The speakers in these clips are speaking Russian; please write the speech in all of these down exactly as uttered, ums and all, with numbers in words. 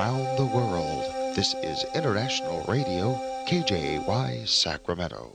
around the world. This is International Radio, K J A Y, Sacramento.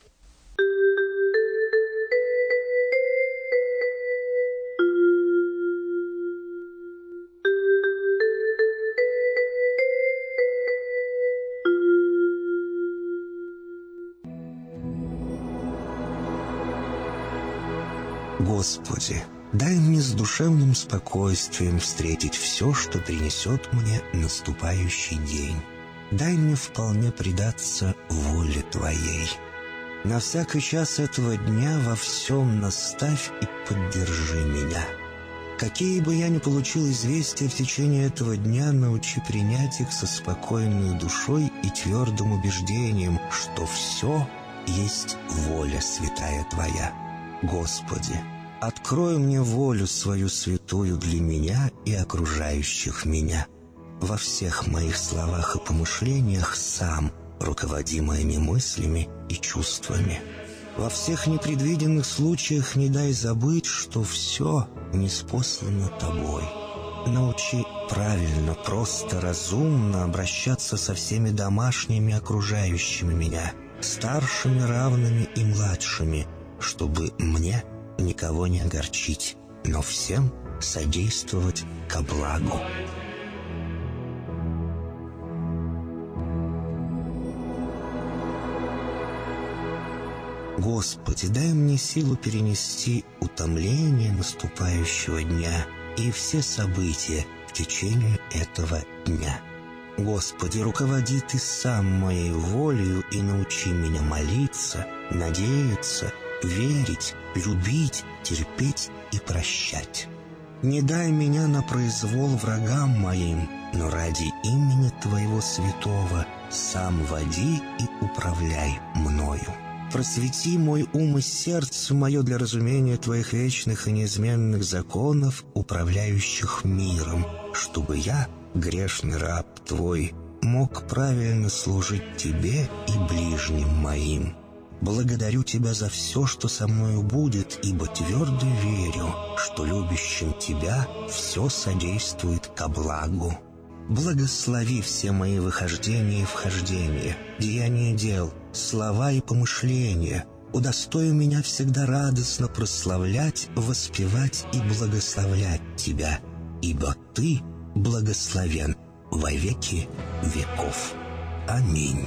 Господи, дай мне с душевным спокойствием встретить все, что принесет мне наступающий день. Дай мне вполне предаться воле Твоей. На всякий час этого дня во всем наставь и поддержи меня. Какие бы я ни получил известия в течение этого дня, научи принять их со спокойной душой и твердым убеждением, что все есть воля святая Твоя. Господи, открой мне волю свою святую для меня и окружающих меня. Во всех моих словах и помышлениях сам руководи моими мыслями и чувствами. Во всех непредвиденных случаях не дай забыть, что все ниспослано Тобой. Научи правильно, просто, разумно обращаться со всеми домашними окружающими меня, старшими, равными и младшими, чтобы мне никого не огорчить, но всем содействовать ко благу. Господи, дай мне силу перенести утомление наступающего дня и все события в течение этого дня. Господи, руководи Ты сам моей волею и научи меня молиться, надеяться, верить, любить, терпеть и прощать. Не дай меня на произвол врагам моим, но ради имени Твоего святого сам води и управляй мною. Просвети мой ум и сердце мое для разумения Твоих вечных и неизменных законов, управляющих миром, чтобы я, грешный раб Твой, мог правильно служить Тебе и ближним моим. Благодарю Тебя за все, что со мною будет, ибо твердо верю, что любящим Тебя все содействует ко благу. Благослови все мои выхождения и вхождения, деяния дел, слова и помышления. Удостой меня всегда радостно прославлять, воспевать и благословлять Тебя, ибо Ты благословен во веки веков. Аминь.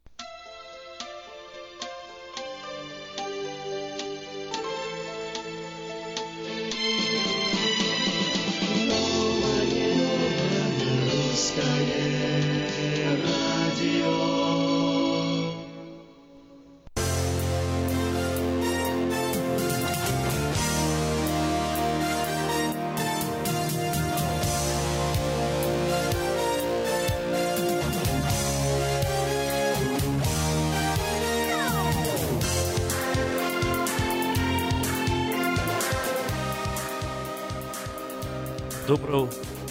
Доброго...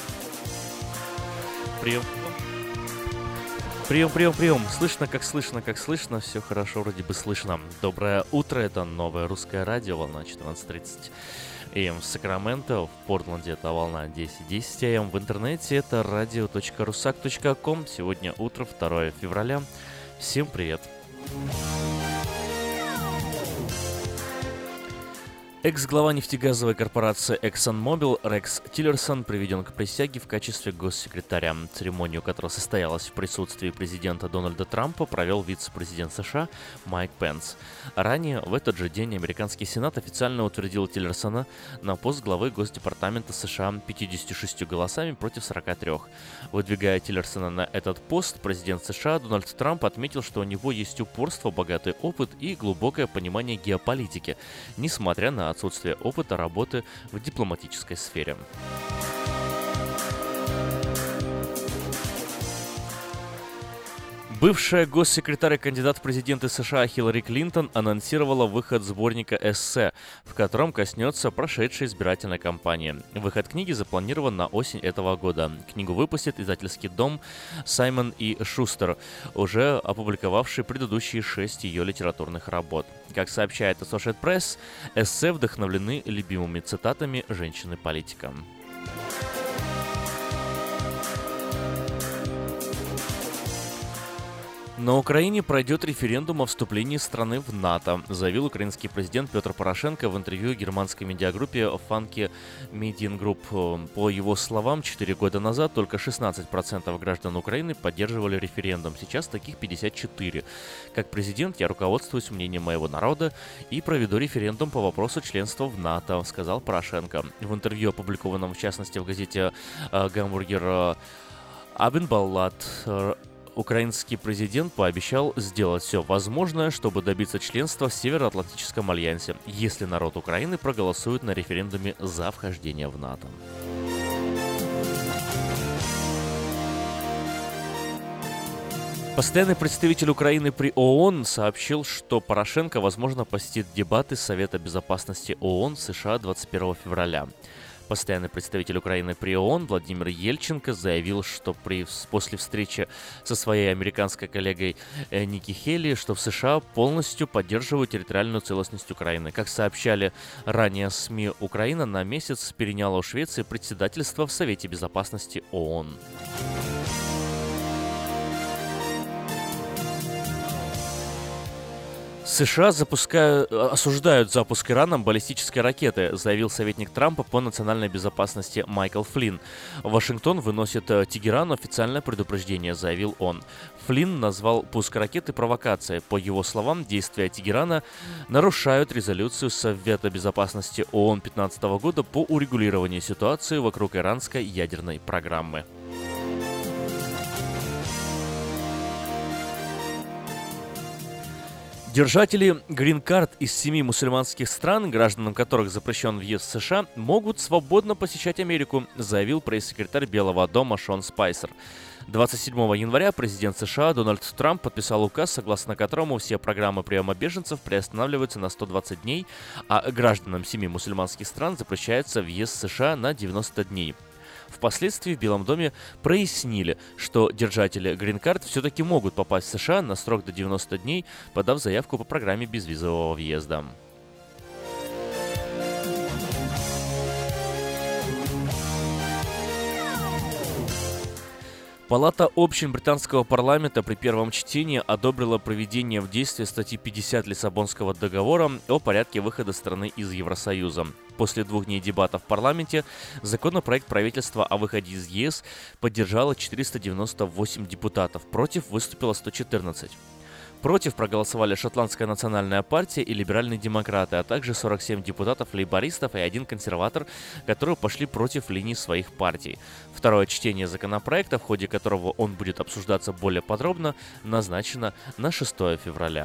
Прием. Прием, прием, прием. Слышно, как слышно, как слышно. Все хорошо, вроде бы слышно. Доброе утро. Это новое русское радио. Волна четырнадцать тридцать эй эм в Сакраменто. В Портленде это волна десять десять эй эм. В интернете это радио точка русак точка ком. Сегодня утро, второе февраля. Всем привет. Экс-глава нефтегазовой корпорации ExxonMobil Рекс Тиллерсон приведен к присяге в качестве госсекретаря. Церемонию, которая состоялась в присутствии президента Дональда Трампа, провел вице-президент США Майк Пенс. Ранее, в этот же день, американский Сенат официально утвердил Тиллерсона на пост главы Госдепартамента США пятьюдесятью шестью голосами против сорока трёх. Выдвигая Тиллерсона на этот пост, президент США Дональд Трамп отметил, что у него есть упорство, богатый опыт и глубокое понимание геополитики, несмотря на отсутствие опыта работы в дипломатической сфере. Бывшая госсекретарь и кандидат в президенты США Хиллари Клинтон анонсировала выход сборника эссе, в котором коснется прошедшей избирательной кампании. Выход книги запланирован на осень этого года. Книгу выпустит издательский дом Саймон и Шустер, уже опубликовавший предыдущие шесть ее литературных работ. Как сообщает Associated Press, эссе вдохновлены любимыми цитатами женщины-политика. На Украине пройдет референдум о вступлении страны в НАТО, заявил украинский президент Петр Порошенко в интервью германской медиагруппе Funky Mediengroup. По его словам, четыре года назад только шестнадцать процентов граждан Украины поддерживали референдум, сейчас таких пятьдесят четыре процента. Как президент я руководствуюсь мнением моего народа и проведу референдум по вопросу членства в НАТО, сказал Порошенко. В интервью, опубликованном в частности в газете «Гамбургер Абендбаллат», украинский президент пообещал сделать все возможное, чтобы добиться членства в Североатлантическом альянсе, если народ Украины проголосует на референдуме за вхождение в НАТО. Постоянный представитель Украины при ООН сообщил, что Порошенко, возможно, посетит дебаты Совета безопасности ООН в США двадцать первого февраля. Постоянный представитель Украины при ООН Владимир Ельченко заявил, что при, после встречи со своей американской коллегой э, Ники Хейли, что в США полностью поддерживают территориальную целостность Украины. Как сообщали ранее СМИ, Украина на месяц переняла у Швеции председательство в Совете безопасности ООН. США запускают, осуждают запуск Ираном баллистической ракеты, заявил советник Трампа по национальной безопасности Майкл Флинн. Вашингтон выносит Тегерану официальное предупреждение, заявил он. Флинн назвал пуск ракеты провокацией. По его словам, действия Тегерана нарушают резолюцию Совета безопасности ООН две тысячи пятнадцатого года по урегулированию ситуации вокруг иранской ядерной программы. Держатели грин-карт из семи мусульманских стран, гражданам которых запрещен въезд в США, могут свободно посещать Америку, заявил пресс-секретарь Белого дома Шон Спайсер. двадцать седьмого января президент США Дональд Трамп подписал указ, согласно которому все программы приема беженцев приостанавливаются на сто двадцать дней, а гражданам семи мусульманских стран запрещается въезд в США на девяносто дней. Впоследствии в Белом доме прояснили, что держатели грин-карт все-таки могут попасть в США на срок до девяноста дней, подав заявку по программе безвизового въезда. Палата общин британского парламента при первом чтении одобрила проведение в действие статьи пятьдесят Лиссабонского договора о порядке выхода страны из Евросоюза. После двух дней дебатов в парламенте законопроект правительства о выходе из ЕС поддержало четыреста девяносто восемь депутатов, против выступило сто четырнадцать. Против проголосовали Шотландская национальная партия и либеральные демократы, а также сорок семь депутатов-лейбористов и один консерватор, которые пошли против линий своих партий. Второе чтение законопроекта, в ходе которого он будет обсуждаться более подробно, назначено на шестого февраля.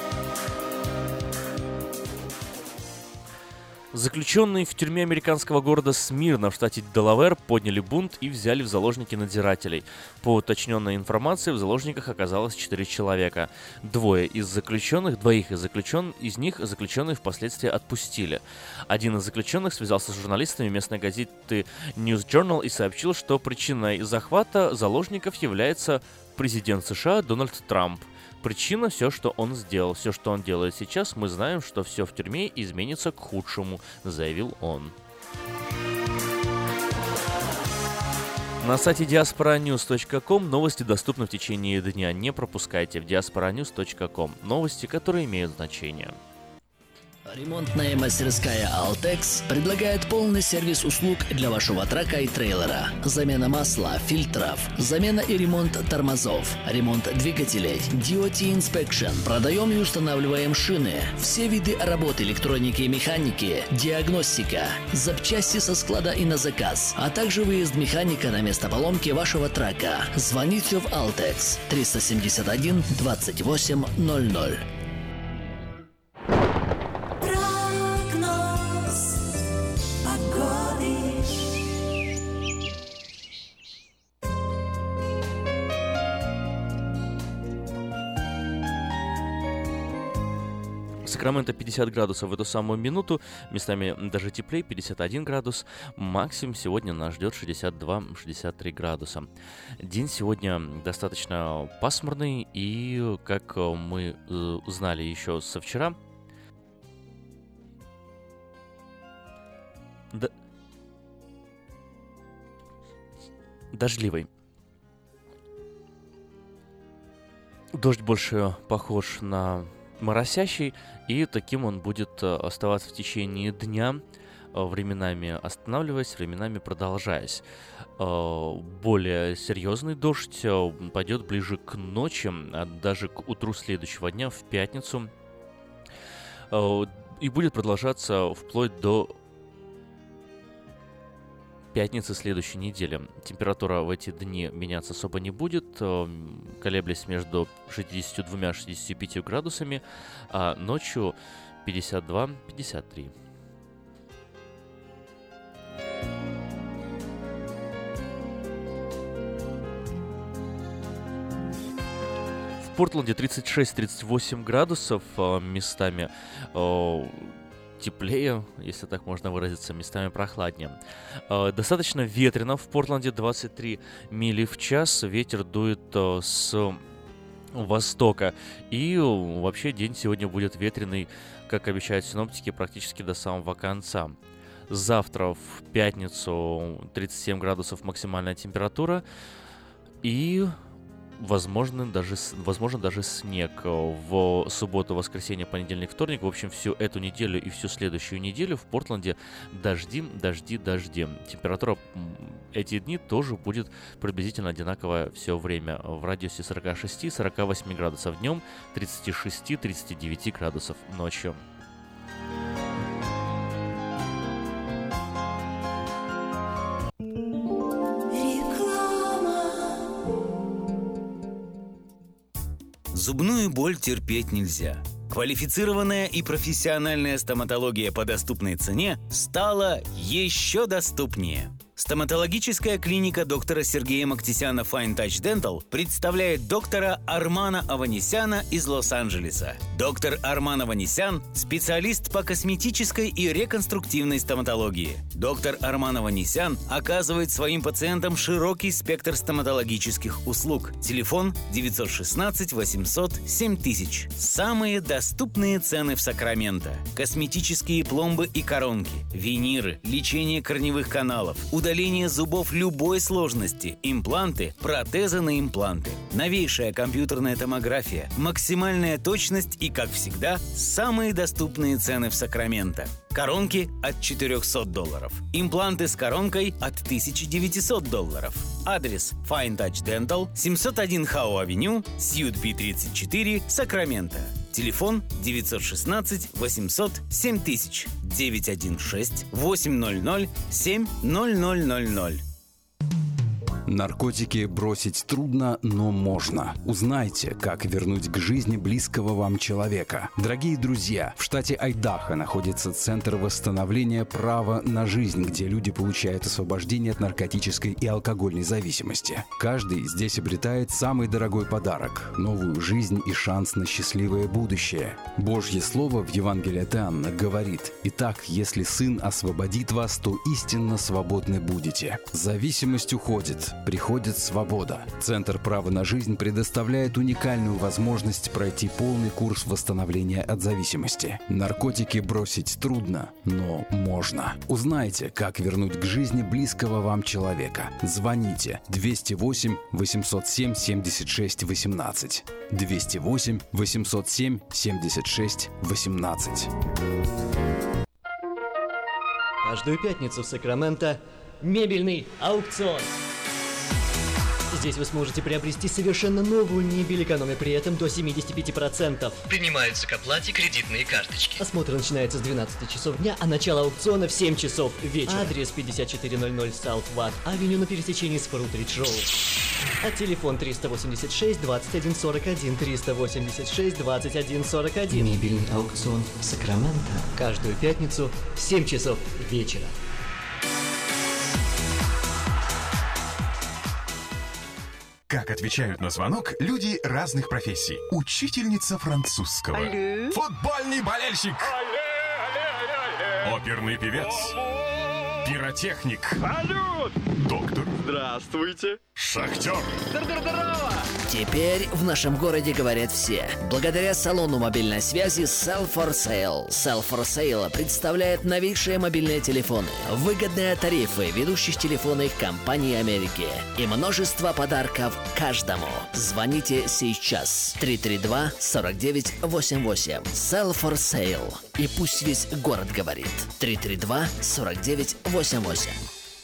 Заключенные в тюрьме американского города Смирна в штате Делавэр подняли бунт и взяли в заложники надзирателей. По уточненной информации, в заложниках оказалось четыре человека. Двое из заключенных, двоих из заключенных, из них заключенные впоследствии отпустили. Один из заключенных связался с журналистами местной газеты News Journal и сообщил, что причиной захвата заложников является президент США Дональд Трамп. Причина — все, что он сделал. Все, что он делает сейчас, мы знаем, что все в тюрьме изменится к худшему, заявил он. На сайте диаспора ньюс точка ком новости доступны в течение дня. Не пропускайте в диаспора ньюс точка ком новости, которые имеют значение. Ремонтная мастерская «Алтекс» предлагает полный сервис услуг для вашего трака и трейлера. Замена масла, фильтров, замена и ремонт тормозов, ремонт двигателей, ди о ти Inspection. Продаем и устанавливаем шины, все виды работы электроники и механики, диагностика, запчасти со склада и на заказ, а также выезд механика на место поломки вашего трака. Звоните в «Алтекс» триста семьдесят один двадцать восемь ноль ноль. Сакраменто пятьдесят градусов в эту самую минуту, местами даже теплее, пятьдесят один градус. Максимум сегодня нас ждет шестьдесят два - шестьдесят три градуса. День сегодня достаточно пасмурный, и, как мы э, знали еще со вчера, д... дождливый. Дождь больше похож на моросящий, и таким он будет оставаться в течение дня, временами останавливаясь, временами продолжаясь. Более серьезный дождь пойдет ближе к ночи, а даже к утру следующего дня, в пятницу, и будет продолжаться вплоть до пятницы следующей недели. Температура в эти дни меняться особо не будет, колеблясь между шестьдесят два и шестьдесят пять градусами, а ночью пятьдесят два - пятьдесят три. В Портленде тридцать шесть - тридцать восемь градусов, местами теплее, если так можно выразиться, местами прохладнее. Достаточно ветрено в Портленде, двадцать три мили в час, ветер дует с востока. И вообще день сегодня будет ветреный, как обещают синоптики, практически до самого конца. Завтра в пятницу тридцать семь градусов максимальная температура и возможно даже, возможно даже снег в субботу, воскресенье, понедельник, вторник. В общем, всю эту неделю и всю следующую неделю в Портленде дожди, дожди, дожди. Температура эти дни тоже будет приблизительно одинаковая все время. В радиусе сорок шесть - сорок восемь градусов днем, тридцать шесть - тридцать девять градусов ночью. Зубную боль терпеть нельзя. Квалифицированная и профессиональная стоматология по доступной цене стала еще доступнее. Стоматологическая клиника доктора Сергея Мактисяна Fine Touch Dental представляет доктора Армана Аванесяна из Лос-Анджелеса. Доктор Арман Аванесян – специалист по косметической и реконструктивной стоматологии. Доктор Арман Аванесян оказывает своим пациентам широкий спектр стоматологических услуг. Телефон девятьсот шестнадцать восемьсот семь тысяч. Самые доступные цены в Сакраменто. Косметические пломбы и коронки, виниры, лечение корневых каналов, удаление зубов любой сложности, импланты, протезы на импланты, новейшая компьютерная томография, максимальная точность и, как всегда, самые доступные цены в Сакраменто. Коронки от четырехсот долларов. Импланты с коронкой от тысяча девятьсот долларов. Адрес Fine Touch Dental, семьсот один Хау-авеню, Сьют Би тридцать четыре, Сакраменто. Телефон девятьсот шестнадцать восемьсот семь тысяч, девятьсот одиннадцать восемьсот семь ноль ноль ноль ноль. Наркотики бросить трудно, но можно. Узнайте, как вернуть к жизни близкого вам человека. Дорогие друзья, в штате Айдахо находится Центр восстановления права на жизнь, где люди получают освобождение от наркотической и алкогольной зависимости. Каждый здесь обретает самый дорогой подарок – новую жизнь и шанс на счастливое будущее. Божье Слово в Евангелии от Иоанна говорит: «Итак, если Сын освободит вас, то истинно свободны будете». Зависимость уходит. Приходит свобода. Центр права на жизнь предоставляет уникальную возможность пройти полный курс восстановления от зависимости. Наркотики бросить трудно, но можно. Узнайте, как вернуть к жизни близкого вам человека. Звоните двести восемь восемьсот семь семьдесят шесть восемнадцать. двести восемь восемьсот семь семьдесят шесть восемнадцать. Каждую пятницу в Сакраменто мебельный аукцион. Здесь вы сможете приобрести совершенно новую мебель, экономя при этом до семьдесят пять процентов. Принимаются к оплате кредитные карточки. Осмотр начинается с двенадцати часов дня, а начало аукциона в семь часов вечера. Адрес пятьдесят четыре ноль ноль South Watt Avenue на пересечении с Фрутридж Роуд. А телефон триста восемьдесят шесть двадцать один сорок один, триста восемьдесят шесть двадцать один сорок один. Мебельный аукцион Сакраменто. Каждую пятницу в семь часов вечера. Как отвечают на звонок люди разных профессий. Учительница французского. Алле. Футбольный болельщик. Алле, алле, алле. Оперный певец. Алло. Пиротехник. Салют. Доктор. Здравствуйте. Шахтер. Здорово! Теперь в нашем городе говорят все. Благодаря салону мобильной связи Sell for Sale. Sell for Sale представляет новейшие мобильные телефоны, выгодные тарифы ведущих телефонных компаний Америки и множество подарков каждому. Звоните сейчас. три три два сорок девять восемьдесят восемь. Sell for Sale. И пусть весь город говорит. три три два сорок девять восемьдесят восемь.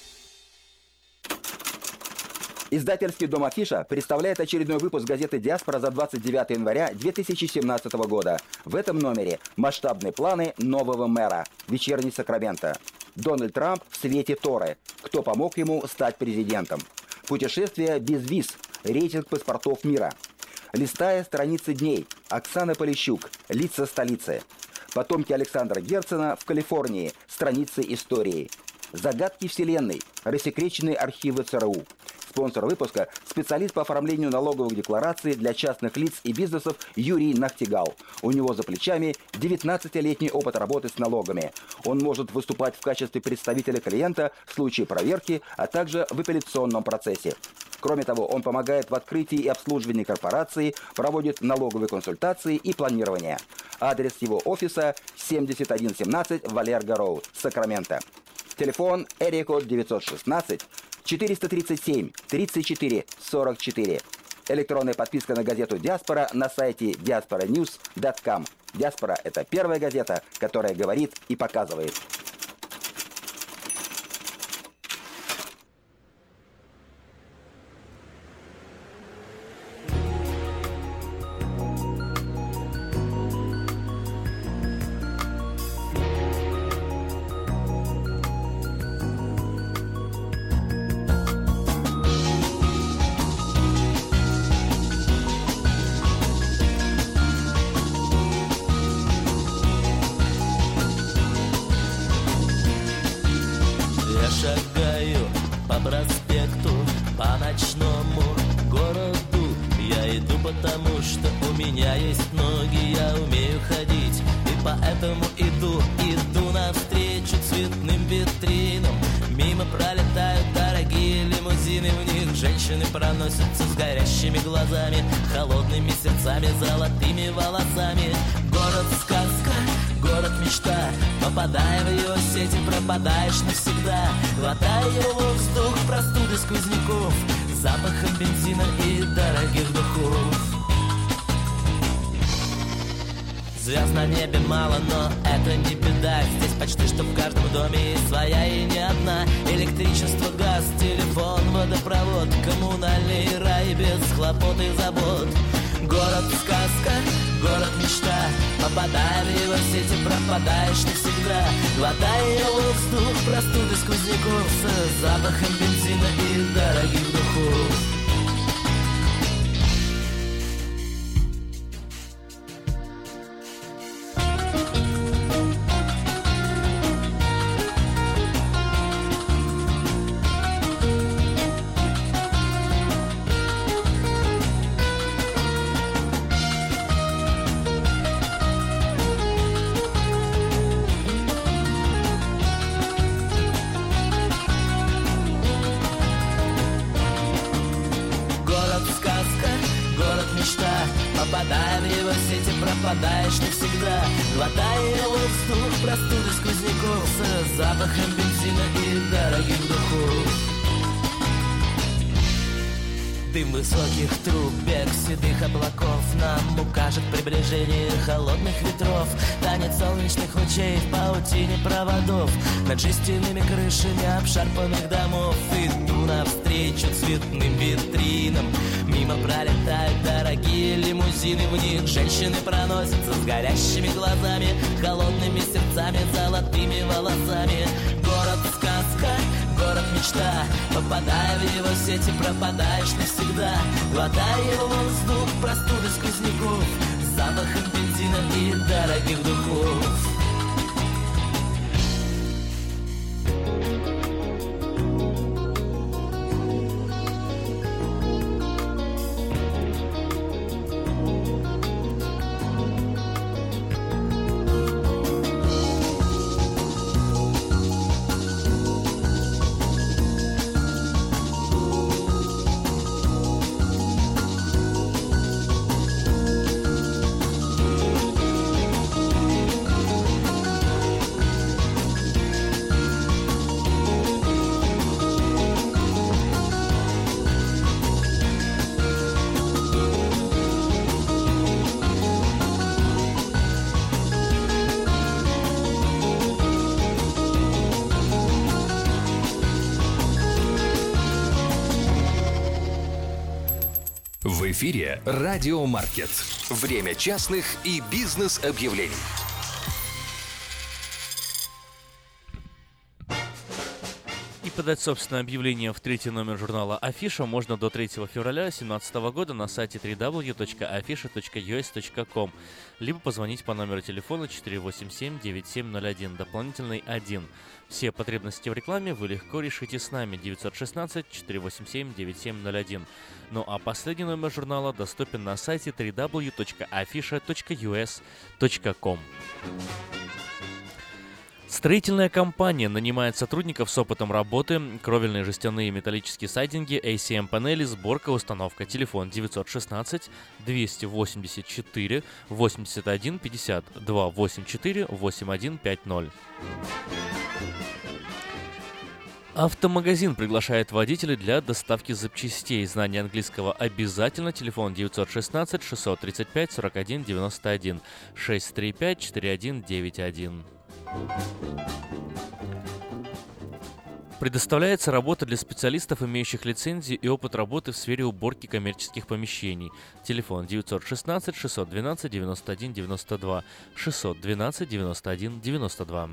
Издательский дом «Афиша» представляет очередной выпуск газеты «Диаспора» за двадцать девятое января две тысячи семнадцатого года. В этом номере масштабные планы нового мэра. Вечерний Сакраменто. Дональд Трамп в свете Торы. Кто помог ему стать президентом? Путешествие без виз. Рейтинг паспортов мира. Листая страницы дней. Оксана Полищук. Лица столицы. Потомки Александра Герцена в Калифорнии. Страницы истории. Загадки Вселенной. Рассекреченные архивы ЦРУ. Спонсор выпуска – специалист по оформлению налоговых деклараций для частных лиц и бизнесов Юрий Нахтигал. У него за плечами девятнадцатилетний опыт работы с налогами. Он может выступать в качестве представителя клиента в случае проверки, а также в апелляционном процессе. Кроме того, он помогает в открытии и обслуживании корпорации, проводит налоговые консультации и планирование. Адрес его офиса – семьдесят один семнадцать Валерго Роуд, Сакраменто. Телефон Эрикод девятьсот шестнадцать четыреста тридцать семь тридцать четыре сорок четыре. Электронная подписка на газету «Диаспора» на сайте диаспора ньюс точка ком. «Диаспора» — это первая газета, которая говорит и показывает. Пропадаешь навсегда, глотая его воздух, простуды сквозняков, запахом бензина и дорогих духов. Звезд на небе мало, но это не беда. Здесь почти что в каждом доме есть своя и не одна. Электричество, газ, телефон, водопровод, коммунальный рай без хлопот и забот. Город-сказка, город-мечта, попадая в его сети, пропадаешь навсегда. Глотая воздух, простуды сквозняков с запахом бензина и дорогих духов. Попадая в его сети, пропадаешь навсегда. Глотая воздух, простуды сквозняков с запахом бензина и дорогих духов. Дым высоких труб, бег седых облаков нам укажет приближение холодных ветров. Танец солнечных лучей в паутине проводов над жестяными крышами обшарпанных домов. Иду навстречу цветным витринам. Мимо пролетают дорогие лимузины. В них женщины проносятся с горящими глазами, холодными сердцами, золотыми волосами. Город-сказка, город-мечта. Попадая в его сети, пропадаешь навсегда. Глотая воздух, простуды сквозняков, запахом бензина и дорогих духов. В эфире «Радиомаркет». Время частных и бизнес-объявлений. И подать собственное объявление в третий номер журнала «Афиша» можно до третьего февраля две тысячи семнадцатого года на сайте дабл ю дабл ю дабл ю точка афиша точка ю эс точка ком, либо позвонить по номеру телефона четыре восемь семь девять семь ноль один, дополнительный один. Все потребности в рекламе вы легко решите с нами. девять один шесть четыре восемь семь девять семь ноль один. Ну а последний номер журнала доступен на сайте дабл ю дабл ю дабл ю точка афиша точка ю эс точка ком. Строительная компания нанимает сотрудников с опытом работы, кровельные жестяные и металлические сайдинги, эй си эм-панели, сборка, установка. Телефон девять один шесть двести восемьдесят четыре восемьдесят один пятьдесят два восемь четыре восемь один пять ноль. Автомагазин приглашает водителей для доставки запчастей. Знание английского обязательно. Телефон девять один шесть шестьсот тридцать пять сорок один девяносто один шесть три пять четыре один девять один. Предоставляется работа для специалистов, имеющих лицензию и опыт работы в сфере уборки коммерческих помещений. Телефон девять один шесть шестьсот двенадцать девяносто один девяносто два шестьсот двенадцать девяносто один девяносто два.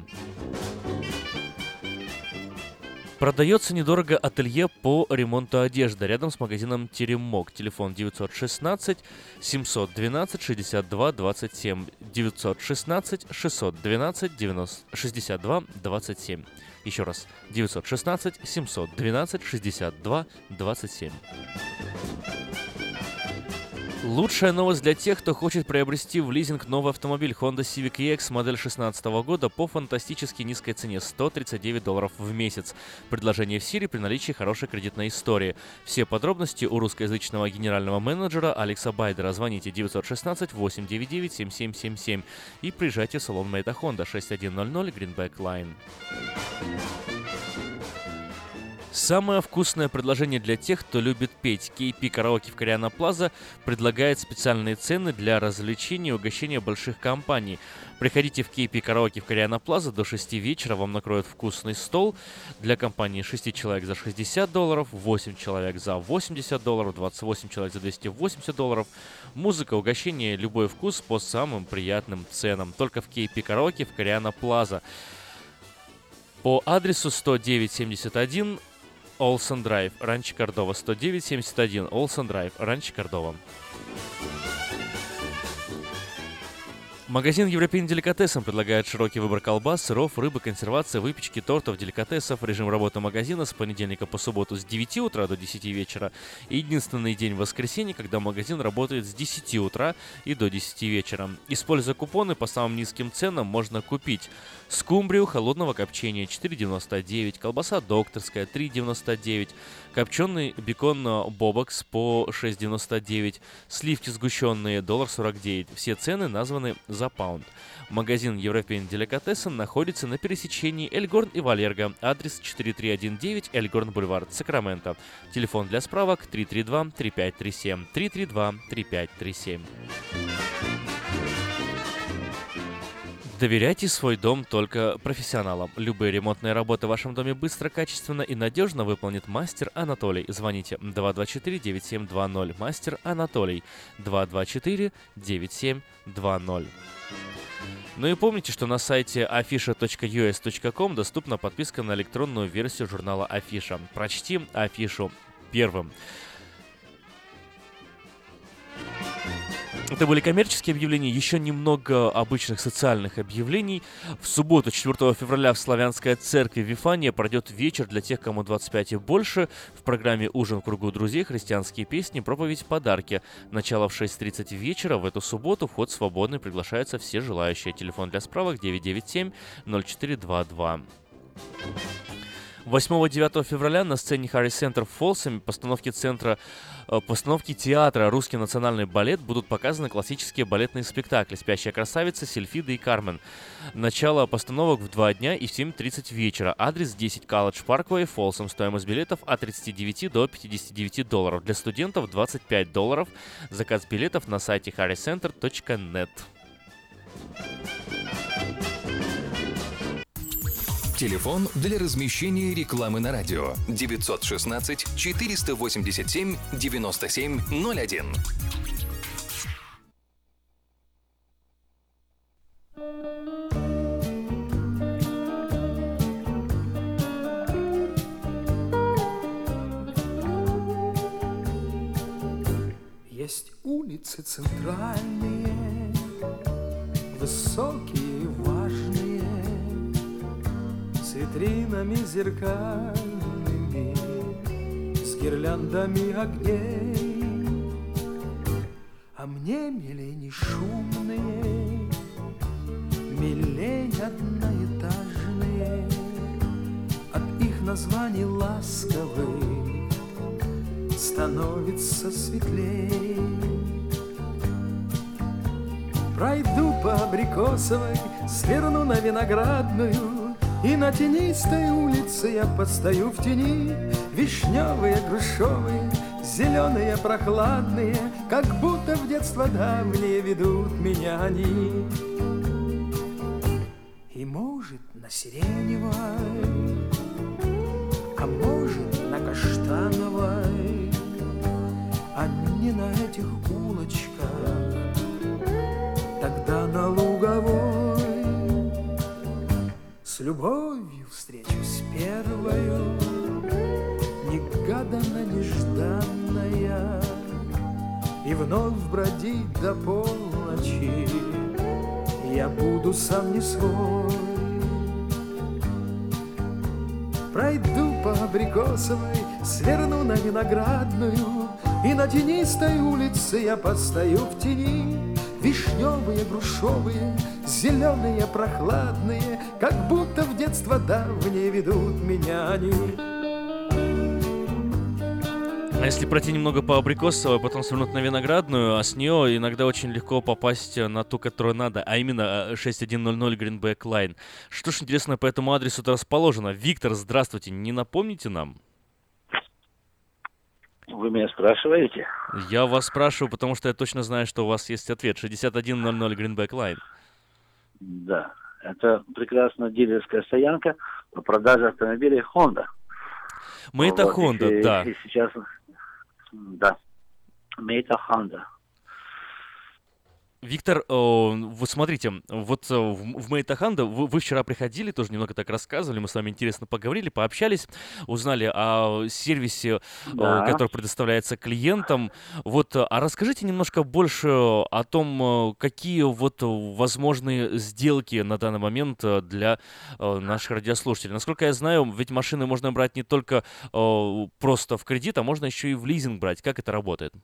Продается недорого ателье по ремонту одежды рядом с магазином Теремок. Телефон девять один шесть семьсот двенадцать шестьдесят два двадцать семь девять один шесть шестьсот двенадцать девяносто шестьдесят два двадцать семь. Еще раз. девять один шесть семьсот двенадцать шестьдесят два двадцать семь. Лучшая новость для тех, кто хочет приобрести в лизинг новый автомобиль Honda Civic и экс модель шестнадцатого года по фантастически низкой цене сто тридцать девять долларов в месяц. Предложение в силе при наличии хорошей кредитной истории. Все подробности у русскоязычного генерального менеджера Алекса Байдера. Звоните девять один шесть восемь девять девять семь семь семь семь и приезжайте в салон Мэйта Honda шесть один ноль ноль Greenback Line. Самое вкусное предложение для тех, кто любит петь. кей пи Караоке в Кориана Плаза предлагает специальные цены для развлечений и угощения больших компаний. Приходите в кей пи Караоке в Кориана Плаза до шести вечера, вам накроют вкусный стол для компании шесть человек за шестьдесят долларов, восемь человек за восемьдесят долларов, двадцать восемь человек за двести восемьдесят долларов. Музыка, угощение, любой вкус по самым приятным ценам. Только в кей пи Караоке в Кориана Плаза. По адресу сто девять семьдесят один Олсен Драйв, Ранчо Кордова, сто девять семьдесят один Олсен Драйв, Ранчо Кордова. Магазин European Delicatessen предлагает широкий выбор колбас, сыров, рыбы, консервации, выпечки, тортов, деликатесов. Режим работы магазина с понедельника по субботу с девяти утра до десяти вечера. И единственный день воскресенья, когда магазин работает с десяти утра и до десяти вечера. Используя купоны по самым низким ценам, можно купить скумбрию холодного копчения четыре девяносто девять, колбаса докторская три девяносто девять, копченый бекон Бобокс по шесть девяносто девять, сливки сгущенные один сорок девять. Все цены названы за паунд. Магазин European Delicatessen находится на пересечении Эльгорн и Валерго. Адрес четыре три один девять Эльгорн Бульвар, Сакраменто. Телефон для справок три три два три пять три семь три три два три пять три семь. Доверяйте свой дом только профессионалам. Любые ремонтные работы в вашем доме быстро, качественно и надежно выполнит мастер Анатолий. Звоните два два четыре девять семь два ноль. Мастер Анатолий. два два четыре девять семь два ноль. Ну и помните, что на сайте афиша точка ю эс точка ком доступна подписка на электронную версию журнала «Афиша». Прочти афишу первым. Это были коммерческие объявления, еще немного обычных социальных объявлений. В субботу, четвёртого февраля, в Славянской церкви Вифания пройдет вечер для тех, кому двадцать пять и больше. В программе «Ужин в кругу друзей», христианские песни, проповедь, подарки. Начало в шесть тридцать вечера. В эту субботу вход свободный, приглашаются все желающие. Телефон для справок девять девять семь ноль четыре два два. восьмого-девятого февраля на сцене Харри Центр в Фолсами постановки центра, э, постановки театра «Русский национальный балет» будут показаны классические балетные спектакли «Спящая красавица», «Сильфида» и «Кармен». Начало постановок в два дня и в семь тридцать вечера. Адрес десять Колледж Парквей, Фолсом. Стоимость билетов от тридцати девяти до пятидесяти девяти долларов. Для студентов двадцать пять долларов. Заказ билетов на сайте харри центр точка нет. Телефон для размещения рекламы на радио девятьсот шестнадцать четыреста восемьдесят семь девяносто семь ноль один. Есть улицы центральные, высокие и важные, с витринами зеркальными, с гирляндами огней. А мне милей не шумные, милей одноэтажные, от их названий ласковых становится светлей. Пройду по Абрикосовой, сверну на Виноградную, и на тенистой улице я постою в тени. Вишневые, грушевые, зеленые, прохладные, как будто в детство давнее ведут меня они. И может на Сиреневой, а может на Каштановой, а не на этих улочках, тогда на Луговой. С любовью встречусь первою, негаданно, нежданная, и вновь бродить до полночи я буду сам не свой. Пройду по Абрикосовой, сверну на Виноградную, и на тенистой улице я постою в тени. Вишневые, грушевые, зеленые, прохладные, как будто в детство давнее ведут меня они. А если пройти немного по Абрикосовой, потом свернуть на Виноградную, а с нее иногда очень легко попасть на ту, которую надо, а именно шесть тысяч сто Greenback Line. Что ж интересно по этому адресу-то расположено? Виктор, здравствуйте, не напомните нам? Вы меня спрашиваете? Я вас спрашиваю, потому что я точно знаю, что у вас есть ответ. шестьдесят один ноль ноль Greenback Line. Да, это прекрасная дилерская стоянка по продаже автомобилей Honda. Мы это вот, Honda, и, да. И сейчас, да, мы это Honda. Виктор, вы смотрите, вот в Мэйта Honda вы, вы вчера приходили, тоже немного так рассказывали, мы с вами интересно поговорили, пообщались, узнали о сервисе, да, который предоставляется клиентам. Вот, а расскажите немножко больше о том, какие вот возможные сделки на данный момент для наших радиослушателей. Насколько я знаю, ведь машины можно брать не только просто в кредит, а можно еще и в лизинг брать. Как это работает?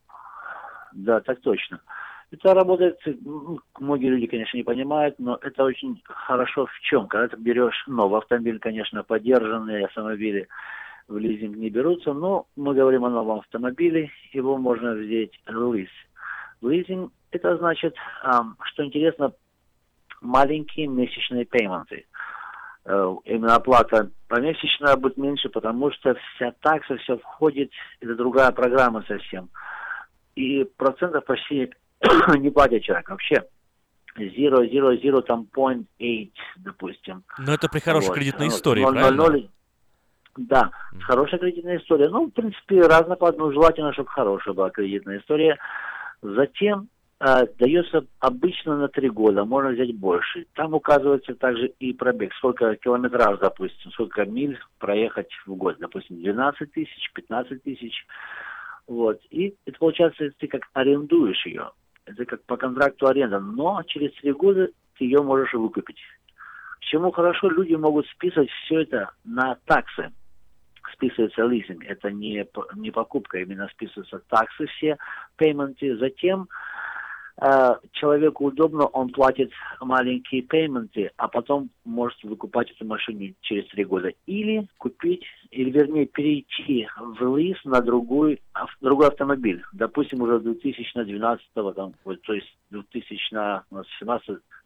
Да, так точно. Это работает, многие люди, конечно, не понимают, но это очень хорошо в чем? Когда ты берешь новый автомобиль, конечно, подержанные автомобили в лизинг не берутся, но мы говорим о новом автомобиле, его можно взять в лиз. Лизинг, это значит, что интересно, маленькие месячные пейменты. Именно оплата помесячная будет меньше, потому что вся такса, все входит, это другая программа совсем. И процентов почти не платит человек вообще. ноль целых ноль там ноль восемь, допустим. Но это при хорошей вот. кредитной ноль, истории, ноль, правильно? ноль, ноль, да, mm. хорошая кредитная история. Ну, в принципе, разно по одному. Желательно, чтобы хорошая была кредитная история. Затем э, дается обычно на три года, можно взять больше. Там указывается также и пробег, сколько километраж, допустим, сколько миль проехать в год. Допустим, двенадцать тысяч, пятнадцать тысяч. Вот. И это получается, ты как арендуешь ее. Это как по контракту аренда, но через три года ты ее можешь выкупить. К чему хорошо, люди могут списывать все это на таксы. Списывается лизинг, это не, не покупка, именно списываются таксы все, пейменты. Затем э, человеку удобно, он платит маленькие пейменты, а потом может выкупать эту машину через три года. Или купить, или вернее перейти в лиз на другой, другой автомобиль. Допустим, уже две тысячи двенадцатого, там, вот, то есть две тысячи семнадцатого,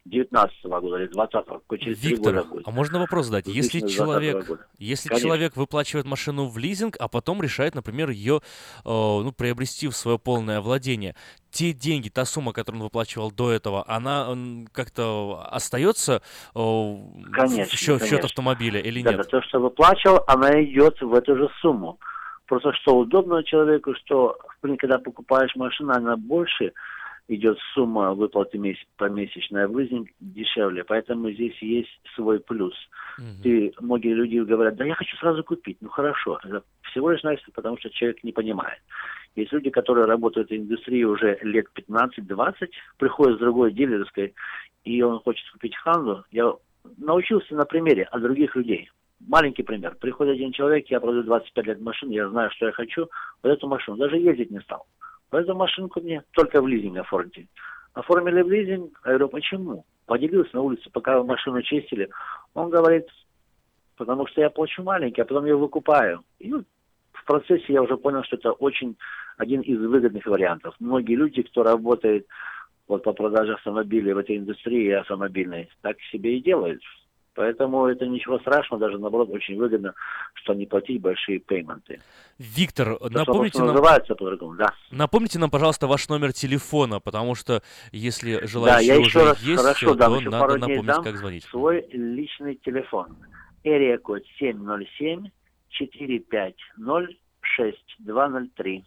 девятнадцатого года или двадцатого, через три года будет. А можно вопрос задать? Если человек, если человек выплачивает машину в лизинг, а потом решает, например, ее э, ну, приобрести в свое полное владение, те деньги, та сумма, которую он выплачивал до этого, она как-то остается э, конечно, в, счет, в счет автомобиля или да, нет? Да, то, что выплачивал, она идет в эту же сумму. Просто что удобно человеку, что, когда покупаешь машину, она больше идет сумма выплаты месяц, помесячная, в лизинг дешевле, поэтому здесь есть свой плюс. Mm-hmm. И многие люди говорят, да я хочу сразу купить. Ну хорошо, это всего лишь навсего, потому что человек не понимает. Есть люди, которые работают в индустрии уже лет пятнадцать-двадцать, приходят с другой дилерской, и он хочет купить Ханду. Я научился на примере от других людей. Маленький пример. Приходит один человек, я продаю двадцать пять лет машин, я знаю, что я хочу, вот эту машину, даже ездить не стал. Эту машинку мне только в лизинг оформите. Оформили в лизинг, я говорю, почему? Поделился на улице, пока машину чистили. Он говорит, потому что я плачу маленький, а потом ее выкупаю. И в процессе я уже понял, что это очень один из выгодных вариантов. Многие люди, кто работает вот по продаже автомобилей в этой индустрии автомобильной, так себе и делают. Поэтому это ничего страшного, даже наоборот очень выгодно, что не платить большие пейменты. Виктор, это, напомните что нам, называется по-другому, да. Напомните нам, пожалуйста, ваш номер телефона, потому что если желающие да, я уже еще раз, есть, хорошо, то дам, надо напомнить, как звонить. Свой личный телефон. Area код семь ноль семь четыре пять ноль шесть два ноль три.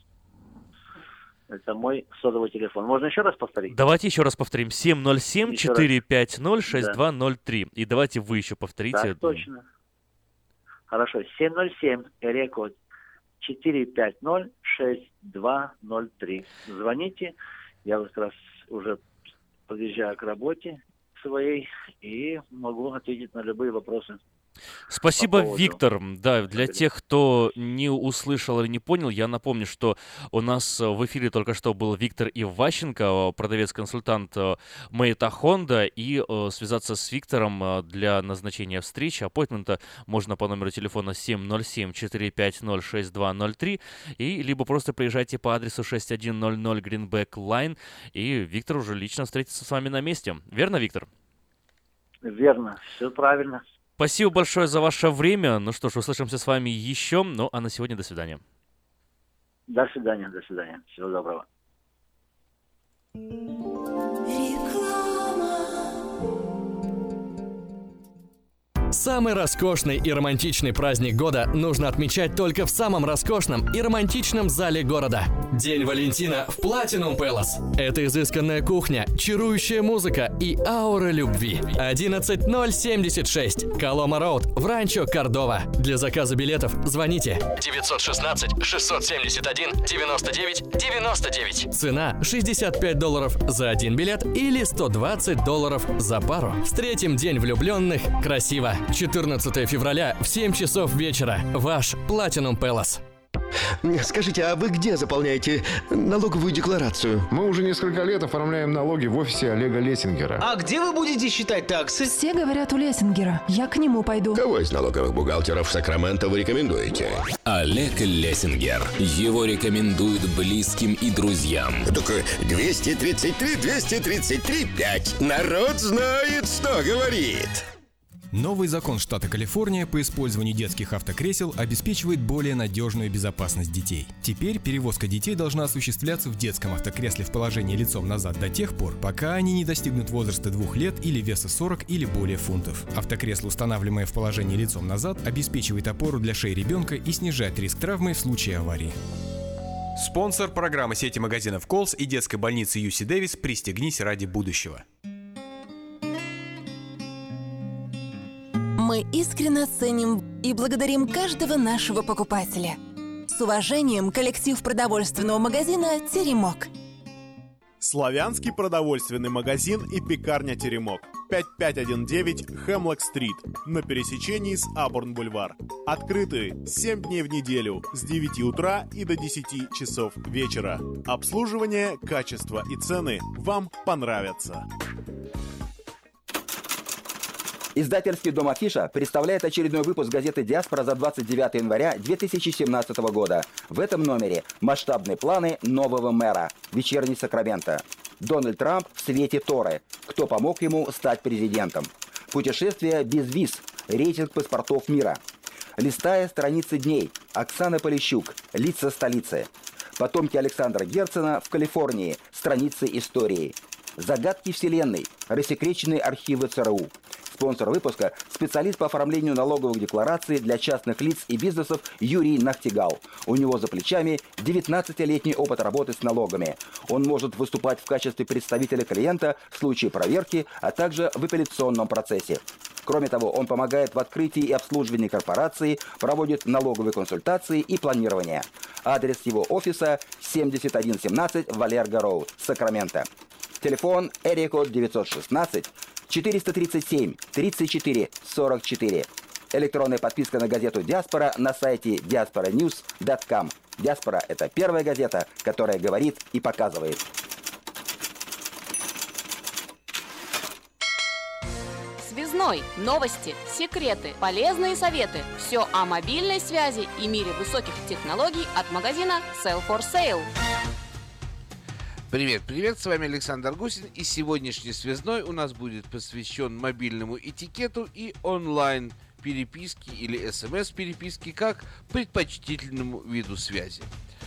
Это мой сотовый телефон. Можно еще раз повторить? Давайте еще раз повторим. семь ноль семь четыре пять ноль шесть два ноль три. И давайте вы еще повторите. Так, точно. Хорошо. семь ноль семь, area код четыре пять ноль шесть два ноль три. Звоните. Я как раз уже подъезжаю к работе своей и могу ответить на любые вопросы. Спасибо, Виктор. Да, для тех, кто не услышал или не понял, я напомню, что у нас в эфире только что был Виктор Иващенко, продавец-консультант Мэйта Honda, и связаться с Виктором для назначения встречи, аппоинтмента можно по номеру телефона семь ноль семь четыре пять ноль шесть два ноль три, и либо просто приезжайте по адресу шесть тысяч сто Greenback Line, и Виктор уже лично встретится с вами на месте. Верно, Виктор? Верно, все правильно. Спасибо большое за ваше время. Ну что ж, услышимся с вами еще. Ну, а на сегодня до свидания. До свидания, до свидания. Всего доброго. Самый роскошный и романтичный праздник года нужно отмечать только в самом роскошном и романтичном зале города. День Валентина в Platinum Palace. Это изысканная кухня, чарующая музыка и аура любви. одиннадцать ноль семьдесят шесть Колома Роуд в Ранчо Кордова. Для заказа билетов звоните девятьсот шестнадцать шестьсот семьдесят один девяносто девять девяносто девять. Цена шестьдесят пять долларов за один билет или сто двадцать долларов за пару. Встретим День влюбленных красиво. четырнадцатого февраля в семь часов вечера. Ваш Platinum Palace. Скажите, а вы где заполняете налоговую декларацию? Мы уже несколько лет оформляем налоги в офисе Олега Лессингера. А где вы будете считать таксы? Все говорят у Лессингера. Я к нему пойду. Кого из налоговых бухгалтеров Сакраменто вы рекомендуете? Олег Лессингер. Его рекомендуют близким и друзьям. Так двести тридцать три двести тридцать три пять. Народ знает, что говорит. Новый закон штата Калифорния по использованию детских автокресел обеспечивает более надежную безопасность детей. Теперь перевозка детей должна осуществляться в детском автокресле в положении лицом назад до тех пор, пока они не достигнут возраста двух лет или веса сорок или более фунтов. Автокресло, устанавливаемое в положении лицом назад, обеспечивает опору для шеи ребенка и снижает риск травмы в случае аварии. Спонсор программы сети магазинов Колс и детской больницы Ю Си Дэвис «Пристегнись ради будущего». Мы искренне ценим и благодарим каждого нашего покупателя. С уважением, коллектив продовольственного магазина «Теремок». Славянский продовольственный магазин и пекарня «Теремок». пять пять один девять Хемлок-стрит на пересечении с Абурн-бульвар. Открыты семь дней в неделю с девяти утра и до десяти часов вечера. Обслуживание, качество и цены вам понравятся. Издательский дом «Афиша» представляет очередной выпуск газеты «Диаспора» за двадцать девятое января две тысячи семнадцатого года. В этом номере масштабные планы нового мэра. Вечерний Сакраменто. Дональд Трамп в свете Торы. Кто помог ему стать президентом? Путешествие без виз. Рейтинг паспортов мира. Листая страницы дней. Оксана Полищук. Лица столицы. Потомки Александра Герцена в Калифорнии. Страницы истории. Загадки Вселенной. Рассекреченные архивы ЦРУ. Спонсор выпуска – специалист по оформлению налоговых деклараций для частных лиц и бизнесов Юрий Нахтигал. У него за плечами девятнадцатилетний опыт работы с налогами. Он может выступать в качестве представителя клиента в случае проверки, а также в апелляционном процессе. Кроме того, он помогает в открытии и обслуживании корпорации, проводит налоговые консультации и планирование. Адрес его офиса семьдесят один семнадцать Валерго Роуд, Сакраменто. Телефон эрикод девятьсот шестнадцать четыреста тридцать семь тридцать четыре сорок четыре. Электронная подписка на газету «Диаспора» на сайте диаспора ньюс точка ком. «Диаспора» — это первая газета, которая говорит и показывает. Связной. Новости, секреты, полезные советы. Все о мобильной связи и мире высоких технологий от магазина Sell for Sale. Привет, привет, с вами Александр Гусин, и сегодняшний связной у нас будет посвящен мобильному этикету и онлайн переписке или смс-переписке как предпочтительному виду связи.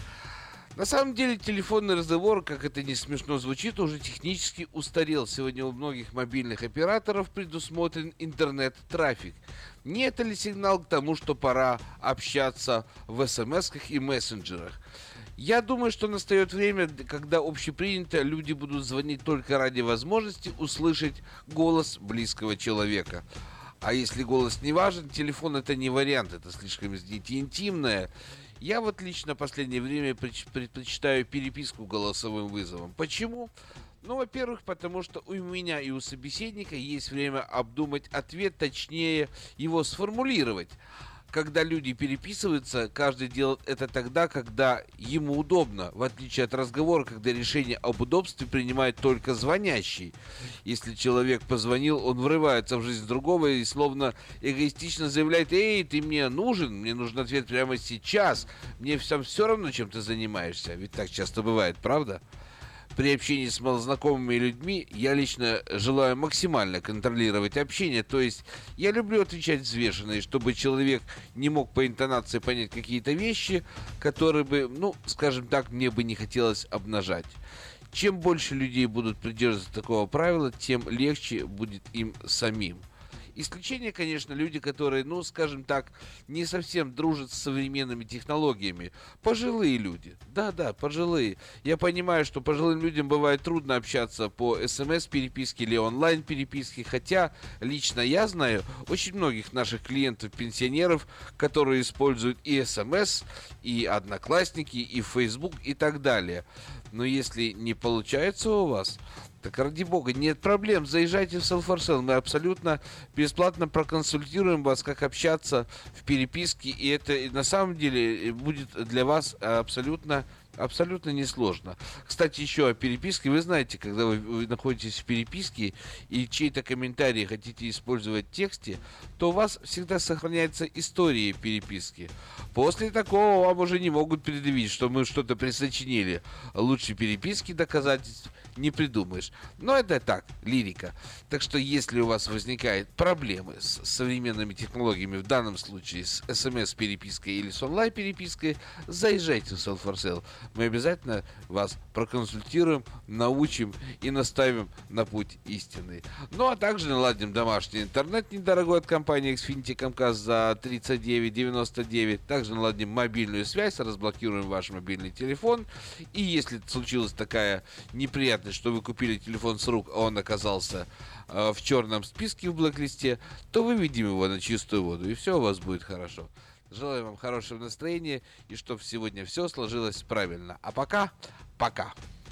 На самом деле телефонный разговор, как это не смешно звучит, уже технически устарел. Сегодня у многих мобильных операторов предусмотрен интернет-трафик. Не это ли сигнал к тому, что пора общаться в смс-ках и мессенджерах? Я думаю, что настает время, когда общепринято люди будут звонить только ради возможности услышать голос близкого человека. А если голос не важен, телефон это не вариант, это слишком, извините, интимное. Я вот лично в последнее время предпочитаю переписку голосовым вызовом. Почему? Ну, во-первых, потому что у меня и у собеседника есть время обдумать ответ, точнее его сформулировать. Когда люди переписываются, каждый делает это тогда, когда ему удобно, в отличие от разговора, когда решение об удобстве принимает только звонящий. Если человек позвонил, он врывается в жизнь другого и словно эгоистично заявляет: «Эй, ты мне нужен, мне нужен ответ прямо сейчас, мне всем все равно, чем ты занимаешься». Ведь так часто бывает, правда? При общении с малознакомыми людьми я лично желаю максимально контролировать общение, то есть я люблю отвечать взвешенно, чтобы человек не мог по интонации понять какие-то вещи, которые бы, ну, скажем так, мне бы не хотелось обнажать. Чем больше людей будут придерживаться такого правила, тем легче будет им самим. Исключение, конечно, люди, которые, ну, скажем так, не совсем дружат с современными технологиями. Пожилые люди. Да-да, пожилые. Я понимаю, что пожилым людям бывает трудно общаться по смс-переписке или онлайн-переписке, хотя лично я знаю очень многих наших клиентов-пенсионеров, которые используют и смс, и Одноклассники, и Facebook, и так далее. Но если не получается у вас, так ради бога, нет проблем, заезжайте в Sell for Sale, мы абсолютно бесплатно проконсультируем вас, как общаться в переписке, и это на самом деле будет для вас абсолютно Абсолютно несложно. Кстати, еще о переписке. Вы знаете, когда вы, вы находитесь в переписке и чей-то комментарий хотите использовать в тексте, то у вас всегда сохраняется история переписки. После такого вам уже не могут предъявить, что мы что-то присочинили. Лучше переписки доказательств не придумаешь. Но это так, лирика. Так что, если у вас возникают проблемы с современными технологиями, в данном случае с смс-перепиской или с онлайн-перепиской, заезжайте в Sell for Sale. Мы обязательно вас проконсультируем, научим и наставим на путь истинный. Ну, а также наладим домашний интернет недорогой от компании Xfinity Comcast за тридцать девять девяносто девять. Также наладим мобильную связь, разблокируем ваш мобильный телефон. И если случилась такая неприятность, что вы купили телефон с рук, а он оказался э, в черном списке в блэк-листе, то выведем его на чистую воду, и все у вас будет хорошо. Желаю вам хорошего настроения и чтобы сегодня все сложилось правильно. А пока, пока.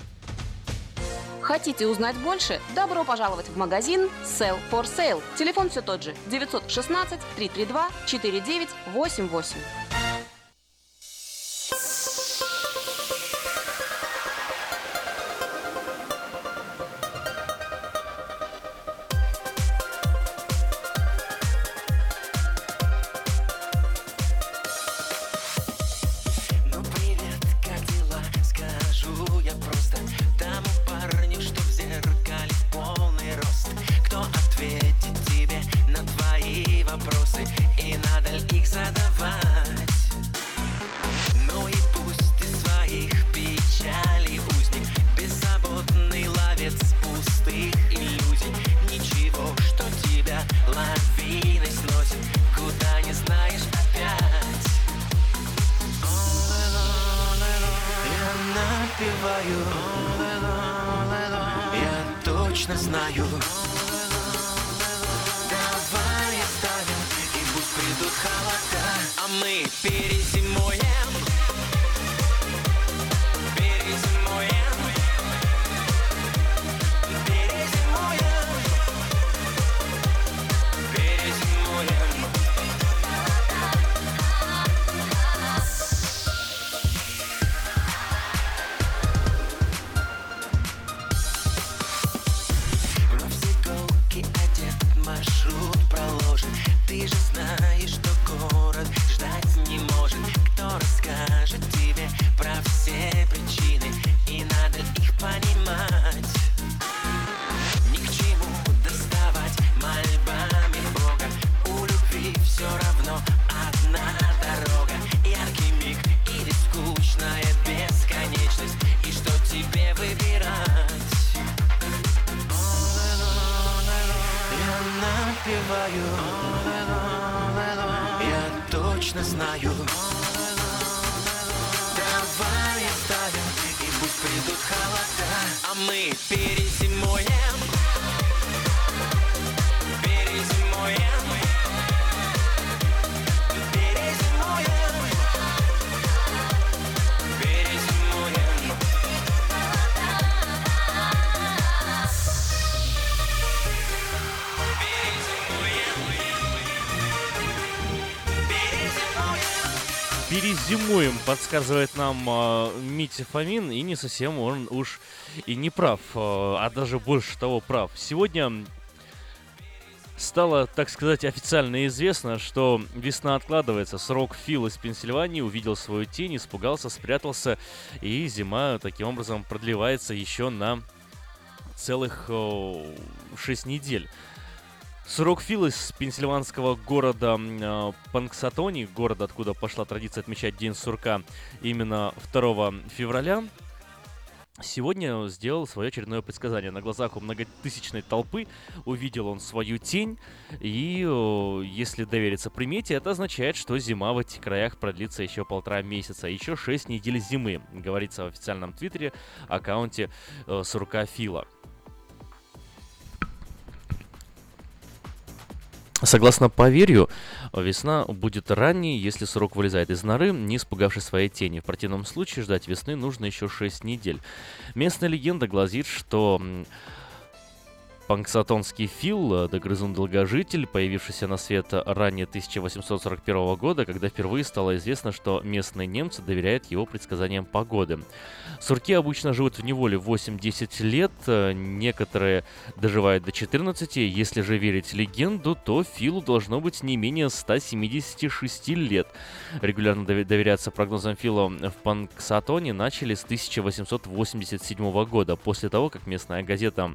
Хотите узнать больше? Добро пожаловать в магазин Sell for Sale. Телефон все тот же: девятьсот шестнадцать триста тридцать два сорок девять восемьдесят восемь. Ну привет, как дела? Скажу я просто тому парню, что напеваю, я точно знаю. Давай оставим, и пусть придут холода, а мы перезимуем. Перезимуем. Перезимуем. Перезимуем. Во все иголки одет, маршрут проложен. Ты же знаешь, что город ждать не может. Кто расскажет тебе про все причины, и надо их понимать. Ни к чему доставать мольбами Бога. У любви все равно одна дорога. Яркий миг или скучная бесконечность. И что тебе выбирать? Я напеваю, я точно знаю. Давай оставим, и пусть придут холода, а мы перезимуем. Перезимуем. Перезимуем. Перезимуем. Перезимуем, подсказывает нам э, Митя Фомин, и не совсем он уж и не прав, э, а даже больше того прав. Сегодня стало, так сказать, официально известно, что весна откладывается. Срок Фил из Пенсильвании увидел свою тень, испугался, спрятался, и зима таким образом продлевается еще на целых э, шесть недель. Срок Фил из пенсильванского города э, Панксатони, города, откуда пошла традиция отмечать День сурка именно второго февраля, сегодня сделал свое очередное предсказание. На глазах у многотысячной толпы увидел он свою тень, и э, если довериться примете, это означает, что зима в этих краях продлится еще полтора месяца, еще шесть недель зимы, говорится в официальном твиттере аккаунте э, сурка Фила. Согласно поверью, весна будет ранней, если сурок вылезает из норы, не испугавшись своей тени. В противном случае ждать весны нужно еще шесть недель. Местная легенда гласит, что панксатонский фил, грызун-долгожитель, появившийся на свет ранее тысяча восемьсот сорок первого года, когда впервые стало известно, что местные немцы доверяют его предсказаниям погоды. Сурки обычно живут в неволе восемь-десять лет, некоторые доживают до четырнадцати. Если же верить легенду, то филу должно быть не менее ста семидесяти шести лет. Регулярно доверяться прогнозам фила в Панксатоне начали с тысяча восемьсот восемьдесят седьмого года, после того, как местная газета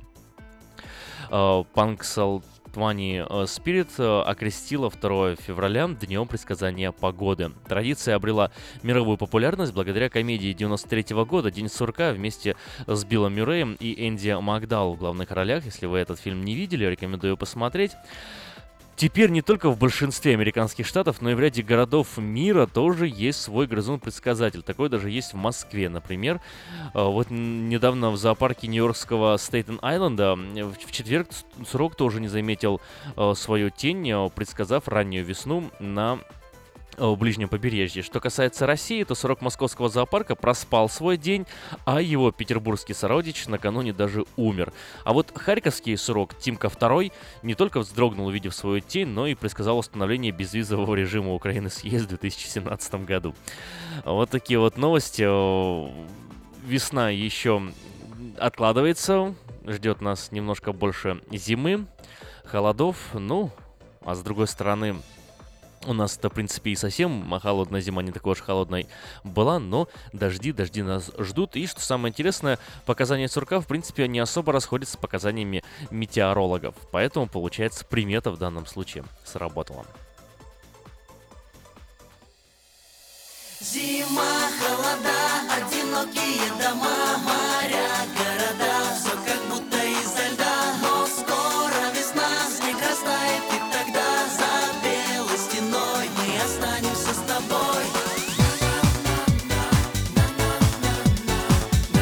Панксалтвани Спирит окрестила второго февраля днем предсказания погоды. Традиция обрела мировую популярность благодаря комедии девяносто третьего года «День сурка» вместе с Биллом Мюрреем и Энди Макдауэлл в главных ролях. Если вы этот фильм не видели, рекомендую посмотреть. Теперь не только в большинстве американских штатов, но и в ряде городов мира тоже есть свой грызун-предсказатель. Такой даже есть в Москве, например. Вот недавно в зоопарке нью-йоркского Стейтен-Айленда в четверг сурок тоже не заметил свою тень, предсказав раннюю весну на в ближнем побережье. Что касается России, то сурок московского зоопарка проспал свой день, а его петербургский сородич накануне даже умер. А вот харьковский сурок Тимка второй не только вздрогнул, увидев свою тень, но и предсказал установление безвизового режима Украины с ЕС в две тысячи семнадцатом году. Вот такие вот новости. Весна еще откладывается, ждет нас немножко больше зимы, холодов, ну, а с другой стороны, у нас-то, в принципе, и совсем холодная зима не такой уж холодной была, но дожди, дожди нас ждут. И, что самое интересное, показания сурка, в принципе, не особо расходятся с показаниями метеорологов. Поэтому, получается, примета в данном случае сработала. Зима, холода, одинокие дома, моря, города, все как будто изо льда. Но скоро весна, снег растает, и тогда за белой стеной мы останемся с тобой.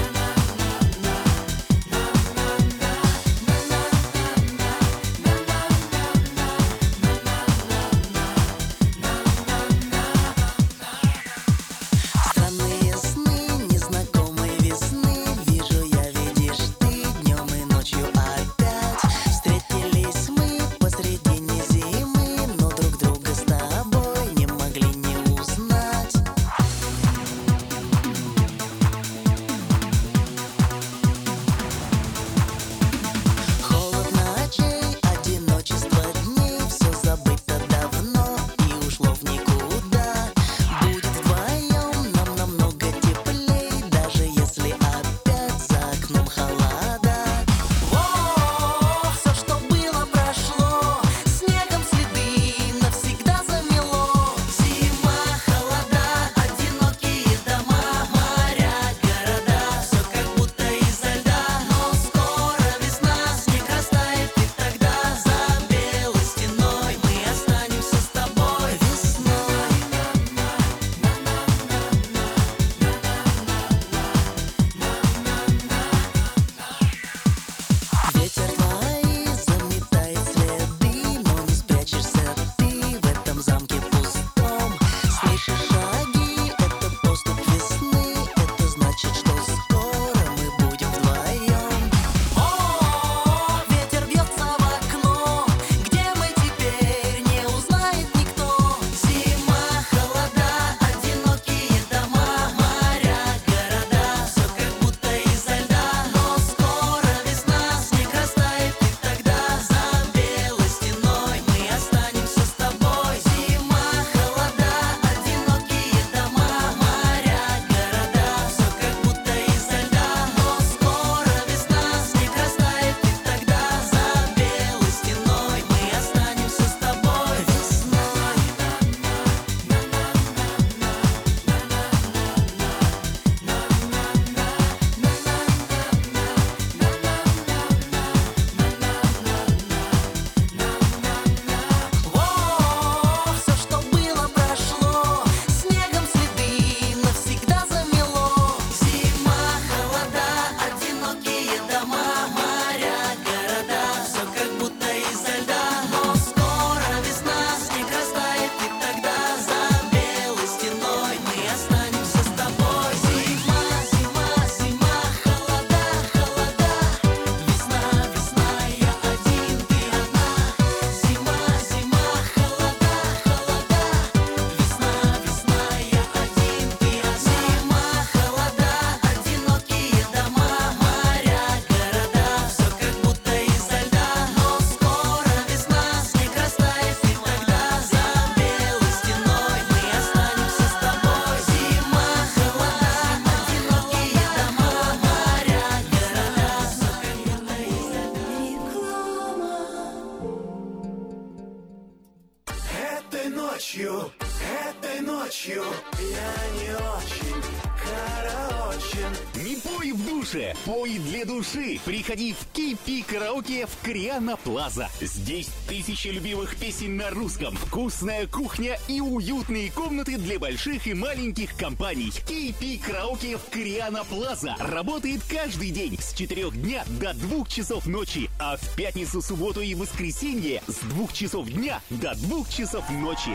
Не пой в душе, пой для души. Приходи в кей пи Караоке в Кориана Плаза. Здесь тысячи любимых песен на русском, вкусная кухня и уютные комнаты для больших и маленьких компаний. кей пи Караоке в Кориана Плаза работает каждый день с четырёх дня до двух часов ночи, а в пятницу, субботу и воскресенье с двух часов дня до двух часов ночи.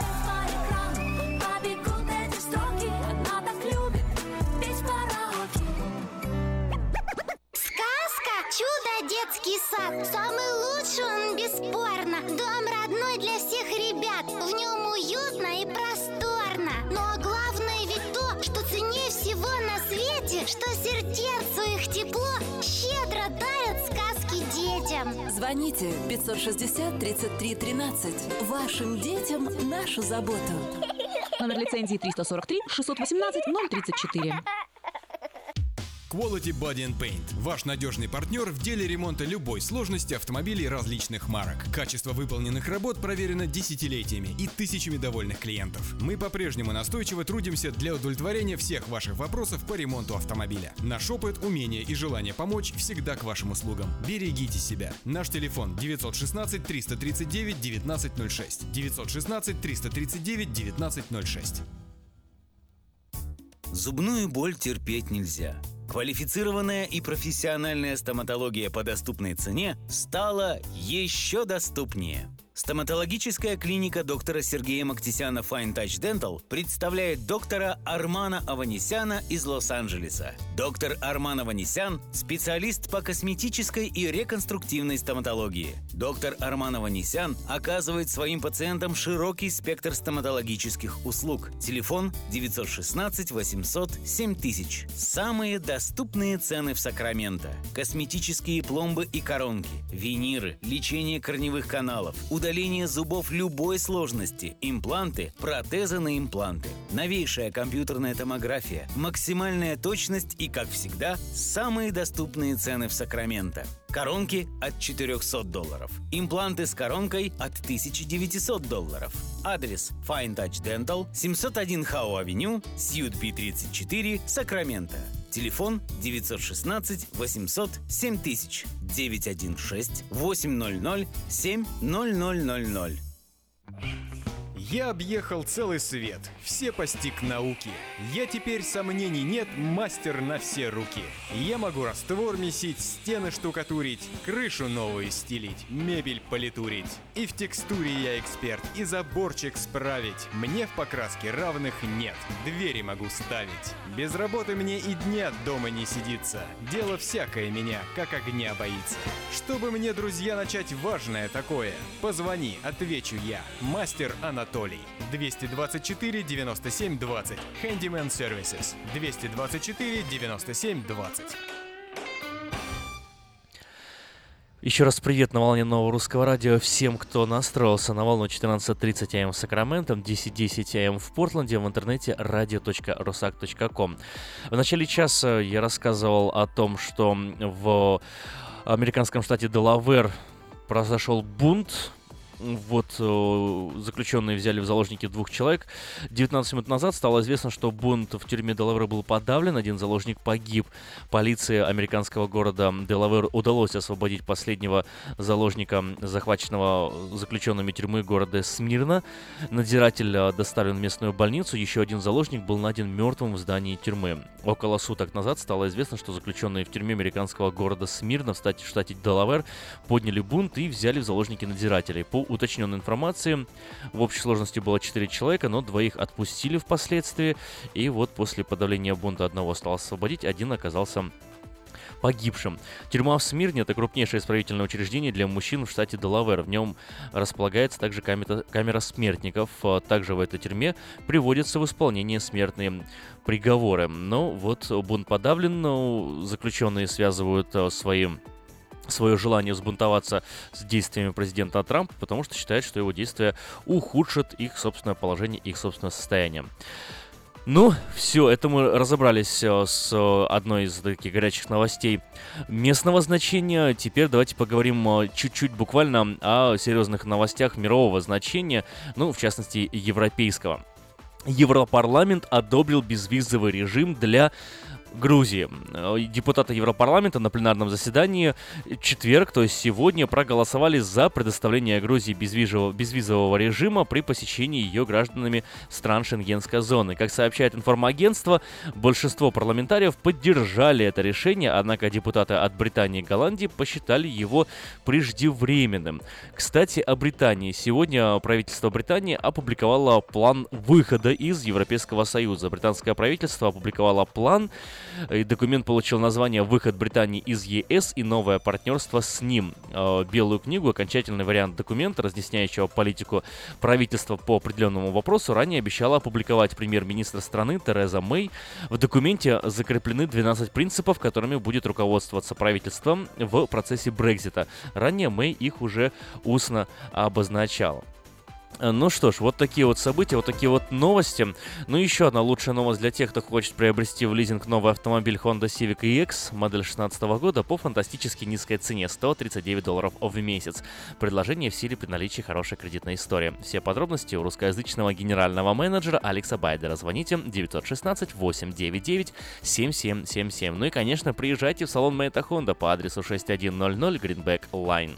Чудо детский сад. Самый лучший он, бесспорно. Дом родной для всех ребят. В нем уютно и просторно. Но главное ведь то, что ценнее всего на свете, что сердцу их тепло щедро дарят сказки детям. Звоните пятьсот шестьдесят тридцать три тринадцать. Вашим детям нашу заботу. Номер лицензии триста сорок три шестьсот восемнадцать ноль тридцать четыре. Quality Body and Paint – ваш надежный партнер в деле ремонта любой сложности автомобилей различных марок. Качество выполненных работ проверено десятилетиями и тысячами довольных клиентов. Мы по-прежнему настойчиво трудимся для удовлетворения всех ваших вопросов по ремонту автомобиля. Наш опыт, умение и желание помочь всегда к вашим услугам. Берегите себя. Наш телефон девятьсот шестнадцать триста тридцать девять девятнадцать ноль шесть. девятьсот шестнадцать триста тридцать девять девятнадцать ноль шесть. Зубную боль терпеть нельзя. Квалифицированная и профессиональная стоматология по доступной цене стала еще доступнее. Стоматологическая клиника доктора Сергея Мактисяна Fine Touch Dental представляет доктора Армана Аванесяна из Лос-Анджелеса. Доктор Арман Аванесян – специалист по косметической и реконструктивной стоматологии. Доктор Арман Аванесян оказывает своим пациентам широкий спектр стоматологических услуг. Телефон девятьсот шестнадцать восемьсот семь тысяч. Самые доступные цены в Сакраменто. Косметические пломбы и коронки, виниры, лечение корневых каналов, удаление зубов любой сложности, импланты, протезы на импланты, новейшая компьютерная томография, максимальная точность и, как всегда, самые доступные цены в Сакраменто. Коронки от четырехсот долларов. Импланты с коронкой от тысяча девятьсот долларов. Адрес Fine Touch Dental, семьсот один Хау-авеню, Сьют Би тридцать четыре, Сакраменто. Телефон девятьсот шестнадцать восемьсот семь тысяч, девятьсот шестнадцать восемьсот семь ноль ноль ноль ноль. Я объехал целый свет, все постиг науки. Я теперь, сомнений нет, мастер на все руки. Я могу раствор месить, стены штукатурить, крышу новую стелить, мебель политурить. И в текстуре я эксперт, и заборчик справить. Мне в покраске равных нет, двери могу ставить. Без работы мне и дня дома не сидится. Дело всякое меня, как огня боится. Чтобы мне, друзья, начать важное такое, позвони, отвечу я, мастер Анатолий. двести двадцать четыре девяносто семь двадцать. Handyman Services. двести двадцать четыре девяносто семь двадцать. Еще раз привет на волне Нового Русского Радио всем, кто настроился на волну четырнадцать тридцать эй эм в Сакраменто, десять десять эй эм в Портленде, в интернете радио точка русак точка ком. В начале часа я рассказывал о том, что в американском штате Делавэр произошел бунт. Вот заключенные взяли в заложники двух человек. девятнадцать минут назад стало известно, что бунт в тюрьме Делавэра был подавлен, один заложник погиб. Полиции американского города Делавэр удалось освободить последнего заложника, захваченного заключенными тюрьмы города Смирна. Надзиратель доставлен в местную больницу, еще один заложник был найден мертвым в здании тюрьмы. Около суток назад стало известно, что заключенные в тюрьме американского города Смирна в штате Делавэр подняли бунт и взяли в заложники надзирателей. По уточненной информации, в общей сложности было четыре человека, но двоих отпустили впоследствии. И вот после подавления бунта одного осталось освободить, один оказался погибшим. Тюрьма в Смирне — это крупнейшее исправительное учреждение для мужчин в штате Делавэр. В нем располагается также камера, камера смертников. Также в этой тюрьме приводятся в исполнение смертные приговоры. Но вот бунт подавлен, но заключенные связывают своим свое желание взбунтоваться с действиями президента Трампа, потому что считает, что его действия ухудшат их собственное положение, их собственное состояние. Ну, все, это мы разобрались с одной из таких горячих новостей местного значения. Теперь давайте поговорим чуть-чуть буквально о серьезных новостях мирового значения, ну, в частности, европейского. Европарламент одобрил безвизовый режим для Грузии. Депутаты Европарламента на пленарном заседании в четверг, то есть сегодня, проголосовали за предоставление Грузии безвизового, безвизового режима при посещении ее гражданами стран Шенгенской зоны. Как сообщает информагентство, большинство парламентариев поддержали это решение, однако депутаты от Британии и Голландии посчитали его преждевременным. Кстати, о Британии. Сегодня правительство Британии опубликовало план выхода из Европейского Союза. Британское правительство опубликовало план, и документ получил название «Выход Британии из ЕС и новое партнерство с ним». Белую книгу, окончательный вариант документа, разъясняющего политику правительства по определенному вопросу, ранее обещала опубликовать премьер-министр страны Тереза Мэй. В документе закреплены двенадцать принципов, которыми будет руководствоваться правительство в процессе Брексита. Ранее Мэй их уже устно обозначала. Ну что ж, вот такие вот события, вот такие вот новости. Ну еще одна лучшая новость для тех, кто хочет приобрести в лизинг новый автомобиль Honda Civic и экс модель шестнадцатого года по фантастически низкой цене сто тридцать девять долларов в месяц. Предложение в силе при наличии хорошей кредитной истории. Все подробности у русскоязычного генерального менеджера Алекса Байдера. Звоните девять один шесть восемь девять девять семь семь семь семь. Ну и, конечно, приезжайте в салон Мэйта Honda по адресу шесть один ноль ноль Greenback Line.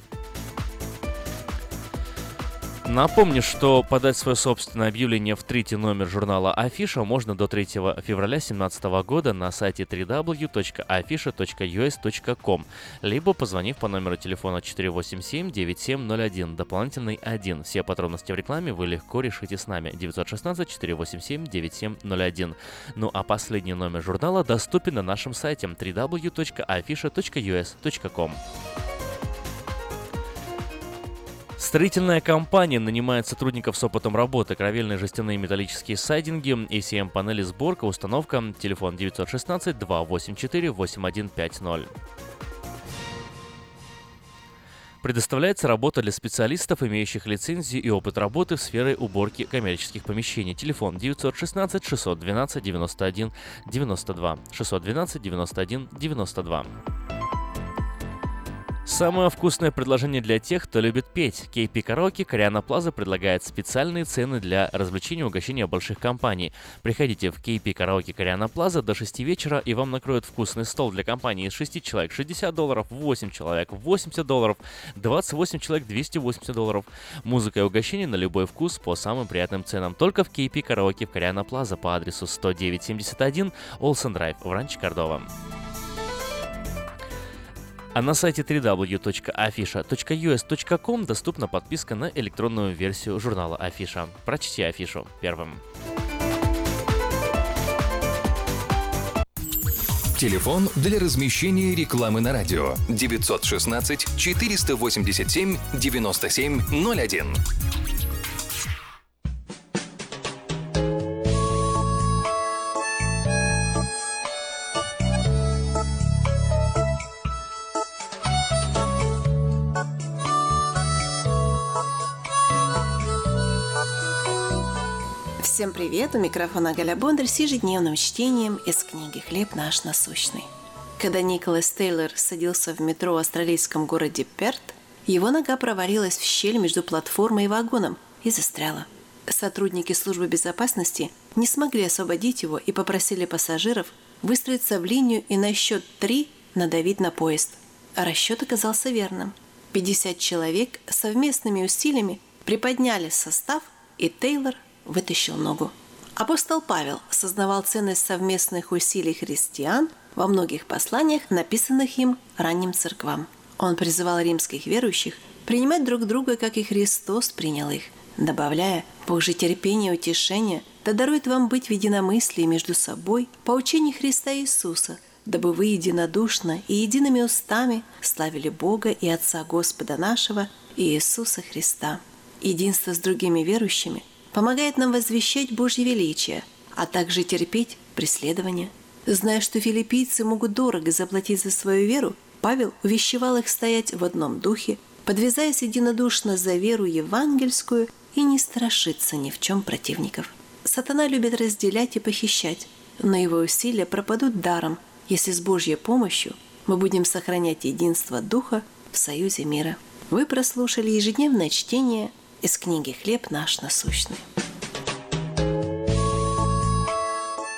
Напомню, что подать свое собственное объявление в третий номер журнала Афиша можно до третьего февраля две тысячи семнадцатого года на сайте дабл ю дабл ю дабл ю точка афиша точка ю эс точка ком, либо позвонив по номеру телефона четыре восемь семь девять семь ноль один, дополнительный один. Все подробности в рекламе вы легко решите с нами. девять один шесть четыре восемь семь девять семь ноль один. Ну а последний номер журнала доступен на нашем сайте дабл ю дабл ю дабл ю точка афиша точка ю эс точка ком. Строительная компания нанимает сотрудников с опытом работы, кровельные жестяные металлические сайдинги, эй си эм-панели, сборка, установка, телефон девять один шесть два восемь четыре восемь один пять ноль. Предоставляется работа для специалистов, имеющих лицензию и опыт работы в сфере уборки коммерческих помещений. Телефон девять один шесть шесть один два девяносто один девяносто два, шестьсот двенадцать девяносто один девяносто два. Самое вкусное предложение для тех, кто любит петь. кей пи Караоке Кориана Плаза предлагает специальные цены для развлечения и угощения больших компаний. Приходите в кей пи Караоке Кориана Плаза до шести вечера, и вам накроют вкусный стол для компании из шести человек шестьдесят долларов, восемь человек восемьдесят долларов, двадцать восемь человек двести восемьдесят долларов. Музыка и угощение на любой вкус по самым приятным ценам. Только в кей пи Караоке в Кориана Плаза по адресу сто девять семьдесят один Олсен Драйв в Ранчо Кордова. А на сайте дабл ю дабл ю дабл ю точка афиша точка ю эс точка ком доступна подписка на электронную версию журнала Афиша. Прочти афишу первым. Телефон для размещения рекламы на радио девять один шесть четыреста восемьдесят семь девяносто семь ноль один. Всем привет! У микрофона Галя Бондарь с ежедневным чтением из книги «Хлеб наш насущный». Когда Николас Тейлор садился в метро в австралийском городе Перт, его нога провалилась в щель между платформой и вагоном и застряла. Сотрудники службы безопасности не смогли освободить его и попросили пассажиров выстроиться в линию и на счет три надавить на поезд. А расчет оказался верным. пятьдесят человек совместными усилиями приподняли состав, и Тейлор вытащил ногу. Апостол Павел осознавал ценность совместных усилий христиан во многих посланиях, написанных им ранним церквам. Он призывал римских верующих принимать друг друга, как и Христос принял их, добавляя: «Бог же терпение и утешение да дарует вам быть в единомыслии между собой по учению Христа Иисуса, дабы вы единодушно и едиными устами славили Бога и Отца Господа нашего Иисуса Христа». Единство с другими верующими помогает нам возвещать Божье величие, а также терпеть преследование. Зная, что филиппийцы могут дорого заплатить за свою веру, Павел увещевал их стоять в одном духе, подвязаясь единодушно за веру евангельскую и не страшиться ни в чем противников. Сатана любит разделять и похищать, но его усилия пропадут даром, если с Божьей помощью мы будем сохранять единство духа в союзе мира. Вы прослушали ежедневное чтение из книги «Хлеб наш насущный».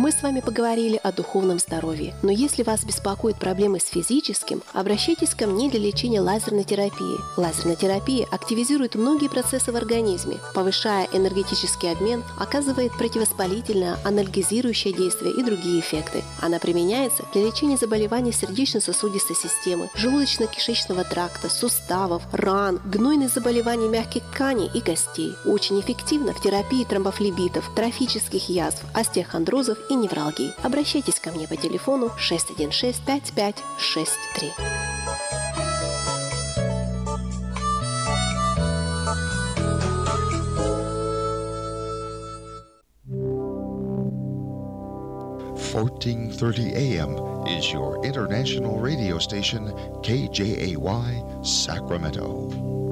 Мы с вами поговорили о духовном здоровье, но если вас беспокоят проблемы с физическим, обращайтесь ко мне для лечения лазерной терапии. Лазерная терапия активизирует многие процессы в организме, повышая энергетический обмен, оказывает противовоспалительное, анальгезирующее действие и другие эффекты. Она применяется для лечения заболеваний сердечно-сосудистой системы, желудочно-кишечного тракта, суставов, ран, гнойных заболеваний мягких тканей и костей. Очень эффективно в терапии тромбофлебитов, трофических язв, остеохондрозов и невралгии. Обращайтесь ко мне по телефону шесть один шесть пять пять шесть три. fourteen thirty A M is your international radio station K J A Y Sacramento.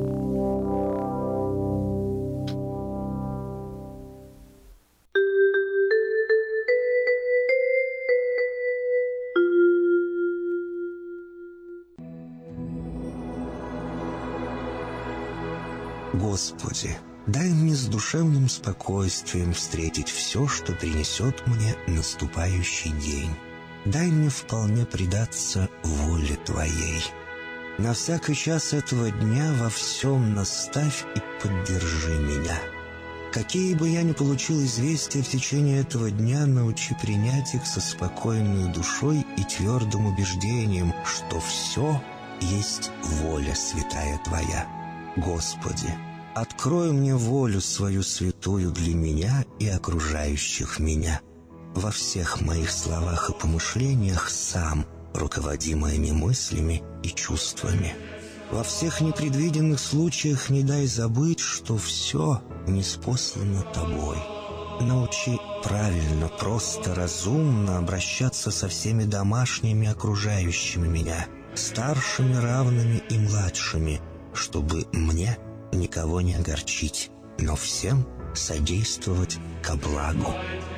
Господи, дай мне с душевным спокойствием встретить все, что принесет мне наступающий день. Дай мне вполне предаться воле Твоей. На всякий час этого дня во всем наставь и поддержи меня. Какие бы я ни получил известия в течение этого дня, научи принять их со спокойной душой и твердым убеждением, что все есть воля святая Твоя. Господи, открой мне волю свою святую для меня и окружающих меня. Во всех моих словах и помышлениях сам, руководи моими мыслями и чувствами. Во всех непредвиденных случаях не дай забыть, что все ниспослано Тобой. Научи правильно, просто, разумно обращаться со всеми домашними окружающими меня, старшими, равными и младшими, чтобы мне никого не огорчить, но всем содействовать ко благу.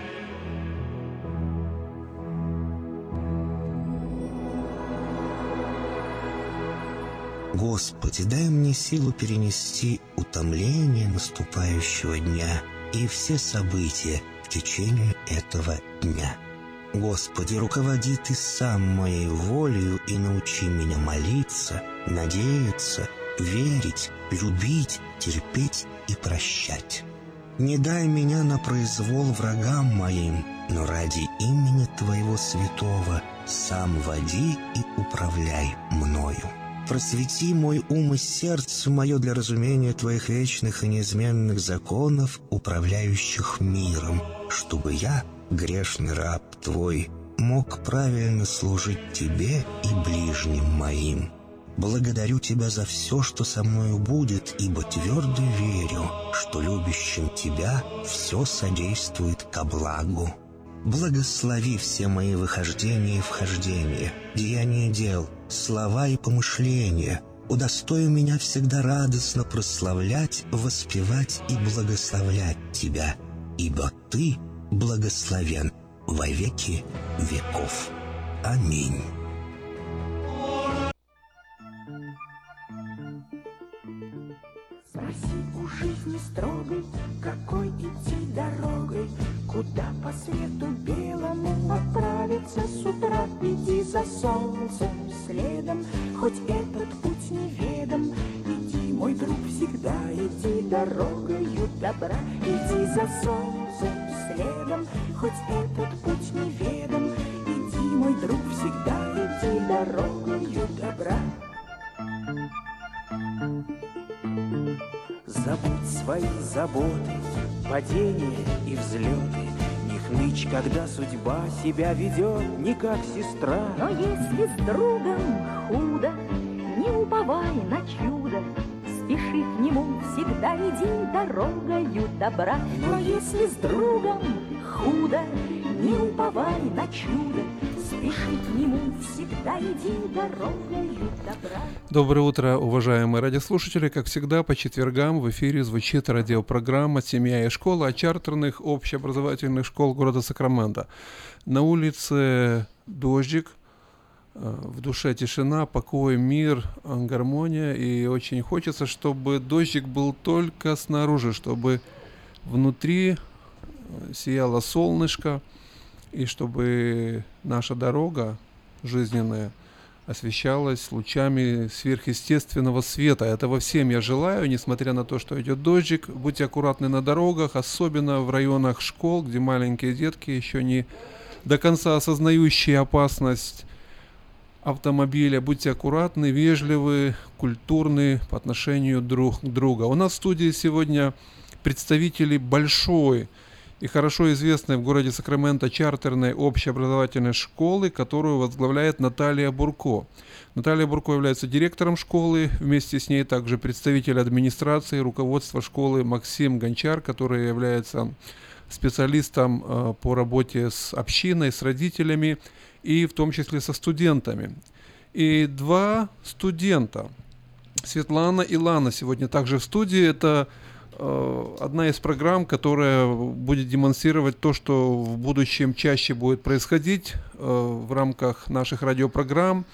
Господи, дай мне силу перенести утомление наступающего дня и все события в течение этого дня. Господи, руководи Ты сам моей волею и научи меня молиться, надеяться, верить, любить, терпеть и прощать. Не дай меня на произвол врагам моим, но ради имени Твоего святого сам води и управляй мною. Просвети мой ум и сердце мое для разумения Твоих вечных и неизменных законов, управляющих миром, чтобы я, грешный раб Твой, мог правильно служить Тебе и ближним моим. Благодарю Тебя за все, что со мною будет, ибо твердо верю, что любящим Тебя все содействует ко благу. Благослови все мои выхождения и вхождения, деяния дел, слова и помышления. Удостой меня всегда радостно прославлять, воспевать и благословлять Тебя, ибо Ты благословен во веки веков. Аминь. Спроси у жизни строгой, какой идти дорогой, куда по свету белому отправиться с утра. Иди за солнцем следом, хоть этот путь неведом. Иди, мой друг, всегда иди дорогою добра. Иди за солнцем следом, хоть этот путь неведом. Иди, мой друг, всегда иди дорогою добра. Забудь свои заботы, падения и взлеты. Не хнычь, когда судьба себя ведет не как сестра. Но если с другом худо, не уповай на чудо. Спеши к нему, всегда иди дорогою добра. Но если с другом худо, не уповай на чудо. Спеши к нему, всегда иди дорогою добра. Доброе утро, уважаемые радиослушатели. Как всегда, по четвергам в эфире звучит радиопрограмма «Семья и школа» от чартерных общеобразовательных школ города Сакраменто. На улице дождик, в душе тишина, покой, мир, гармония. И очень хочется, чтобы дождик был только снаружи, чтобы внутри сияло солнышко. и чтобы наша дорога жизненная освещалась лучами сверхъестественного света. Этого всем я желаю, несмотря на то, что идет дождик. Будьте аккуратны на дорогах, особенно в районах школ, где маленькие детки, еще не до конца осознающие опасность автомобиля. Будьте аккуратны, вежливы, культурны по отношению друг к другу. У нас в студии сегодня представители большой и хорошо известной в городе Сакраменто чартерной общеобразовательной школы, которую возглавляет Наталья Бурко. Наталья Бурко является директором школы, вместе с ней также представитель администрации, руководства школы Максим Гончар, который является специалистом э, по работе с общиной, с родителями и в том числе со студентами. И два студента, Светлана и Лана, сегодня также в студии. Это одна из программ, которая будет демонстрировать то, что в будущем чаще будет происходить в рамках наших радиопрограмм.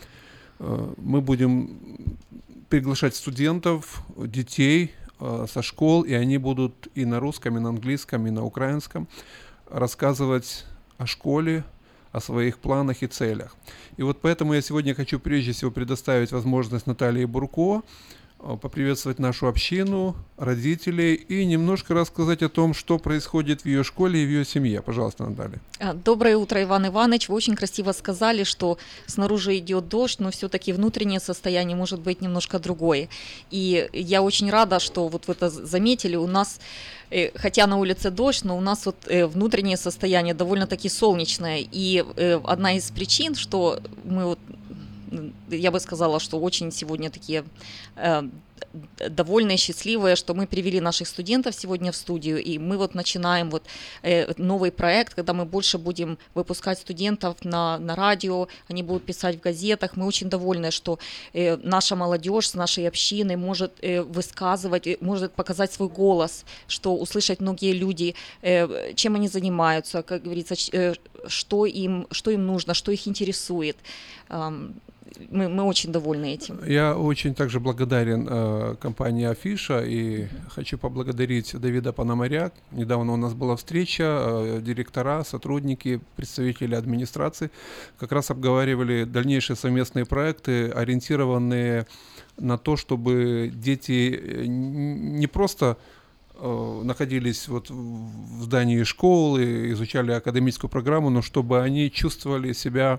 Мы будем приглашать студентов, детей со школ, и они будут и на русском, и на английском, и на украинском рассказывать о школе, о своих планах и целях. И вот поэтому я сегодня хочу прежде всего предоставить возможность Наталье Бурко поприветствовать нашу общину, родителей и немножко рассказать о том, что происходит в ее школе и в ее семье. Пожалуйста, Наталья. Доброе утро, Иван Иванович. Вы очень красиво сказали, что снаружи идет дождь, но все-таки внутреннее состояние может быть немножко другое. И я очень рада, что вот вы это заметили. У нас, хотя на улице дождь, но у нас вот внутреннее состояние довольно-таки солнечное. И одна из причин, что мы вот я бы сказала, что очень сегодня такие э, довольные, счастливые, что мы привели наших студентов сегодня в студию, и мы вот начинаем вот э, новый проект, когда мы больше будем выпускать студентов на, на радио, они будут писать в газетах. Мы очень довольны, что э, наша молодежь с нашей общины может э, высказывать, может показать свой голос, что услышать многие люди, э, чем они занимаются, как говорится, э, что им, что им нужно, что их интересует. Э, Мы, мы очень довольны этим. Я очень также благодарен э, компании Афиша и хочу поблагодарить Давида Пономаря. Недавно у нас была встреча, э, директора, сотрудники, представители администрации как раз обговаривали дальнейшие совместные проекты, ориентированные на то, чтобы дети не просто э, находились вот в здании школы, изучали академическую программу, но чтобы они чувствовали себя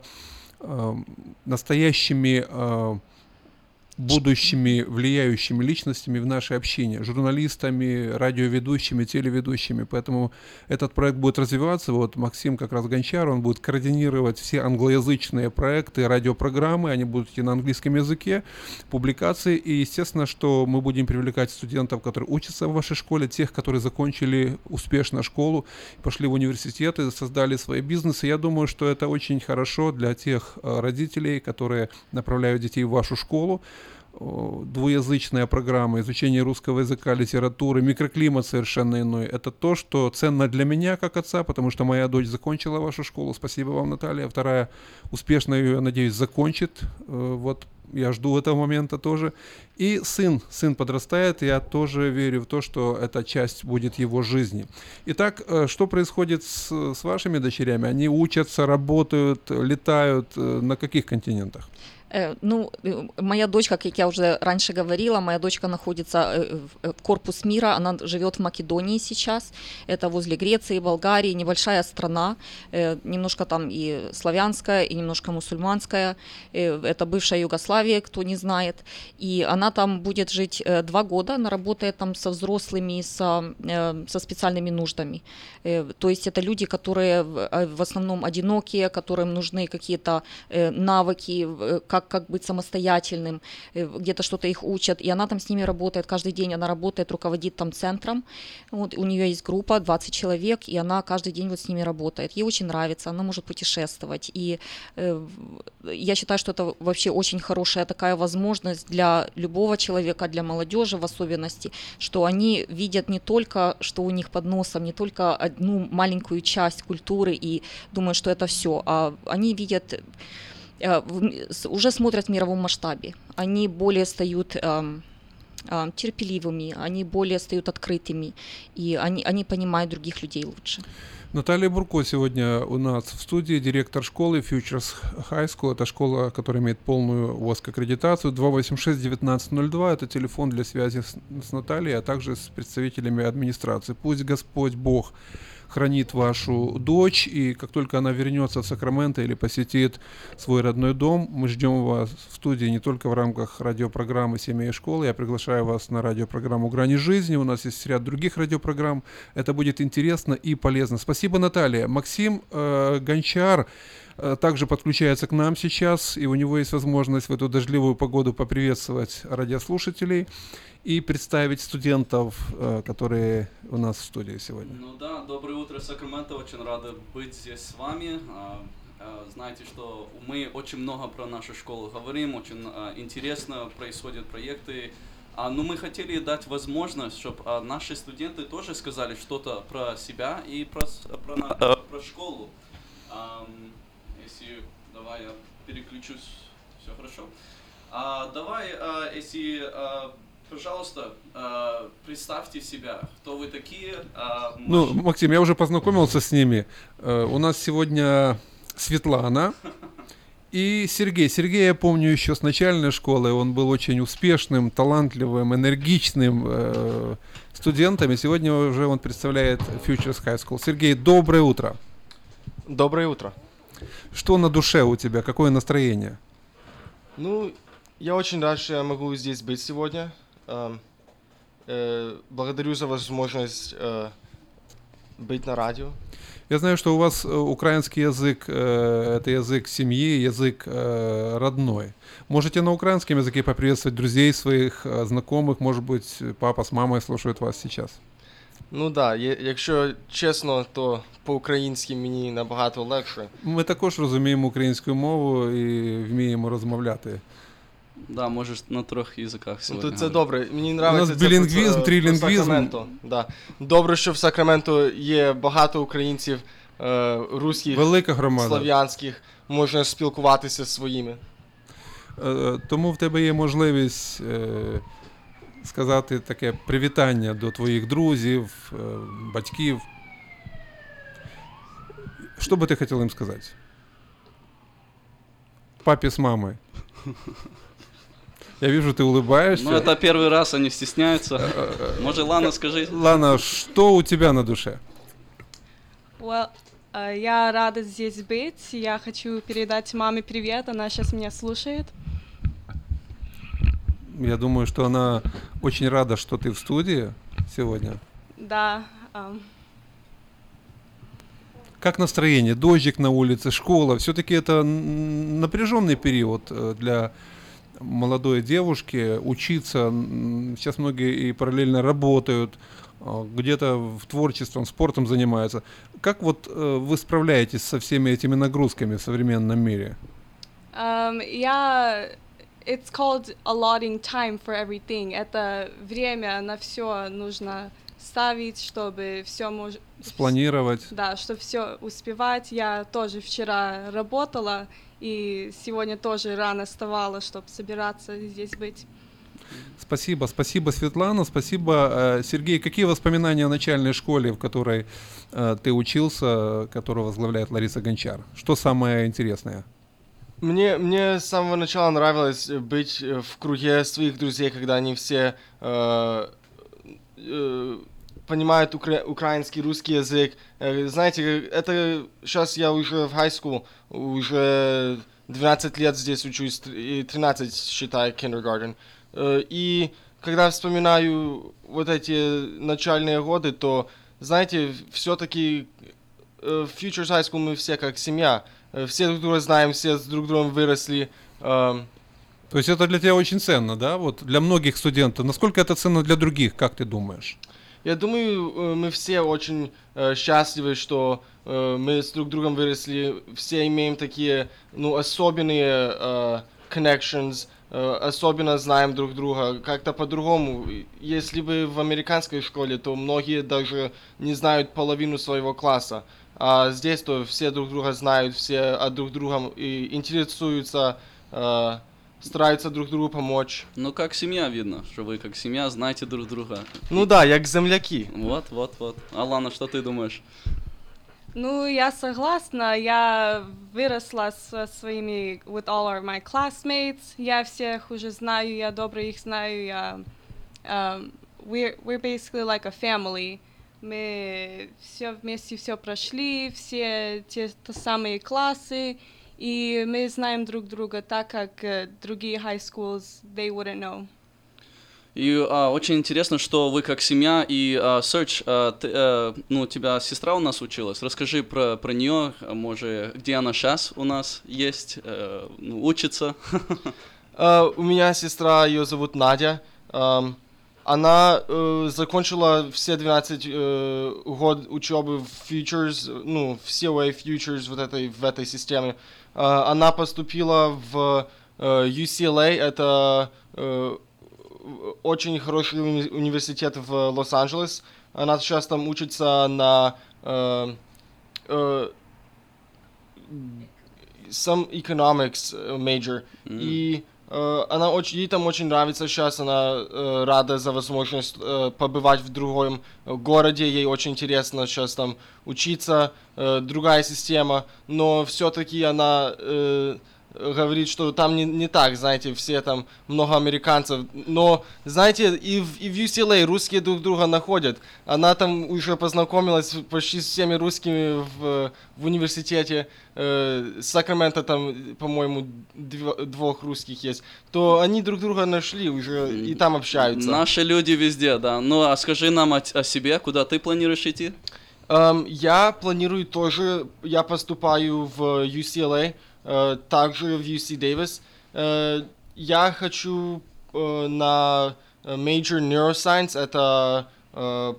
настоящими э, будущими влияющими личностями в нашей общине, журналистами, радиоведущими, телеведущими. Поэтому этот проект будет развиваться. Вот Максим как раз Гончар, он будет координировать все англоязычные проекты, радиопрограммы, они будут идти на английском языке, публикации. И естественно, что мы будем привлекать студентов, которые учатся в вашей школе, тех, которые закончили успешно школу, пошли в университеты, создали свои бизнесы. Я думаю, что это очень хорошо для тех родителей, которые направляют детей в вашу школу. Двуязычная программа, изучение русского языка, литературы, микроклимат совершенно иной. Это то, что ценно для меня как отца, потому что моя дочь закончила вашу школу. Спасибо вам, Наталья. Вторая успешно ее, я надеюсь, закончит. Вот я жду этого момента тоже. И сын, сын подрастает, я тоже верю в то, что эта часть будет его жизни. Итак, что происходит с, с вашими дочерями? Они учатся, работают, летают на каких континентах? Ну, моя дочка, как я уже раньше говорила, моя дочка находится в Корпус мира, она живет в Македонии сейчас, это возле Греции, Болгарии, небольшая страна, немножко там и славянская, и немножко мусульманская, это бывшая Югославия, кто не знает, и она там будет жить два года, она работает там со взрослыми, со, со специальными нуждами, то есть это люди, которые в основном одинокие, которым нужны какие-то навыки, как как быть самостоятельным, где-то что-то их учат, и она там с ними работает, каждый день она работает, руководит там центром, вот, у нее есть группа, двадцать человек, и она каждый день вот с ними работает, ей очень нравится, она может путешествовать, и э, я считаю, что это вообще очень хорошая такая возможность для любого человека, для молодежи в особенности, что они видят не только, что у них под носом, не только одну маленькую часть культуры и думают, что это все, а они видят, уже смотрят в мировом масштабе, они более стают э, э, терпеливыми, они более стают открытыми, и они, они понимают других людей лучше. Наталья Бурко сегодня у нас в студии, директор школы Futures High School. Это школа, которая имеет полную ВОСК-аккредитацию. два восемь шесть девятнадцать ноль два. Это телефон для связи с, с Натальей, а также с представителями администрации. Пусть Господь Бог хранит вашу дочь, и как только она вернется в Сакраменто или посетит свой родной дом, мы ждем вас в студии не только в рамках радиопрограммы «Семья и школа». Я приглашаю вас на радиопрограмму «Грани жизни». У нас есть ряд других радиопрограмм. Это будет интересно и полезно. Спасибо, Наталья. Максим э, Гончар э, также подключается к нам сейчас, и у него есть возможность в эту дождливую погоду поприветствовать радиослушателей и представить студентов, которые у нас в студии сегодня. Ну да, доброе утро, Сакраменто, очень рада быть здесь с вами. Знаете, что мы очень много про нашу школу говорим, очень интересно происходят проекты. Но мы хотели дать возможность, чтобы наши студенты тоже сказали что-то про себя и про, про, про школу. Если, давай я переключусь, все хорошо. Давай, если... Пожалуйста, э, представьте себя, кто вы такие. Э, ну, Максим, я уже познакомился с ними. Э, у нас сегодня Светлана и Сергей. Сергей я помню еще с начальной школы. Он был очень успешным, талантливым, энергичным э, студентом. И сегодня уже он представляет Futures High School. Сергей, доброе утро. Доброе утро. Что на душе у тебя? Какое настроение? Ну, я очень рад, что я могу здесь быть сегодня. Uh, uh, благодарю за возможность uh, быть на радио. Я знаю, что у вас украинский язык uh, это язык семьи, язык uh, родной. Можете на украинском языке поприветствовать друзей своих, uh, знакомых, может быть, папа с мамой слушают вас сейчас. Ну да, я, якщо чесно, то по-українськи мені набагато легше. Ми також розуміємо українську мову і вміємо розмовляти. Да, можеш на трьох язиках сьогодні. Тут це добре. Мені подобається це білінгвізм, трилінгвізм. Да. Добре, що в Сакраменто є багато українців, е, руських, велика громада, слов'янських, можна спілкуватися зі своїми. Е, тому в тебе є можливість е, сказати таке привітання до твоїх друзів, е, батьків. Що би ти хотів їм сказати? Папі з мамою. Я вижу, ты улыбаешься. Ну, это первый раз, они стесняются. Может, Лана, скажи. Лана, что у тебя на душе? Well, uh, я рада здесь быть. Я хочу передать маме привет. Она сейчас меня слушает. Я думаю, что она очень рада, что ты в студии сегодня. Да. Um... Как настроение? Дождик на улице, школа. Все-таки это напряженный период для молодой девушки. Учиться. Сейчас многие и параллельно работают, где-то в творчеством, спортом занимаются. Как вот вы справляетесь со всеми этими нагрузками в современном мире? Um, я... It's called allotting time for everything. Это время на все нужно ставить, чтобы все мож... спланировать. Да, чтобы все успевать. Я тоже вчера работала и сегодня тоже рано вставала, чтобы собираться здесь быть. Спасибо, спасибо, Светлана, спасибо, Сергей. Какие воспоминания о начальной школе, в которой э, ты учился, которую возглавляет Лариса Гончар? Что самое интересное? Мне, мне с самого начала нравилось быть в круге своих друзей, когда они все э, э, понимают укра- украинский, русский язык. Э, знаете, это сейчас я уже в high school, уже двенадцать лет здесь учусь, и тринадцать считаю kindergarten. Э, и когда вспоминаю вот эти начальные годы, то, знаете, все-таки э, в Futures High School мы все как семья. Все друг друга знаем, все с друг другом выросли. То есть это для тебя очень ценно, да? Вот для многих студентов. Насколько это ценно для других, как ты думаешь? Я думаю, мы все очень э, счастливы, что э, мы с друг другом выросли. Все имеем такие, ну, особенные э, connections, э, особенно знаем друг друга. Как-то по-другому. Если бы в американской школе, то многие даже не знают половину своего класса. А здесь то все друг друга знают, все от друг друга и интересуются, э, стараются друг другу помочь. Ну, как семья видно, что вы как семья знаете друг друга. Ну да, як земляки. Вот, вот, вот. А Лана, что ты думаешь? Ну, я согласна. Я выросла со своими, with all of my classmates. Я всех уже знаю, я добре их знаю. Я, um, we're, we're basically like a family. Мы все вместе все прошли, все те, те самые классы, и мы знаем друг друга так, как uh, другие high schools, they wouldn't know. И а, очень интересно, что вы как семья, и а, Serge, а, ты, а, ну, у тебя сестра у нас училась. Расскажи про, про нее, может, где она сейчас у нас есть, а, ну, учится. Uh, у меня сестра, ее зовут Надя. Um, она uh, закончила все двенадцать uh, год учебы в Futures, ну, в си о эй Futures, вот этой, в этой системе. Uh, она поступила в uh, ю си эл эй, это uh, очень хороший уни- университет в Лос-Анджелес. Она сейчас там учится на uh, uh, some economics major. Mm. И uh, она очень, ей там очень нравится сейчас, она uh, рада за возможность uh, побывать в другом городе, ей очень интересно сейчас там учиться, uh, другая система, но все-таки она uh, говорит, что там не, не так, знаете, все там, много американцев, но, знаете, и в, и в ю си эл эй русские друг друга находят. Она там уже познакомилась почти с всеми русскими в, в университете, э, Сакраменто там, по-моему, дв- двух русских есть, то они друг друга нашли уже и там общаются. Наши люди везде, да. Ну, а скажи нам о, о себе, куда ты планируешь идти? Um, я планирую тоже, я поступаю в ю си эл эй, Uh, также в ю си Davis. Uh, я хочу uh, на Major Neuroscience, это uh,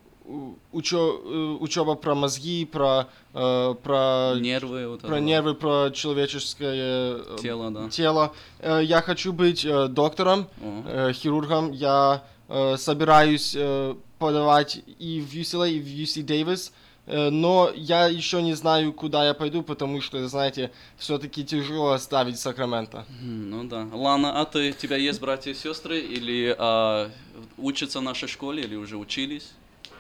учё, учеба про мозги, про, uh, про нервы, вот про, нервы, про человеческое тело. Да. тело. Uh, я хочу быть uh, доктором, uh, хирургом. Я uh, собираюсь uh, подавать и в ю си эл эй, и в ю си Davis. Но я еще не знаю, куда я пойду, потому что, знаете, все-таки тяжело оставить Сакраменто. Ну да. Лана, а ты, у тебя есть братья и сестры, или а, учатся в нашей школе, или уже учились?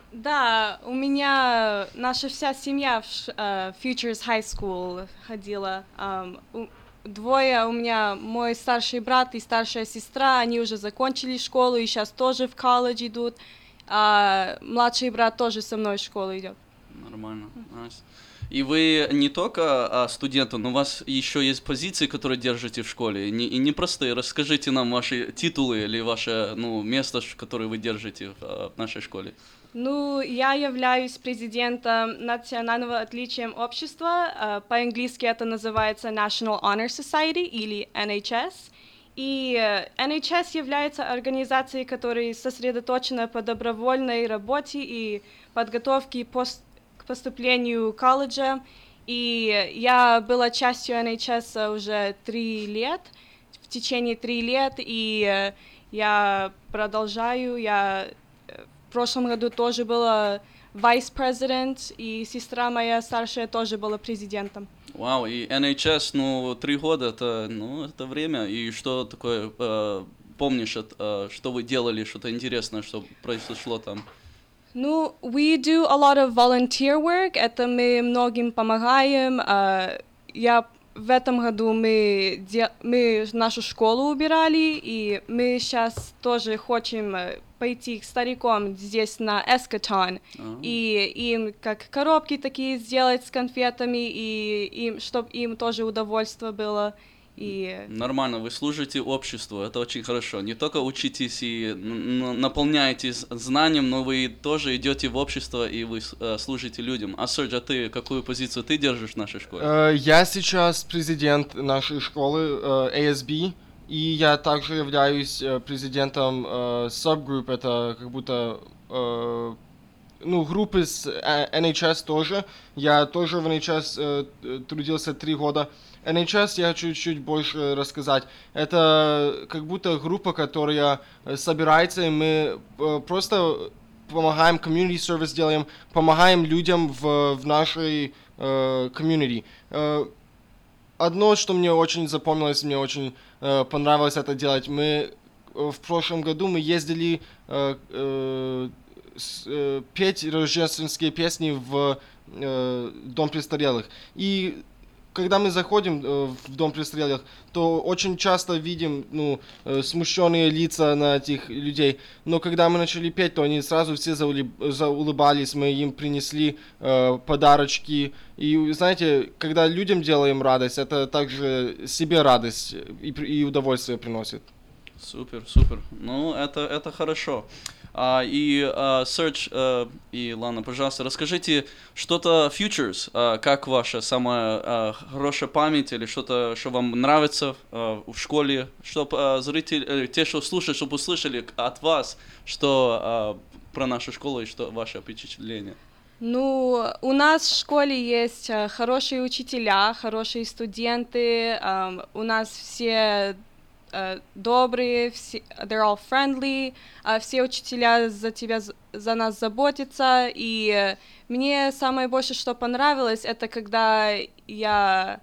Да, у меня наша вся семья в uh, Futures High School ходила. Um, у, двое у меня, мой старший брат и старшая сестра, они уже закончили школу и сейчас тоже в колледж идут. А младший брат тоже со мной в школу идет. Нормально. Nice. И вы не только а, студенты, но у вас еще есть позиции, которые держите в школе, и не, и не простые. Расскажите нам ваши титулы или ваше ну, место, которое вы держите в, в нашей школе. Ну, я являюсь президентом Национального отличия общества. По-английски это называется National Honor Society или эн эйч эс. И эн эйч эс является организацией, которая сосредоточена по добровольной работе и подготовке пост к поступлению колледжа. И я была частью эн эйч эс уже три лет, в течение трех лет, и я продолжаю. Я в прошлом году тоже была vice-president, и сестра моя старшая тоже была президентом. Вау, и эн эйч эс, ну, три года, это, ну, это время. И что такое, э, помнишь, э, что вы делали, что-то интересное, что произошло там? Ну, we do a lot of volunteer work, это мы многим помогаем. Uh, я в этом году мы, де- мы нашу школу убирали, и мы сейчас тоже хотим пойти к старикам здесь на Эскатон, uh-huh. и им как коробки такие сделать с конфетами, и им, чтобы им тоже удовольствие было. И... Нормально, вы служите обществу, это очень хорошо. Не только учитесь и наполняетесь знанием, но вы тоже идете в общество и вы э, служите людям. А Серж, а ты какую позицию ты держишь в нашей школе? Uh, я сейчас президент нашей школы uh, эй эс би, и я также являюсь uh, президентом uh, subgroup, это как будто uh, ну, группы с эн эйч эс тоже. Я тоже в эн эйч эс uh, трудился три года. эн эйч эс я хочу чуть больше рассказать. Это как будто группа, которая собирается, и мы просто помогаем, community service делаем, помогаем людям в, в нашей uh, community. Uh, одно, что мне очень запомнилось, мне очень uh, понравилось это делать, мы uh, в прошлом году мы ездили uh, uh, с, uh, петь рождественские песни в э, дом престарелых. И когда мы заходим э, в дом престарелых, то очень часто видим ну, э, смущенные лица на этих людей. Но когда мы начали петь, то они сразу все заули- заулыбались, мы им принесли э, подарочки. И знаете, когда людям делаем радость, это также себе радость и, и удовольствие приносит. Супер, супер. Ну, это, это хорошо. А, и а, Serge а, и Лана, пожалуйста, расскажите что-то futures, а, как ваша самая а, хорошая память или что-то, что вам нравится а, в школе, чтобы а, зрители, те, что слушают, чтобы услышали от вас, что а, про нашу школу и что ваше впечатление. Ну, у нас в школе есть uh, хорошие учителя, хорошие студенты, um, у нас все uh, добрые, все, they're all friendly, uh, все учителя за тебя, за нас заботятся, и uh, мне самое больше, что понравилось, это когда я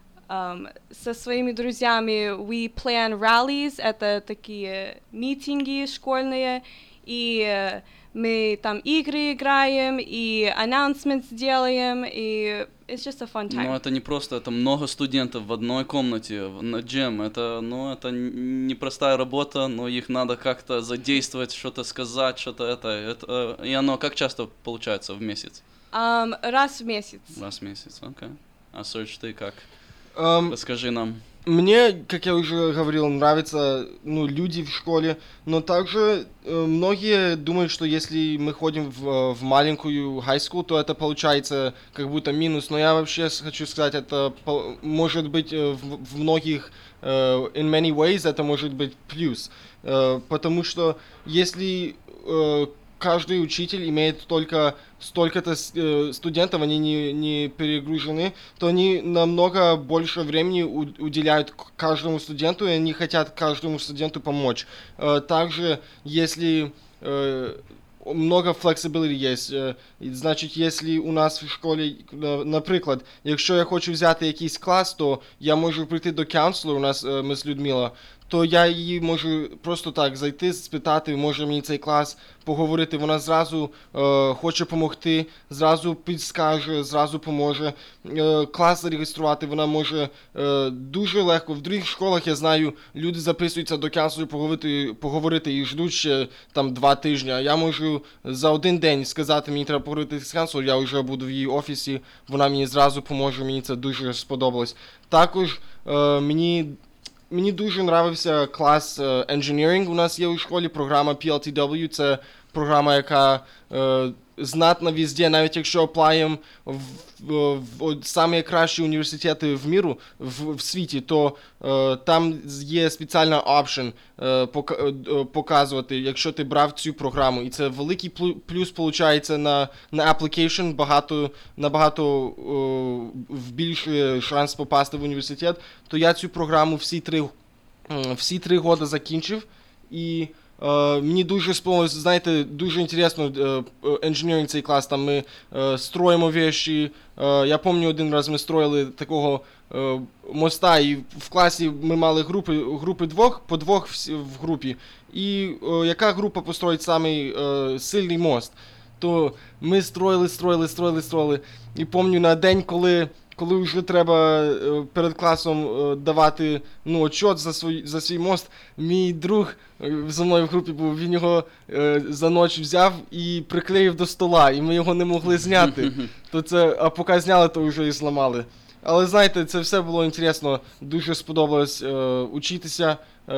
um, со своими друзьями we plan rallies, это такие митинги школьные, и uh, мы там игры играем, и announcements делаем, и it's just a fun time. Ну, это не просто, это много студентов в одной комнате, на джем. Это, ну, это непростая работа, но их надо как-то задействовать, что-то сказать, что-то это, это. И оно как часто получается в месяц? Um, раз в месяц. Раз в месяц, окей. Okay. А Serge, ты как? Um, Расскажи нам. Мне, как я уже говорил, нравятся ну, люди в школе, но также э, многие думают, что если мы ходим в, в маленькую high school, то это получается как будто минус. Но я вообще хочу сказать, это по, может быть э, в, в многих, э, in many ways, это может быть плюс. Э, потому что если э, каждый учитель имеет только столько-то э, студентов, они не, не перегружены, то они намного больше времени у, уделяют каждому студенту, и они хотят каждому студенту помочь. Э, также, если э, много flexibility есть, е, значить, если у нас в школі, наприклад, якщо я хочу взяти якийсь клас, то я можу прийти до counselor, у нас е, міс Людмила, то я її можу просто так зайти, спитати, може мені цей клас поговорити. Вона зразу е, хоче допомогти, зразу підскаже, зразу поможе. Е, клас зареєструвати вона може е, дуже легко. В других школах, я знаю, люди записуються до каунселора поговорити, поговорити і ждуть ще там два тижні. А я можу за один день сказати, мені треба поговорити з каунселором, я вже буду в її офісі, вона мені зразу поможе, мені це дуже сподобалось. Також е, мені Мені дуже нравився клас uh, engineering. У нас є у школі програма пі ел ті дабл ю. Це програма, яка uh, знатна везде, навіть якщо аплаєм в, в, в самі кращі університети в міру, в, в світі, то uh, там є спеціальна option uh, пока, uh, показувати, якщо ти брав цю програму. І це великий плюс, виходить, на, на application, багато, набагато uh, в більший шанс попасти в університет. То я цю програму всі три, uh, всі три роки закінчив. І Uh, мені дуже сподобалося, знаєте, дуже інтересно uh, engineering цей клас, там ми uh, строїмо вещі. Uh, я пам'ятаю, один раз ми строїли такого uh, моста, і в класі ми мали групи, групи двох, по двох в, в групі. І uh, яка група построїть самий uh, сильний мост, то ми строїли, строїли, строїли, строїли. І пам'ятаю, на день, коли коли вже треба е, перед класом е, давати ну, отчет за свій, за свій мост, мій друг е, зі мною в групі був, він його е, за ніч взяв і приклеїв до стола, і ми його не могли зняти. То це, а поки зняли, то вже і зламали. Але знаєте, це все було інтересно, дуже сподобалось е, учитися е,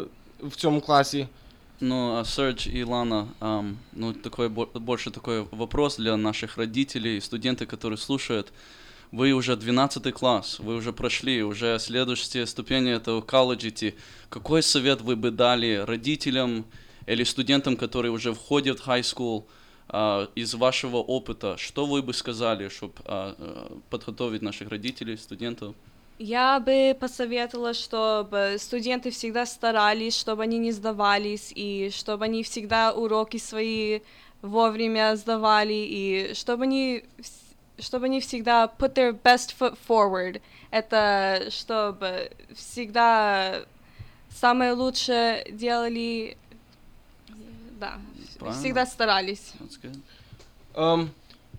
в цьому класі. Ну, а Serge и Лана, um, ну, такой, больше такой вопрос для наших родителей, студенты, которые слушают. Вы уже двенадцатый класс, вы уже прошли, уже следующие ступени этого колледж идти. Какой совет вы бы дали родителям или студентам, которые уже входят в high school, uh, из вашего опыта? Что вы бы сказали, чтобы uh, uh, подготовить наших родителей, студентов? Я бы посоветовала, чтобы студенты всегда старались, чтобы они не сдавались, и чтобы они всегда уроки свои вовремя сдавали, и чтобы они... чтобы они всегда put their best foot forward. Это чтобы всегда самое лучшее делали, да, Правильно. Всегда старались. Um,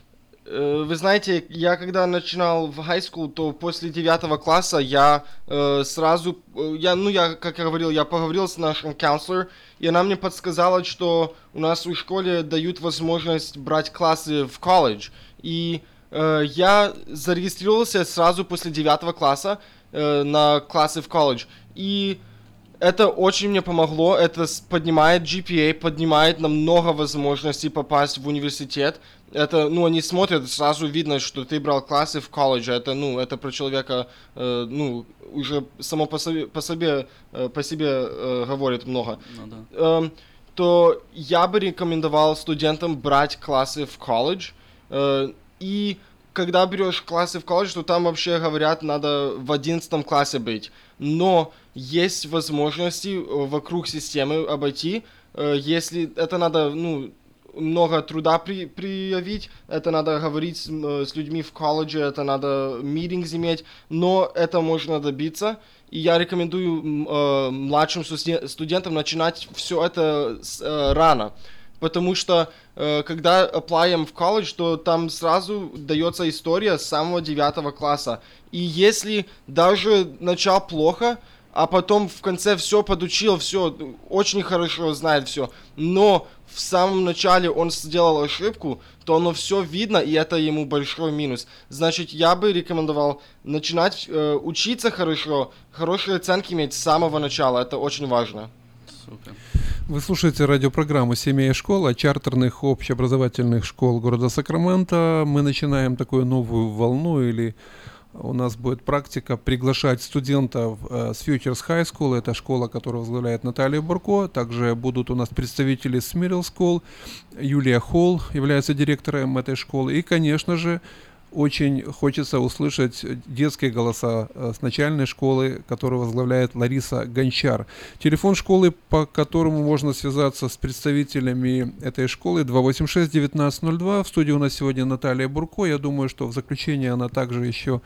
Вы знаете, я когда начинал в high school, то после девятого класса я э, сразу, я, ну я, как я говорил, я поговорил с нашим counselor, и она мне подсказала, что у нас в школе дают возможность брать классы в колледж. И э, я зарегистрировался сразу после девятого класса э, на классы в колледж. И это очень мне помогло, это поднимает джи пи эй, поднимает намного возможностей попасть в университет. Это, ну, они смотрят, сразу видно, что ты брал классы в колледже. Это, ну, это про человека, э, ну, уже само по себе, по себе, э, по себе э, говорит много. Ну, да. э, то я бы рекомендовал студентам брать классы в колледж. Э, и когда берешь классы в колледж, то там вообще говорят, надо в одиннадцатом классе быть. Но есть возможности вокруг системы обойти, э, если это надо, ну, много труда при, проявить, это надо говорить с, с людьми в колледже, это надо митинг иметь, но это можно добиться. И я рекомендую э, младшим студентам начинать все это с, э, рано. Потому что, э, когда аплаем в колледж, то там сразу дается история с самого девятого класса. И если даже начал плохо, а потом в конце все подучил, все очень хорошо знает все, но в самом начале он сделал ошибку, то оно все видно, и это ему большой минус. Значит, я бы рекомендовал начинать э, учиться хорошо, хорошие оценки иметь с самого начала, это очень важно. Супер. Вы слушаете радиопрограмму «Семья и школа» чартерных общеобразовательных школ города Сакраменто. Мы начинаем такую новую волну, или у нас будет практика приглашать студентов э, с Futures High School, это школа, которую возглавляет Наталья Бурко. Также будут у нас представители с Middle School, Юлия Холл является директором этой школы. И, конечно же, очень хочется услышать детские голоса с начальной школы, которую возглавляет Лариса Гончар. Телефон школы, по которому можно связаться с представителями этой школы, два восемь шесть девятнадцать ноль два. В студии у нас сегодня Наталья Бурко. Я думаю, что в заключение она также еще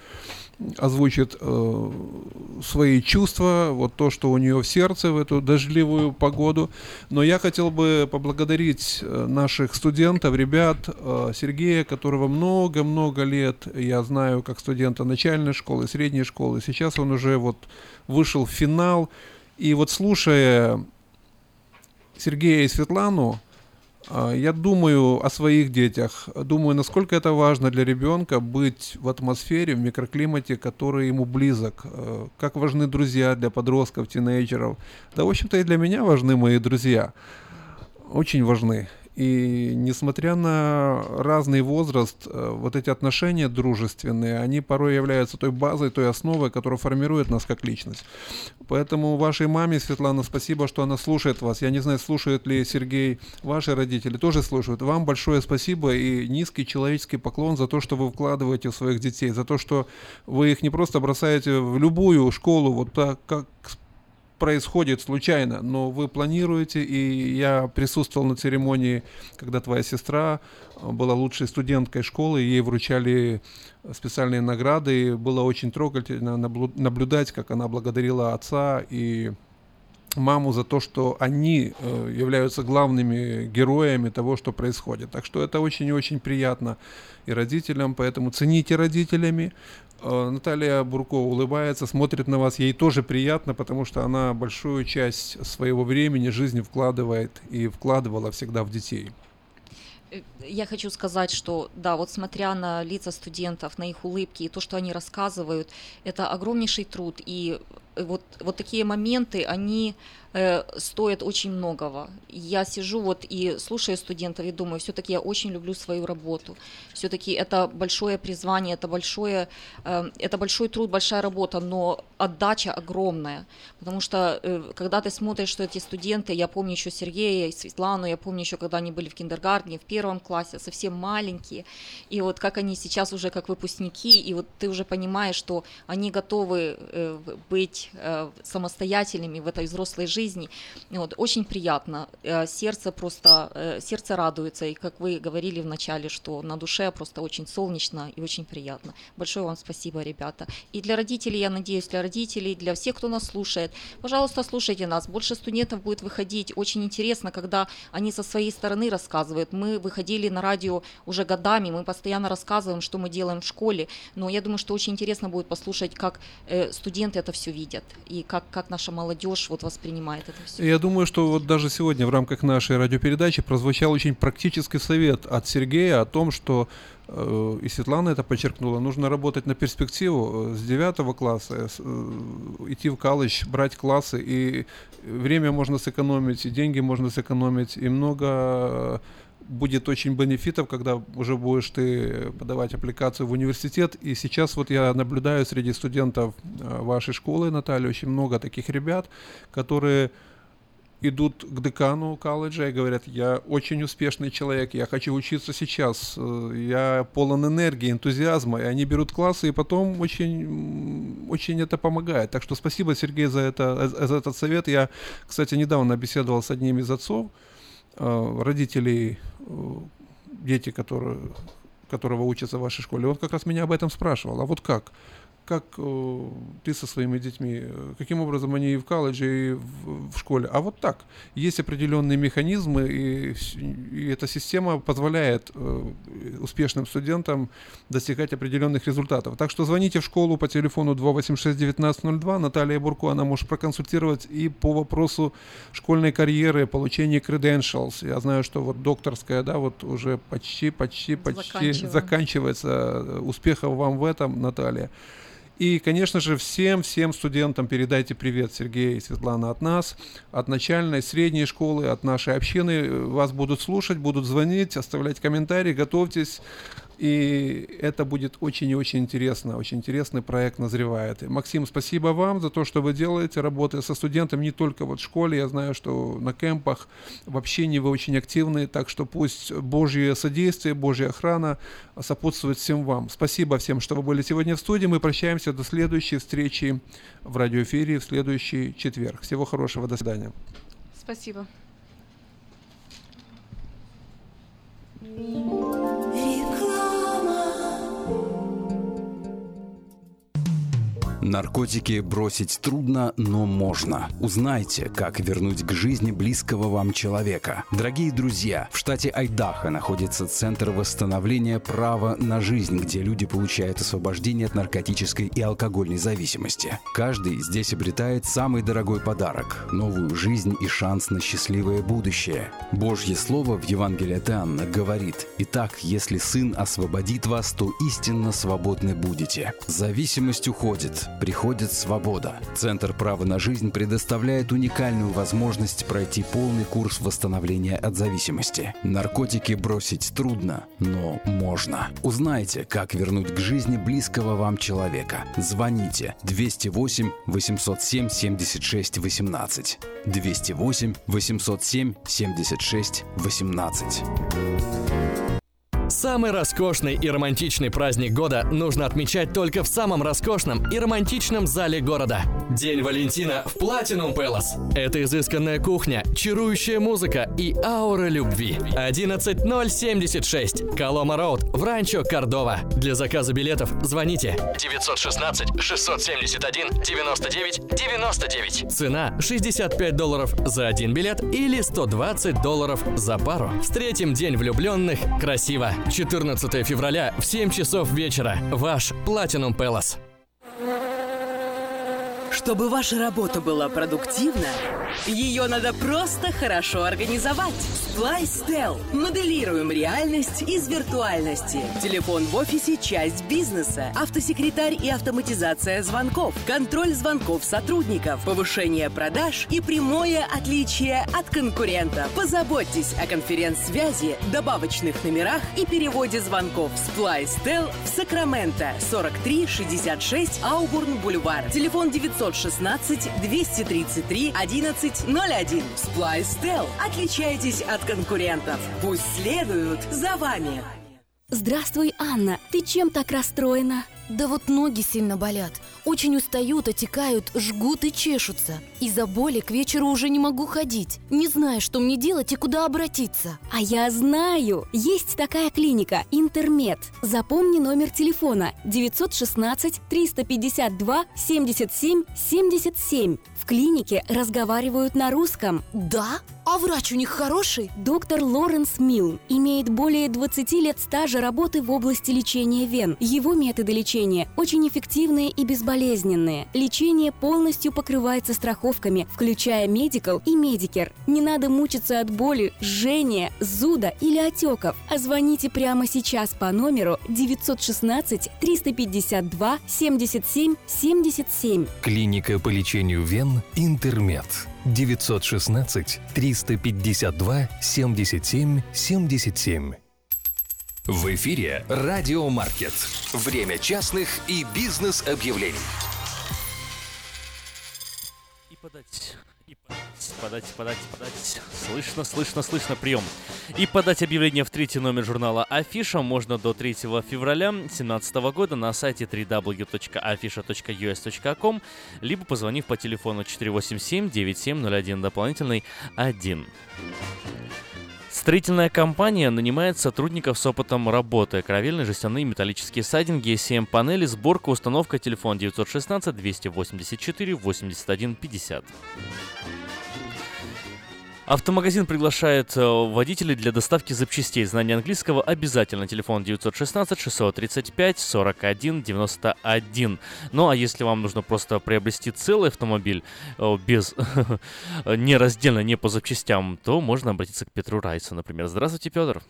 озвучит э, свои чувства, вот то, что у нее в сердце в эту дождливую погоду. Но я хотел бы поблагодарить наших студентов, ребят, э, Сергея, которого много-много лет я знаю как студента начальной школы, средней школы. Сейчас он уже вот вышел в финал. И вот слушая Сергея и Светлану, я думаю о своих детях, думаю, насколько это важно для ребенка быть в атмосфере, в микроклимате, который ему близок. Как важны друзья для подростков, тинейджеров. Да, в общем-то, и для меня важны мои друзья. Очень важны. И несмотря на разный возраст, вот эти отношения дружественные, они порой являются той базой, той основой, которая формирует нас как личность. Поэтому вашей маме, Светлана, спасибо, что она слушает вас. Я не знаю, слушает ли Сергей, ваши родители тоже слушают. Вам большое спасибо и низкий человеческий поклон за то, что вы вкладываете в своих детей, за то, что вы их не просто бросаете в любую школу, вот так, как происходит случайно, но вы планируете, и я присутствовал на церемонии, когда твоя сестра была лучшей студенткой школы, ей вручали специальные награды, и было очень трогательно наблюдать, как она благодарила отца и маму за то, что они э, являются главными героями того, что происходит. Так что это очень и очень приятно и родителям, поэтому цените родителями. Э, Наталья Бурко улыбается, смотрит на вас, ей тоже приятно, потому что она большую часть своего времени, жизни вкладывает и вкладывала всегда в детей. Я хочу сказать, что да, вот смотря на лица студентов, на их улыбки и то, что они рассказывают, это огромнейший труд. И вот, вот такие моменты, они э, стоят очень многого. Я сижу вот и слушаю студентов и думаю, все-таки я очень люблю свою работу. Все-таки это большое призвание, это, большое, э, это большой труд, большая работа, но отдача огромная. Потому что э, когда ты смотришь, что эти студенты, я помню еще Сергея и Светлану, я помню еще, когда они были в киндергартене, в первом классе, совсем маленькие, и вот как они сейчас уже как выпускники, и вот ты уже понимаешь, что они готовы э, быть э, самостоятельными в этой взрослой жизни, жизни. Вот, очень приятно. Сердце просто, сердце радуется. И как вы говорили в начале, что на душе просто очень солнечно и очень приятно. Большое вам спасибо, ребята. И для родителей, я надеюсь, для родителей, для всех, кто нас слушает, пожалуйста, слушайте нас. Больше студентов будет выходить. Очень интересно, когда они со своей стороны рассказывают. Мы выходили на радио уже годами, мы постоянно рассказываем, что мы делаем в школе. Но я думаю, что очень интересно будет послушать, как э, студенты это все видят и как, как наша молодежь вот воспринимает это все. Я думаю, что вот даже сегодня в рамках нашей радиопередачи прозвучал очень практический совет от Сергея о том, что э, и Светлана это подчеркнула, нужно работать на перспективу с девятого класса, с, э, идти в колледж, брать классы, и время можно сэкономить, и деньги можно сэкономить, и много будет очень бенефитов, когда уже будешь ты подавать аппликацию в университет. И сейчас вот я наблюдаю среди студентов вашей школы, Наталья, очень много таких ребят, которые идут к декану колледжа и говорят: я очень успешный человек, я хочу учиться сейчас, я полон энергии, энтузиазма, и они берут классы, и потом очень, очень это помогает. Так что спасибо, Сергей, за, это, за этот совет. Я, кстати, недавно беседовал с одним из отцов, родителей, дети, которые, которого учатся в вашей школе. Он как раз меня об этом спрашивал. А вот как? Как э, ты со своими детьми, каким образом они и в колледже, и в, в школе? А вот так. Есть определенные механизмы, и, и эта система позволяет э, успешным студентам достигать определенных результатов. Так что звоните в школу по телефону два восемь шесть девятнадцать ноль два. Наталья Бурко, она может проконсультировать и по вопросу школьной карьеры, получения credentials. Я знаю, что вот докторская, да, вот уже почти, почти, почти заканчивается. Успехов вам в этом, Наталья. И, конечно же, всем-всем студентам передайте привет, Сергей и Светлана, от нас, от начальной, средней школы, от нашей общины. Вас будут слушать, будут звонить, оставлять комментарии, готовьтесь. И это будет очень и очень интересно, очень интересный проект назревает. И, Максим, спасибо вам за то, что вы делаете, работая со студентами не только вот в школе. Я знаю, что на кемпах, в общении вы очень активны, так что пусть Божье содействие, Божья охрана сопутствует всем вам. Спасибо всем, что вы были сегодня в студии. Мы прощаемся до следующей встречи в радиоэфире в следующий четверг. Всего хорошего, до свидания. Спасибо. Наркотики бросить трудно, но можно. Узнайте, как вернуть к жизни близкого вам человека. Дорогие друзья, в штате Айдахо находится Центр восстановления права на жизнь, где люди получают освобождение от наркотической и алкогольной зависимости. Каждый здесь обретает самый дорогой подарок – новую жизнь и шанс на счастливое будущее. Божье Слово в Евангелии от Иоанна говорит: «Итак, если Сын освободит вас, то истинно свободны будете». Зависимость уходит. Приходит свобода. Центр права на жизнь предоставляет уникальную возможность пройти полный курс восстановления от зависимости. Наркотики бросить трудно, но можно. Узнайте, как вернуть к жизни близкого вам человека. Звоните двести восемь восемьсот семь семьдесят шесть восемнадцать. двести восемь восемьсот семь семьдесят шесть восемнадцать. Самый роскошный и романтичный праздник года нужно отмечать только в самом роскошном и романтичном зале города. День Валентина в Platinum Palace. Это изысканная кухня, чарующая музыка и аура любви. одиннадцать ноль семьдесят шесть Колома Роуд в Ранчо Кордова. Для заказа билетов звоните девятьсот шестнадцать шестьсот семьдесят один девяносто девять девяносто девять. Цена шестьдесят пять долларов за один билет или сто двадцать долларов за пару. Встретим День влюбленных красиво. четырнадцатого февраля в семь часов вечера. Ваш Platinum Palace. Чтобы ваша работа была продуктивна, ее надо просто хорошо организовать. SpliceTel. Моделируем реальность из виртуальности. Телефон в офисе – часть бизнеса. Автосекретарь и автоматизация звонков. Контроль звонков сотрудников. Повышение продаж и прямое отличие от конкурентов. Позаботьтесь о конференц-связи, добавочных номерах и переводе звонков. SpliceTel в Сакраменто. сорок три шестьдесят шесть Аубурн-Бульвар. Телефон девятьсот шестнадцать двести тридцать три одиннадцать ноль один. SpliceTel. Отличайтесь от конкурентов. Пусть следуют за вами. Здравствуй, Анна. Ты чем так расстроена? Да вот ноги сильно болят. Очень устают, отекают, жгут и чешутся. Из-за боли к вечеру уже не могу ходить. Не знаю, что мне делать и куда обратиться. А я знаю! Есть такая клиника «Интермед». Запомни номер телефона девятьсот шестнадцать триста пятьдесят два семьдесят семь семьдесят семь. В клинике разговаривают на русском. Да? А врач у них хороший? Доктор Лоренс Милн имеет более двадцати лет стажа работы в области лечения вен. Его методы лечения очень эффективные и безболезненные. Лечение полностью покрывается страховками, включая Medical и Medicare. Не надо мучиться от боли, жжения, зуда или отеков. А звоните прямо сейчас по номеру девятьсот шестнадцать триста пятьдесят два семьдесят семь семьдесят семь. Клиника по лечению вен «Интермед». девятьсот шестнадцать триста пятьдесят два семьдесят семь семьдесят семь. В эфире «Радио Маркет». Время частных и бизнес-объявлений. И подать, и подать, подать, подать, подать. Слышно, слышно, слышно, прием. И подать объявление в третий номер журнала «Афиша» можно до третьего февраля две тысячи семнадцатого года на сайте дабл ю дабл ю дабл ю точка афиша точка ю эс точка ком, либо позвонив по телефону четыре восемь семь девять семь ноль один, дополнительный один. Строительная компания нанимает сотрудников с опытом работы. Корабельные, жестяные, металлические сайдинги, си эм-панели, сборка, установка, телефон девятьсот шестнадцать двести восемьдесят четыре восемьдесят один пятьдесят. Автомагазин приглашает водителей для доставки запчастей. Знание английского обязательно. Телефон девятьсот шестнадцать шестьсот тридцать пять сорок один девяносто один. Ну а если вам нужно просто приобрести целый автомобиль без нераздельно, не по запчастям, то можно обратиться к Петру Райсу, например. Здравствуйте, Петр.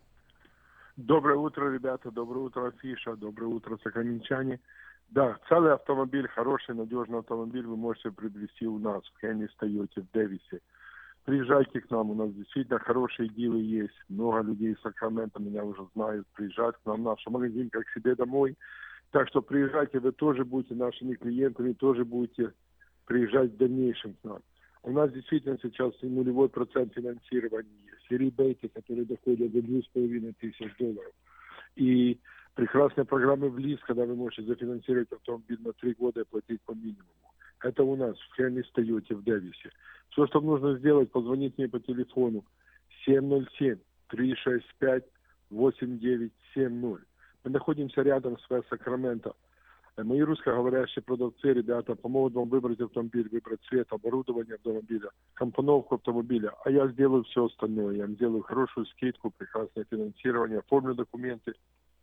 Доброе утро, ребята. Доброе утро, Афиша. Доброе утро, сокольничане. Да, целый автомобиль, хороший, надежный автомобиль вы можете приобрести у нас в Хеннис Тойоте в Дэвисе. Приезжайте к нам, у нас действительно хорошие дилы есть. Много людей из Сакрамента меня уже знают. Приезжать к нам в наш магазин как к себе домой. Так что приезжайте, вы тоже будете нашими клиентами, тоже будете приезжать в дальнейшем к нам. У нас действительно сейчас и нулевой процент финансирования есть. И ребейты, которые доходят до двух с половиной тысяч долларов. И прекрасные программы в лиз, когда вы можете зафинансировать автомобиль на три года и платить по минимуму. Это у нас в Хеннис Тойоте в Дэвисе. Все, что нужно сделать, позвонить мне по телефону семь ноль семь три шесть пять восемь девять семь ноль. Мы находимся рядом с Вест Сакраменто. Мои русскоговорящие продавцы, ребята, помогут вам выбрать автомобиль, выбрать цвет, оборудование автомобиля, компоновку автомобиля. А я сделаю все остальное. Я вам сделаю хорошую скидку, прекрасное финансирование, оформлю документы.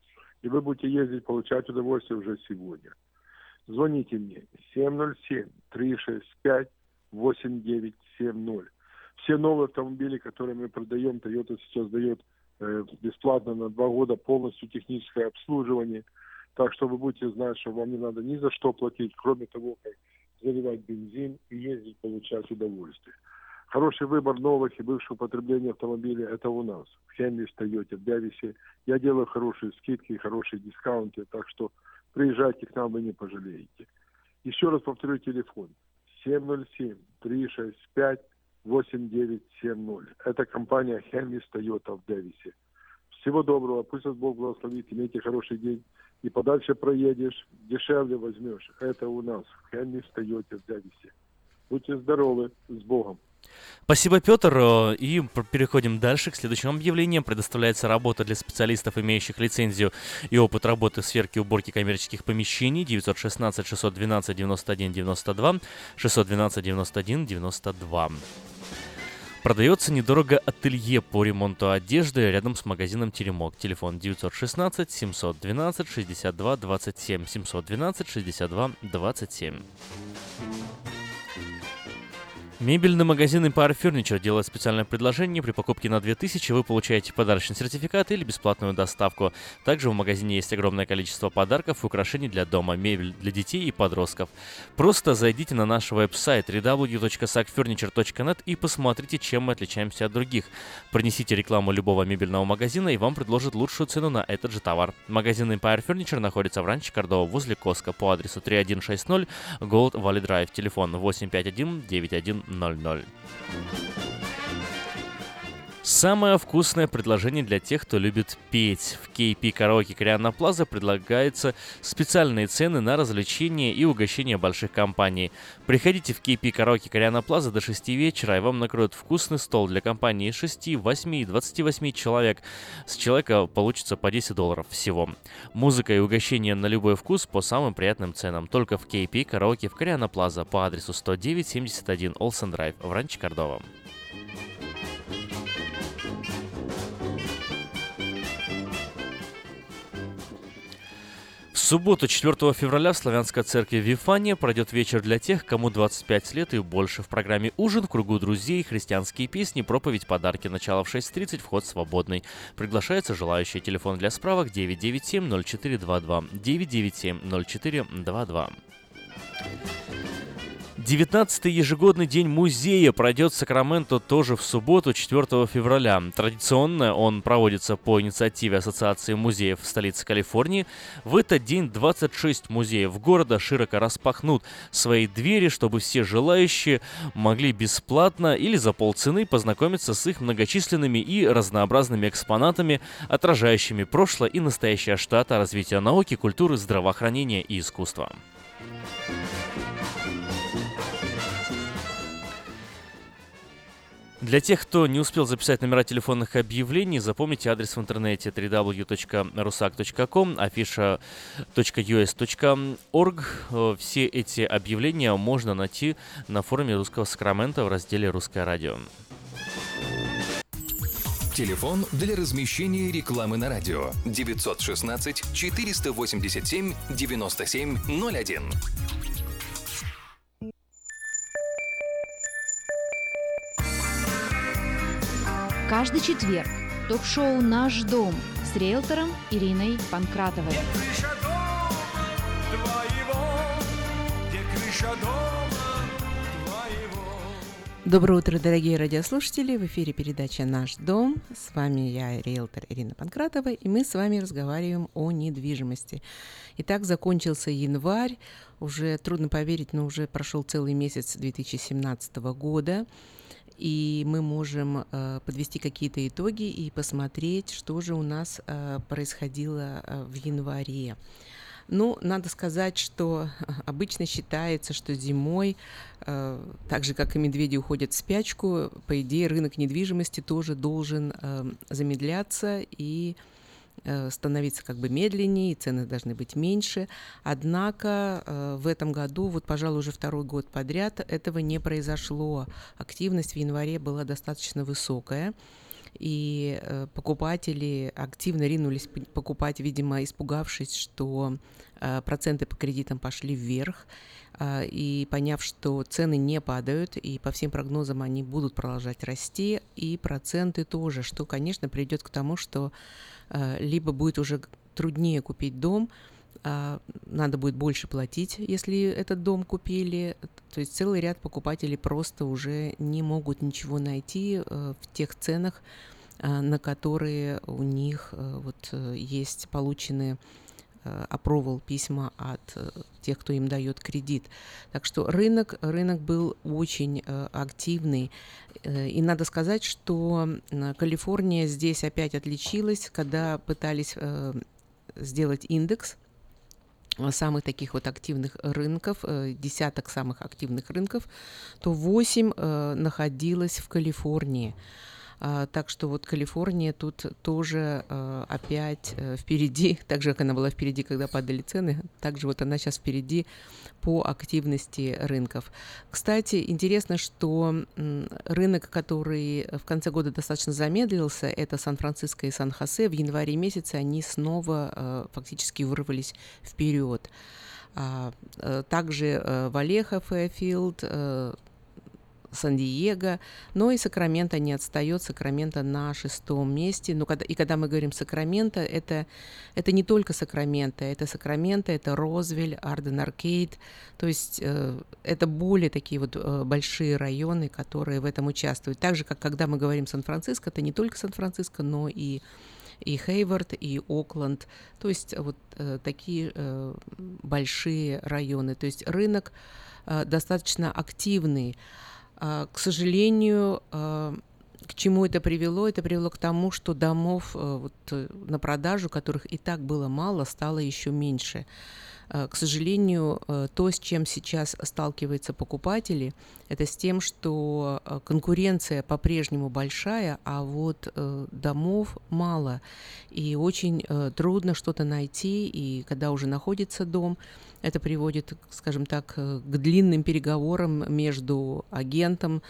И вы будете ездить, получать удовольствие уже сегодня. Звоните мне семь ноль семь три шесть пять восемь девять семь ноль. Все новые автомобили, которые мы продаем, Toyota сейчас дает э, бесплатно на два года полностью техническое обслуживание. Так что вы будете знать, что вам не надо ни за что платить, кроме того, как заливать бензин и ездить, получать удовольствие. Хороший выбор новых и бывших употребления автомобилей – это у нас, в Хеннис Тойоте, в Дэвисе. Я делаю хорошие скидки, хорошие дискаунты, так что приезжайте к нам, вы не пожалеете. Еще раз повторю телефон. семь ноль семь три шесть пять восемь девять семь ноль. Это компания Хеннис Тойота в Дэвисе. Всего доброго, пусть вас Бог благословит, имейте хороший день. И подальше проедешь, дешевле возьмешь. Это у нас в Хеннис Тойоте в Дэвисе. Будьте здоровы, с Богом. Спасибо, Петр. И переходим дальше к следующим объявлениям. Предоставляется работа для специалистов, имеющих лицензию и опыт работы в сфере уборки коммерческих помещений. девятьсот шестнадцать шестьсот двенадцать девяносто один девяносто два, шестьсот двенадцать девяносто один девяносто два. Продается недорого ателье по ремонту одежды рядом с магазином «Теремок». Телефон девятьсот шестнадцать семьсот двенадцать шестьдесят два двадцать семь, семьсот двенадцать шестьдесят два двадцать семь. Мебельный магазин Empire Furniture делает специальное предложение. При покупке на две тысячи вы получаете подарочный сертификат или бесплатную доставку. Также в магазине есть огромное количество подарков и украшений для дома, мебель для детей и подростков. Просто зайдите на наш веб-сайт дабл ю дабл ю дабл ю точка сакферничер точка нет и посмотрите, чем мы отличаемся от других. Принесите рекламу любого мебельного магазина, и вам предложат лучшую цену на этот же товар. Магазин Empire Furniture находится в Ранчо Кордова возле Costco по адресу три один шесть ноль Gold Valley Drive. Телефон восемь пять один девять один ноль ноль. Самое вкусное предложение для тех, кто любит петь. В кей пи Караоке Корианна Плаза предлагаются специальные цены на развлечения и угощения больших компаний. Приходите в кей пи Караоке Корианна Плаза до шести вечера, и вам накроют вкусный стол для компании шести, восьми, двадцати восьми человек. С человека получится по десять долларов всего. Музыка и угощения на любой вкус по самым приятным ценам. Только в кей пи Караоке в Корианна Плаза по адресу сто девять семьдесят один Олсен Драйв в Ранчо Кордова. В субботу, четвёртого февраля, в Славянской церкви Вифания пройдет вечер для тех, кому двадцать пять лет и больше. В программе «Ужин», в кругу друзей, христианские песни, проповедь, подарки. Начало в шесть тридцать, вход свободный. Приглашаются желающие. Телефон для справок девять девять семь ноль четыре два два. девять девять семь ноль четыре два два. девятнадцатый ежегодный день музея пройдет в Сакраменто тоже в субботу, четвёртого февраля. Традиционно он проводится по инициативе Ассоциации музеев столицы Калифорнии. В этот день двадцать шесть музеев города широко распахнут свои двери, чтобы все желающие могли бесплатно или за полцены познакомиться с их многочисленными и разнообразными экспонатами, отражающими прошлое и настоящее штата развития науки, культуры, здравоохранения и искусства. Для тех, кто не успел записать номера телефонных объявлений, запомните адрес в интернете дабл ю дабл ю дабл ю точка русак точка ком, афиша точка ю эс точка орг. Все эти объявления можно найти на форуме Русского Сакрамента в разделе «Русское радио». Телефон для размещения рекламы на радио девятьсот шестнадцать четыреста восемьдесят семь девяносто семь ноль один. Каждый четверг ток-шоу «Наш дом» с риэлтором Ириной Панкратовой. Доброе утро, дорогие радиослушатели! В эфире передача «Наш дом». С вами я, риэлтор Ирина Панкратова, и мы с вами разговариваем о недвижимости. Итак, закончился январь. Уже трудно поверить, но уже прошел целый месяц две тысячи семнадцатого года. И мы можем э, подвести какие-то итоги и посмотреть, что же у нас э, происходило э, в январе. Ну, надо сказать, что обычно считается, что зимой, э, так же, как и медведи уходят в спячку, по идее, рынок недвижимости тоже должен э, замедляться и становиться как бы медленнее, и цены должны быть меньше. Однако э, в этом году, вот, пожалуй, уже второй год подряд этого не произошло. Активность в январе была достаточно высокая, и э, покупатели активно ринулись покупать, видимо, испугавшись, что э, проценты по кредитам пошли вверх, э, и поняв, что цены не падают, и по всем прогнозам они будут продолжать расти, и проценты тоже, что, конечно, приведет к тому, что либо будет уже труднее купить дом, надо будет больше платить, если этот дом купили. То есть целый ряд покупателей просто уже не могут ничего найти в тех ценах, на которые у них вот есть получены approval письма от тех, кто им дает кредит. Так что рынок, рынок был очень активный. И надо сказать, что Калифорния здесь опять отличилась, когда пытались сделать индекс самых таких вот активных рынков, десяток самых активных рынков, то восемь находилось в Калифорнии. Uh, так что вот Калифорния тут тоже uh, опять uh, впереди, так же, как она была впереди, когда падали цены, так же вот она сейчас впереди по активности рынков. Кстати, интересно, что м, рынок, который в конце года достаточно замедлился, это Сан-Франциско и Сан-Хосе, в январе месяце они снова uh, фактически вырвались вперед. Uh, uh, также uh, Валехо, Фэйфилд, uh, Сан-Диего, но и Сакраменто не отстает. Сакраменто на шестом месте. Но когда, и когда мы говорим Сакраменто, это, это не только Сакраменто, это Сакраменто, это Розвиль, Арден-Аркейд. То есть э, это более такие вот э, большие районы, которые в этом участвуют. Так же, как когда мы говорим Сан-Франциско, это не только Сан-Франциско, но и и Хейвард, и Окленд. То есть вот э, такие э, большие районы. То есть рынок э, достаточно активный. К сожалению, к чему это привело? Это привело к тому, что домов вот, на продажу, которых и так было мало, стало еще меньше. К сожалению, то, с чем сейчас сталкиваются покупатели, это с тем, что конкуренция по-прежнему большая, а вот домов мало. И очень трудно что-то найти, и когда уже находится дом, это приводит, скажем так, к длинным переговорам между агентом.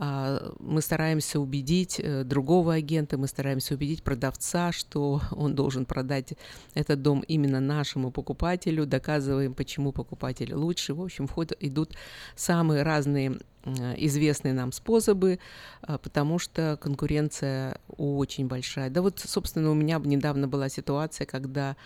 Мы стараемся убедить другого агента, мы стараемся убедить продавца, что он должен продать этот дом именно нашему покупателю, доказываем, почему покупатель лучше. В общем, в ход идут самые разные известные нам способы, потому что конкуренция очень большая. Да вот, собственно, у меня недавно была ситуация, когда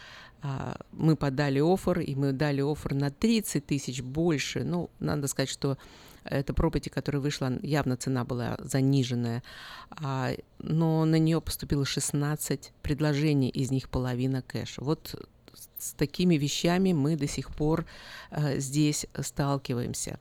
мы подали оффер, и мы дали оффер на тридцать тысяч больше. Ну, надо сказать, что это property, которая вышла, явно цена была заниженная, а, но на нее поступило шестнадцать предложений, из них половина кэш. Вот с такими вещами мы до сих пор а, здесь сталкиваемся.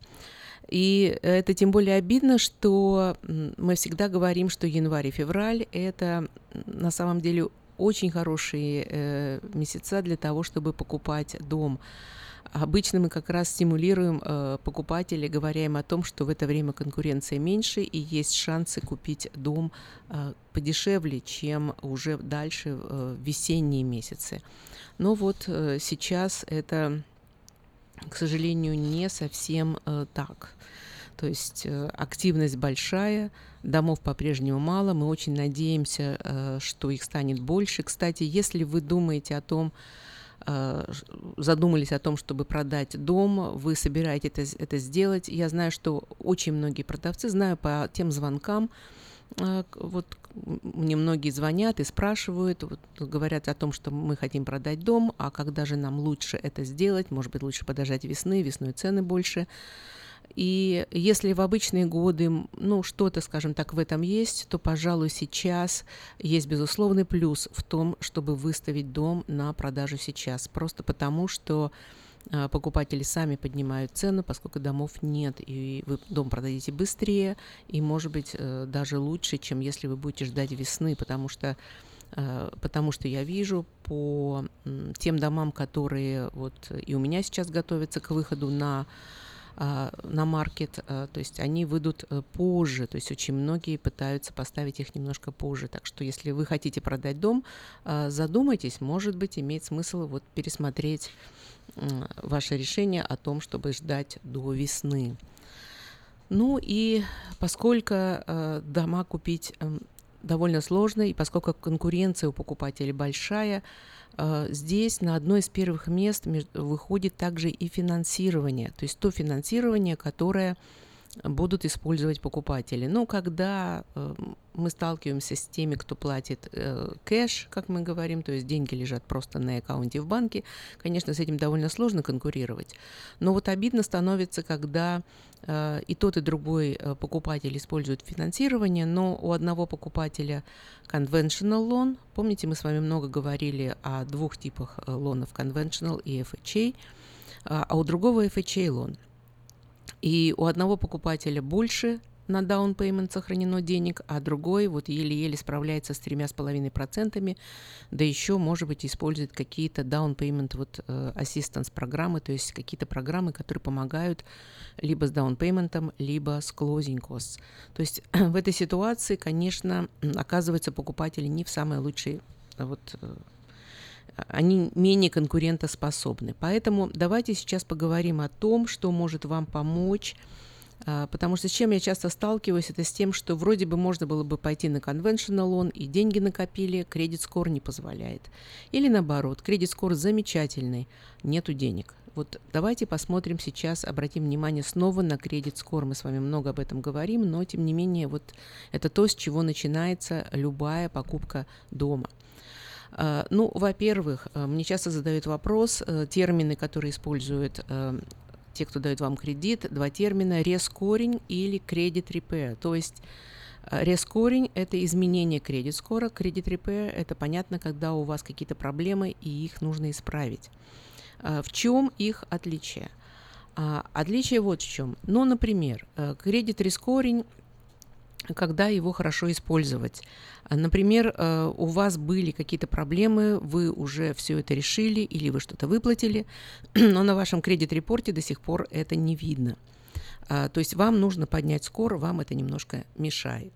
И это тем более обидно, что мы всегда говорим, что январь и февраль – это на самом деле очень хорошие э, месяца для того, чтобы покупать дом. Обычно мы как раз стимулируем э, покупателей, говоря им о том, что в это время конкуренция меньше и есть шансы купить дом э, подешевле, чем уже дальше э, в весенние месяцы. Но вот э, сейчас это, к сожалению, не совсем э, так. То есть э, активность большая, домов по-прежнему мало, мы очень надеемся, э, что их станет больше. Кстати, если вы думаете о том, э, задумались о том, чтобы продать дом, вы собираетесь это, это сделать, я знаю, что очень многие продавцы, знаю по тем звонкам, э, вот мне многие звонят и спрашивают, вот, говорят о том, что мы хотим продать дом, а когда же нам лучше это сделать, может быть, лучше подождать весны, весной цены больше. И если в обычные годы, ну, что-то, скажем так, в этом есть, то, пожалуй, сейчас есть безусловный плюс в том, чтобы выставить дом на продажу сейчас. Просто потому, что а, покупатели сами поднимают цену, поскольку домов нет, и вы дом продадите быстрее, и, может быть, даже лучше, чем если вы будете ждать весны, потому что потому что я вижу по тем домам, которые вот и у меня сейчас готовятся к выходу на на маркет, то есть они выйдут позже, то есть очень многие пытаются поставить их немножко позже. Так что если вы хотите продать дом, задумайтесь, может быть, имеет смысл вот пересмотреть ваше решение о том, чтобы ждать до весны. Ну и поскольку дома купить довольно сложно, и поскольку конкуренция у покупателей большая, здесь на одно из первых мест выходит также и финансирование, то есть то финансирование, которое будут использовать покупатели. Но когда э, мы сталкиваемся с теми, кто платит э, кэш, как мы говорим, то есть деньги лежат просто на аккаунте в банке, конечно, с этим довольно сложно конкурировать. Но вот обидно становится, когда э, и тот, и другой э, покупатель используют финансирование, но у одного покупателя conventional loan, помните, мы с вами много говорили о двух типах э, лонов, conventional и эф эйч эй, а, а у другого эф эйч эй лон. И у одного покупателя больше на down payment сохранено денег, а другой вот еле-еле справляется с тремя с половиной процентами, да еще, может быть, использует какие-то down payment вот, uh, assistance программы, то есть какие-то программы, которые помогают либо с down payment, либо с closing costs. То есть в этой ситуации, конечно, оказываются покупатели не в самой лучшей вот, uh, они менее конкурентоспособны. Поэтому давайте сейчас поговорим о том, что может вам помочь, потому что с чем я часто сталкиваюсь, это с тем, что вроде бы можно было бы пойти на conventional loan, и деньги накопили, кредит-скор не позволяет. Или наоборот, кредит-скор замечательный, нету денег. Вот давайте посмотрим сейчас, обратим внимание снова на кредит-скор. Мы с вами много об этом говорим, но тем не менее вот это то, с чего начинается любая покупка дома. Uh, ну, во-первых, uh, мне часто задают вопрос, uh, термины, которые используют uh, те, кто дает вам кредит, два термина: рескоринг или кредит репейр. То есть uh, рескоринг – это изменение кредит-скора, кредит репейр – это понятно, когда у вас какие-то проблемы и их нужно исправить. Uh, в чем их отличие? Uh, отличие вот в чем. Ну, например, кредит рескоринг когда его хорошо использовать. Например, у вас были какие-то проблемы, вы уже все это решили или вы что-то выплатили, но на вашем кредит-репорте до сих пор это не видно. То есть вам нужно поднять скор, вам это немножко мешает.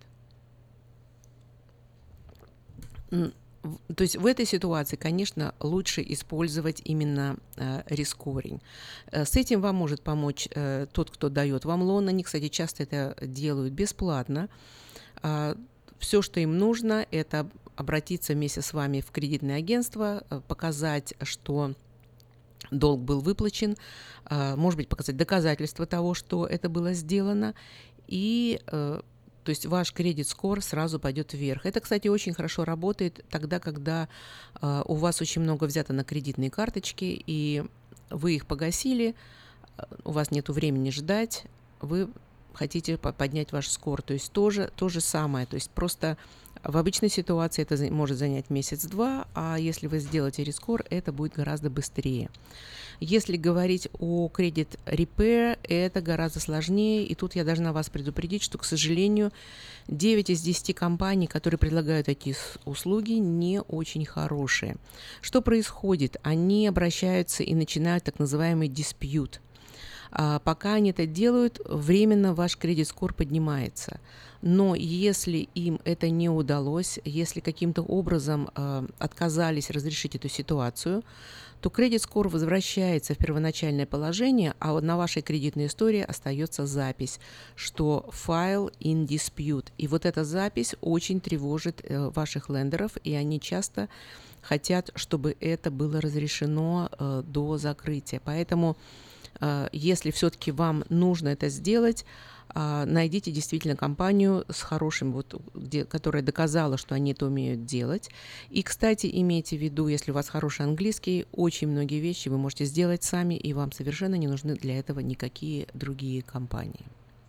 То есть в этой ситуации, конечно, лучше использовать именно э, рескоринг. Э, с этим вам может помочь э, тот, кто дает вам лон. Они, кстати, часто это делают бесплатно. Э, все, что им нужно, это обратиться вместе с вами в кредитное агентство, э, показать, что долг был выплачен, э, может быть, показать доказательства того, что это было сделано, и э, то есть ваш кредит-скор сразу пойдет вверх. Это, кстати, очень хорошо работает тогда, когда э, у вас очень много взято на кредитные карточки, и вы их погасили, у вас нет времени ждать, вы хотите поднять ваш скор. То есть тоже то же самое. То есть просто в обычной ситуации это может занять месяц-два, а если вы сделаете рескор, это будет гораздо быстрее. Если говорить о кредит repair, это гораздо сложнее, и тут я должна вас предупредить, что, к сожалению, девять из десяти компаний, которые предлагают эти услуги, не очень хорошие. Что происходит? Они обращаются и начинают так называемый dispute. А пока они это делают, временно ваш кредит-скор поднимается. Но если им это не удалось, если каким-то образом э, отказались разрешить эту ситуацию, то кредит-скор возвращается в первоначальное положение, а вот на вашей кредитной истории остается запись, что file in dispute. И вот эта запись очень тревожит э, ваших лендеров, и они часто хотят, чтобы это было разрешено э, до закрытия. Поэтому э, если все-таки вам нужно это сделать, найдите действительно компанию с хорошим, вот, где, которая доказала, что они это умеют делать. И, кстати, имейте в виду, если у вас хороший английский, очень многие вещи вы можете сделать сами, и вам совершенно не нужны для этого никакие другие компании.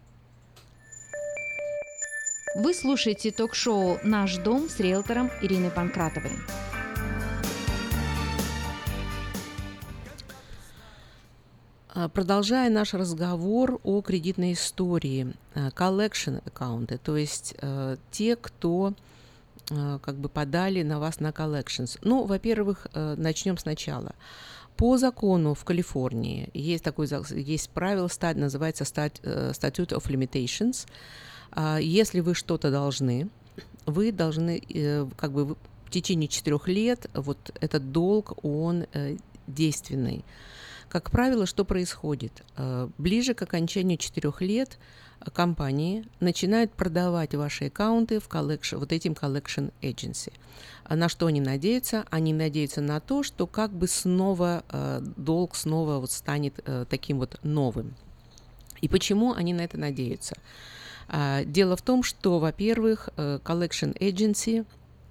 Вы слушаете ток-шоу «Наш дом» с риэлтором Ириной Панкратовой. Продолжая наш разговор о кредитной истории, collection аккаунты, то есть э, те, кто э, как бы подали на вас на collections. Ну, во-первых, э, начнем сначала. По закону в Калифорнии есть такое есть правило, стат, называется Statute of Limitations. Э, если вы что-то должны, вы должны э, как бы в течение четырех лет вот этот долг он э, действенный. Как правило, что происходит? Ближе к окончанию четырех лет компании начинают продавать ваши аккаунты в collection, вот этим collection agency. На что они надеются? Они надеются на то, что как бы снова долг снова вот станет таким вот новым. И почему они на это надеются? Дело в том, что, во-первых, collection agency,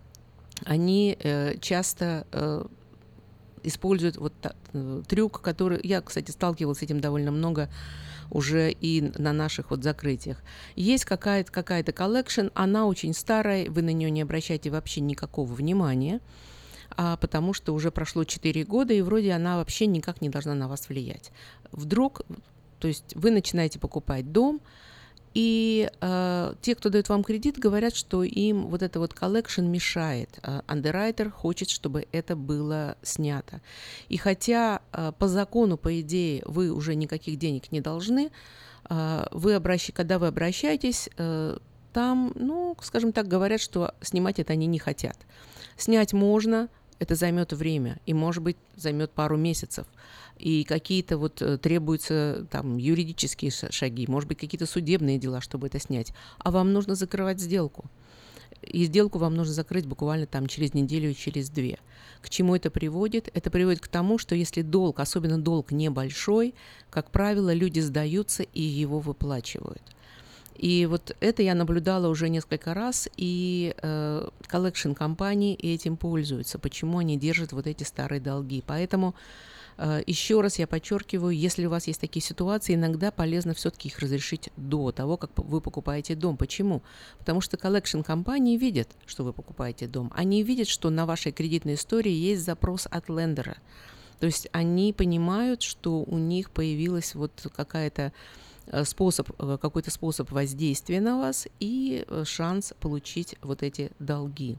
они часто используют вот та, трюк, который... Я, кстати, сталкивалась с этим довольно много уже и на наших вот закрытиях. Есть какая-то, какая-то collection, она очень старая, вы на нее не обращаете вообще никакого внимания, а потому что уже прошло четыре года, и вроде она вообще никак не должна на вас влиять. Вдруг, то есть вы начинаете покупать дом, и э, те, кто дает вам кредит, говорят, что им вот это вот collection мешает. Underwriter хочет, чтобы это было снято. И хотя э, по закону, по идее, вы уже никаких денег не должны, э, вы обращ... когда вы обращаетесь, э, там, ну, скажем так, говорят, что снимать это они не хотят. Снять можно, это займет время, и, может быть, займет пару месяцев. И какие-то вот требуются там юридические шаги, может быть, какие-то судебные дела, чтобы это снять. А вам нужно закрывать сделку. И сделку вам нужно закрыть буквально там через неделю и через две. К чему это приводит? Это приводит к тому, что если долг, особенно долг небольшой, как правило, люди сдаются и его выплачивают. И вот это я наблюдала уже несколько раз, и э, collection компании этим пользуются. Почему они держат вот эти старые долги? Поэтому э, еще раз я подчеркиваю, если у вас есть такие ситуации, иногда полезно все-таки их разрешить до того, как вы покупаете дом. Почему? Потому что collection компании видят, что вы покупаете дом. Они видят, что на вашей кредитной истории есть запрос от лендера. То есть они понимают, что у них появилась вот какая-то способ, какой-то способ воздействия на вас и шанс получить вот эти долги.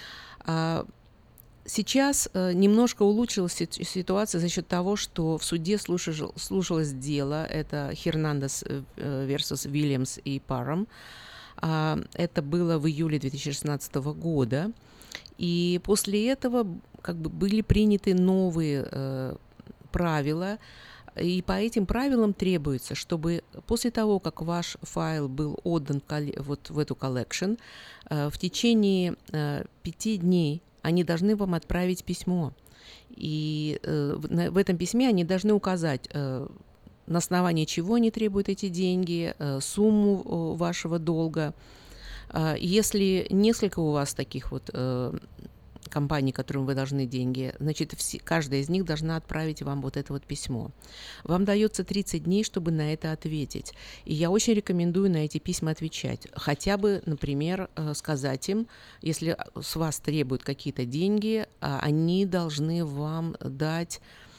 Сейчас немножко улучшилась ситуация за счет того, что в суде слушал, слушалось дело, это Хернандес versus Williams и Парам. Это было в июле две тысячи шестнадцатого года. И после этого как бы были приняты новые э, правила, и по этим правилам требуется, чтобы после того, как ваш файл был отдан вот в эту коллекшн, э, в течение э, пяти дней они должны вам отправить письмо. И э, в, в этом письме они должны указать, э, на основании чего они требуют эти деньги, э, сумму э, вашего долга. Э, если несколько у вас таких вот э, компаний, которым вы должны деньги, значит, все, каждая из них должна отправить вам вот это вот письмо. Вам дается тридцать дней, чтобы на это ответить. И я очень рекомендую на эти письма отвечать. Хотя бы, например, сказать им, если с вас требуют какие-то деньги, они должны вам дать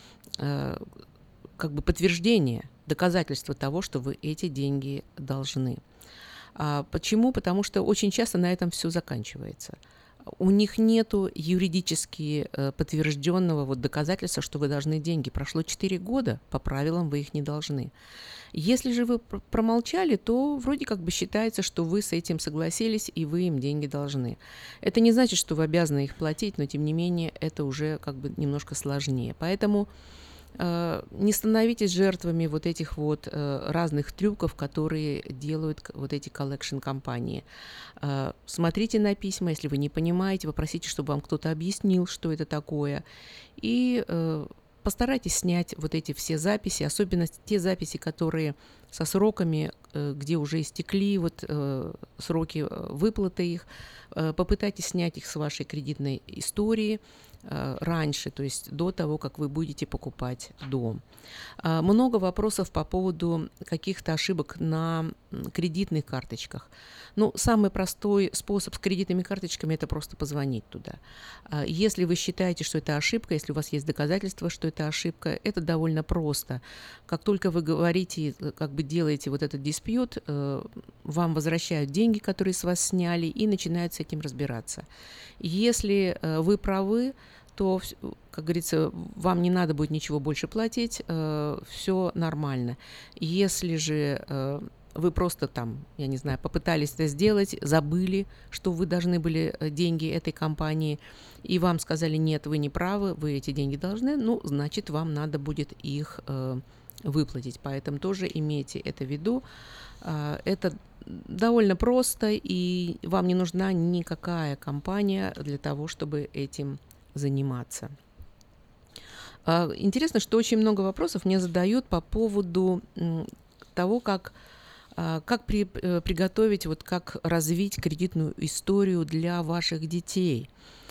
как бы подтверждение, доказательство того, что вы эти деньги должны. Почему? Потому что очень часто на этом все заканчивается. У них нету юридически э, подтвержденного вот доказательства, что вы должны деньги. Прошло четыре года, по правилам вы их не должны. Если же вы пр- промолчали, то вроде как бы считается, что вы с этим согласились и вы им деньги должны. Это не значит, что вы обязаны их платить, но тем не менее это уже как бы немножко сложнее. Поэтому э, не становитесь жертвами вот этих вот э, разных трюков, которые делают вот эти коллекшн-компании. Э, смотрите на письма, если вы не понимаете, попросите, чтобы вам кто-то объяснил, что это такое. И э, постарайтесь снять вот эти все записи, особенно те записи, которые со сроками, э, где уже истекли вот, э, сроки выплаты их. Э, попытайтесь снять их с вашей кредитной истории раньше, то есть до того, как вы будете покупать дом. Много вопросов по поводу каких-то ошибок на кредитных карточках. Ну, самый простой способ с кредитными карточками – это просто позвонить туда. Если вы считаете, что это ошибка, если у вас есть доказательства, что это ошибка, это довольно просто. Как только вы говорите, как бы делаете вот этот диспьют, вам возвращают деньги, которые с вас сняли, и начинают с этим разбираться. Если вы правы, то, как говорится, вам не надо будет ничего больше платить, э, все нормально. Если же э, вы просто там, я не знаю, попытались это сделать, забыли, что вы должны были деньги этой компании, и вам сказали, нет, вы не правы, вы эти деньги должны, ну, значит, вам надо будет их э, выплатить. Поэтому тоже имейте это в виду. Э, это довольно просто, и вам не нужна никакая компания для того, чтобы этим заниматься. Интересно, что очень много вопросов мне задают по поводу того, как, как при, приготовить, вот как развить кредитную историю для ваших детей.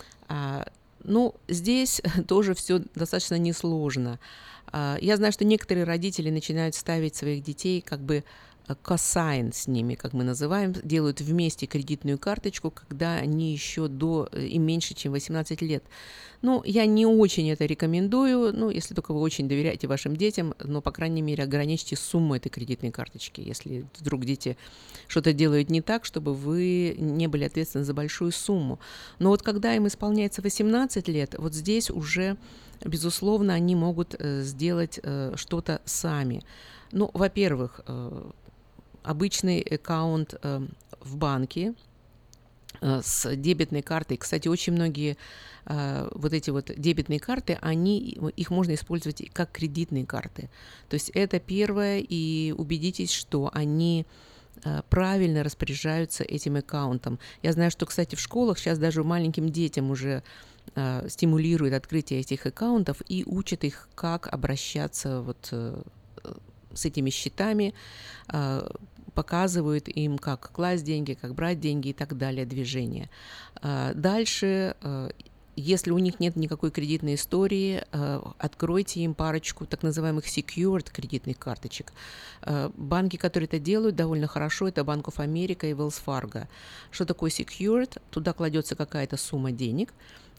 Ну, здесь тоже все достаточно несложно. Я знаю, что некоторые родители начинают ставить своих детей как бы косайн с ними, как мы называем, делают вместе кредитную карточку, когда они еще до и меньше, чем восемнадцать лет. Ну, я не очень это рекомендую, ну, если только вы очень доверяете вашим детям, но, по крайней мере, ограничьте сумму этой кредитной карточки, если вдруг дети что-то делают не так, чтобы вы не были ответственны за большую сумму. Но вот когда им исполняется восемнадцать лет, вот здесь уже, безусловно, они могут сделать что-то сами. Ну, во-первых, обычный аккаунт э, в банке э, с дебетной картой. Кстати, очень многие э, вот эти вот дебетные карты, они, их можно использовать как кредитные карты. То есть это первое, и убедитесь, что они э, правильно распоряжаются этим аккаунтом. Я знаю, что, кстати, в школах сейчас даже маленьким детям уже э, стимулируют открытие этих аккаунтов и учат их, как обращаться вот э, с этими счетами, э, показывают им, как класть деньги, как брать деньги и так далее, движение. Дальше, если у них нет никакой кредитной истории, откройте им парочку так называемых secured кредитных карточек. Банки, которые это делают довольно хорошо, это Bank of America и Wells Fargo. Что такое secured? Туда кладется какая-то сумма денег,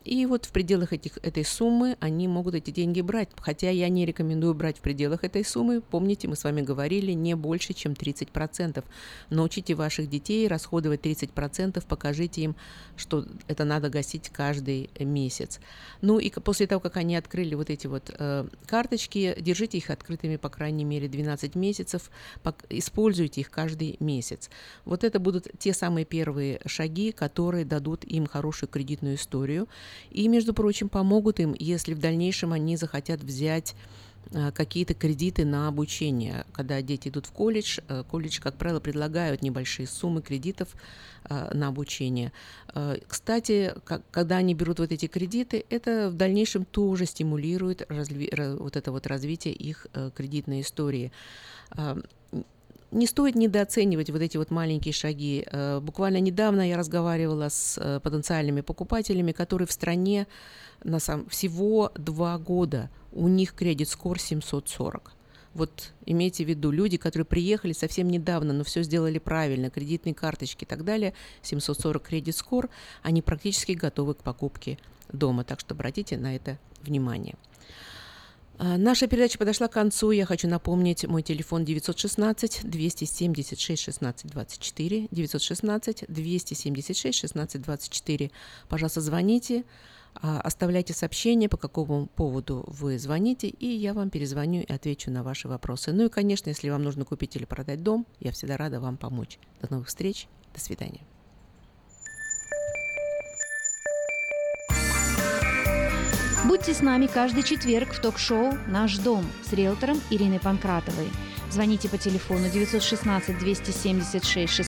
И вот в пределах этих, этой суммы они могут эти деньги брать. Хотя я не рекомендую брать в пределах этой суммы. Помните, мы с вами говорили, не больше, чем тридцать процентов. Научите ваших детей расходовать тридцать процентов, покажите им, что это надо гасить каждый месяц. Ну и после того, как они открыли вот эти вот э, карточки, держите их открытыми, по крайней мере, двенадцать месяцев, пок- используйте их каждый месяц. Вот это будут те самые первые шаги, которые дадут им хорошую кредитную историю. И, между прочим, помогут им, если в дальнейшем они захотят взять э, какие-то кредиты на обучение. Когда дети идут в колледж, э, колледж, как правило, предлагают небольшие суммы кредитов э, на обучение. Э, кстати, как, когда они берут вот эти кредиты, это в дальнейшем тоже стимулирует разви- раз, вот это вот развитие их э, кредитной истории. Э, Не стоит недооценивать вот эти вот маленькие шаги. Буквально недавно я разговаривала с потенциальными покупателями, которые в стране на сам, всего два года. У них кредит-скор семьсот сорок. Вот имейте в виду, люди, которые приехали совсем недавно, но все сделали правильно, кредитные карточки и так далее, семьсот сорок кредит-скор, они практически готовы к покупке дома. Так что обратите на это внимание. Наша передача подошла к концу. Я хочу напомнить мой телефон девятьсот шестнадцать двести семьдесят шесть шестнадцать двадцать четыре. девятьсот шестнадцать двести семьдесят шесть шестнадцать двадцать четыре. Пожалуйста, звоните, оставляйте сообщения, по какому поводу вы звоните, и я вам перезвоню и отвечу на ваши вопросы. Ну и, конечно, если вам нужно купить или продать дом, я всегда рада вам помочь. До новых встреч. До свидания. Будьте с нами каждый четверг в ток-шоу «Наш дом» с риэлтором Ириной Панкратовой. Звоните по телефону девятьсот шестнадцать двести семьдесят шесть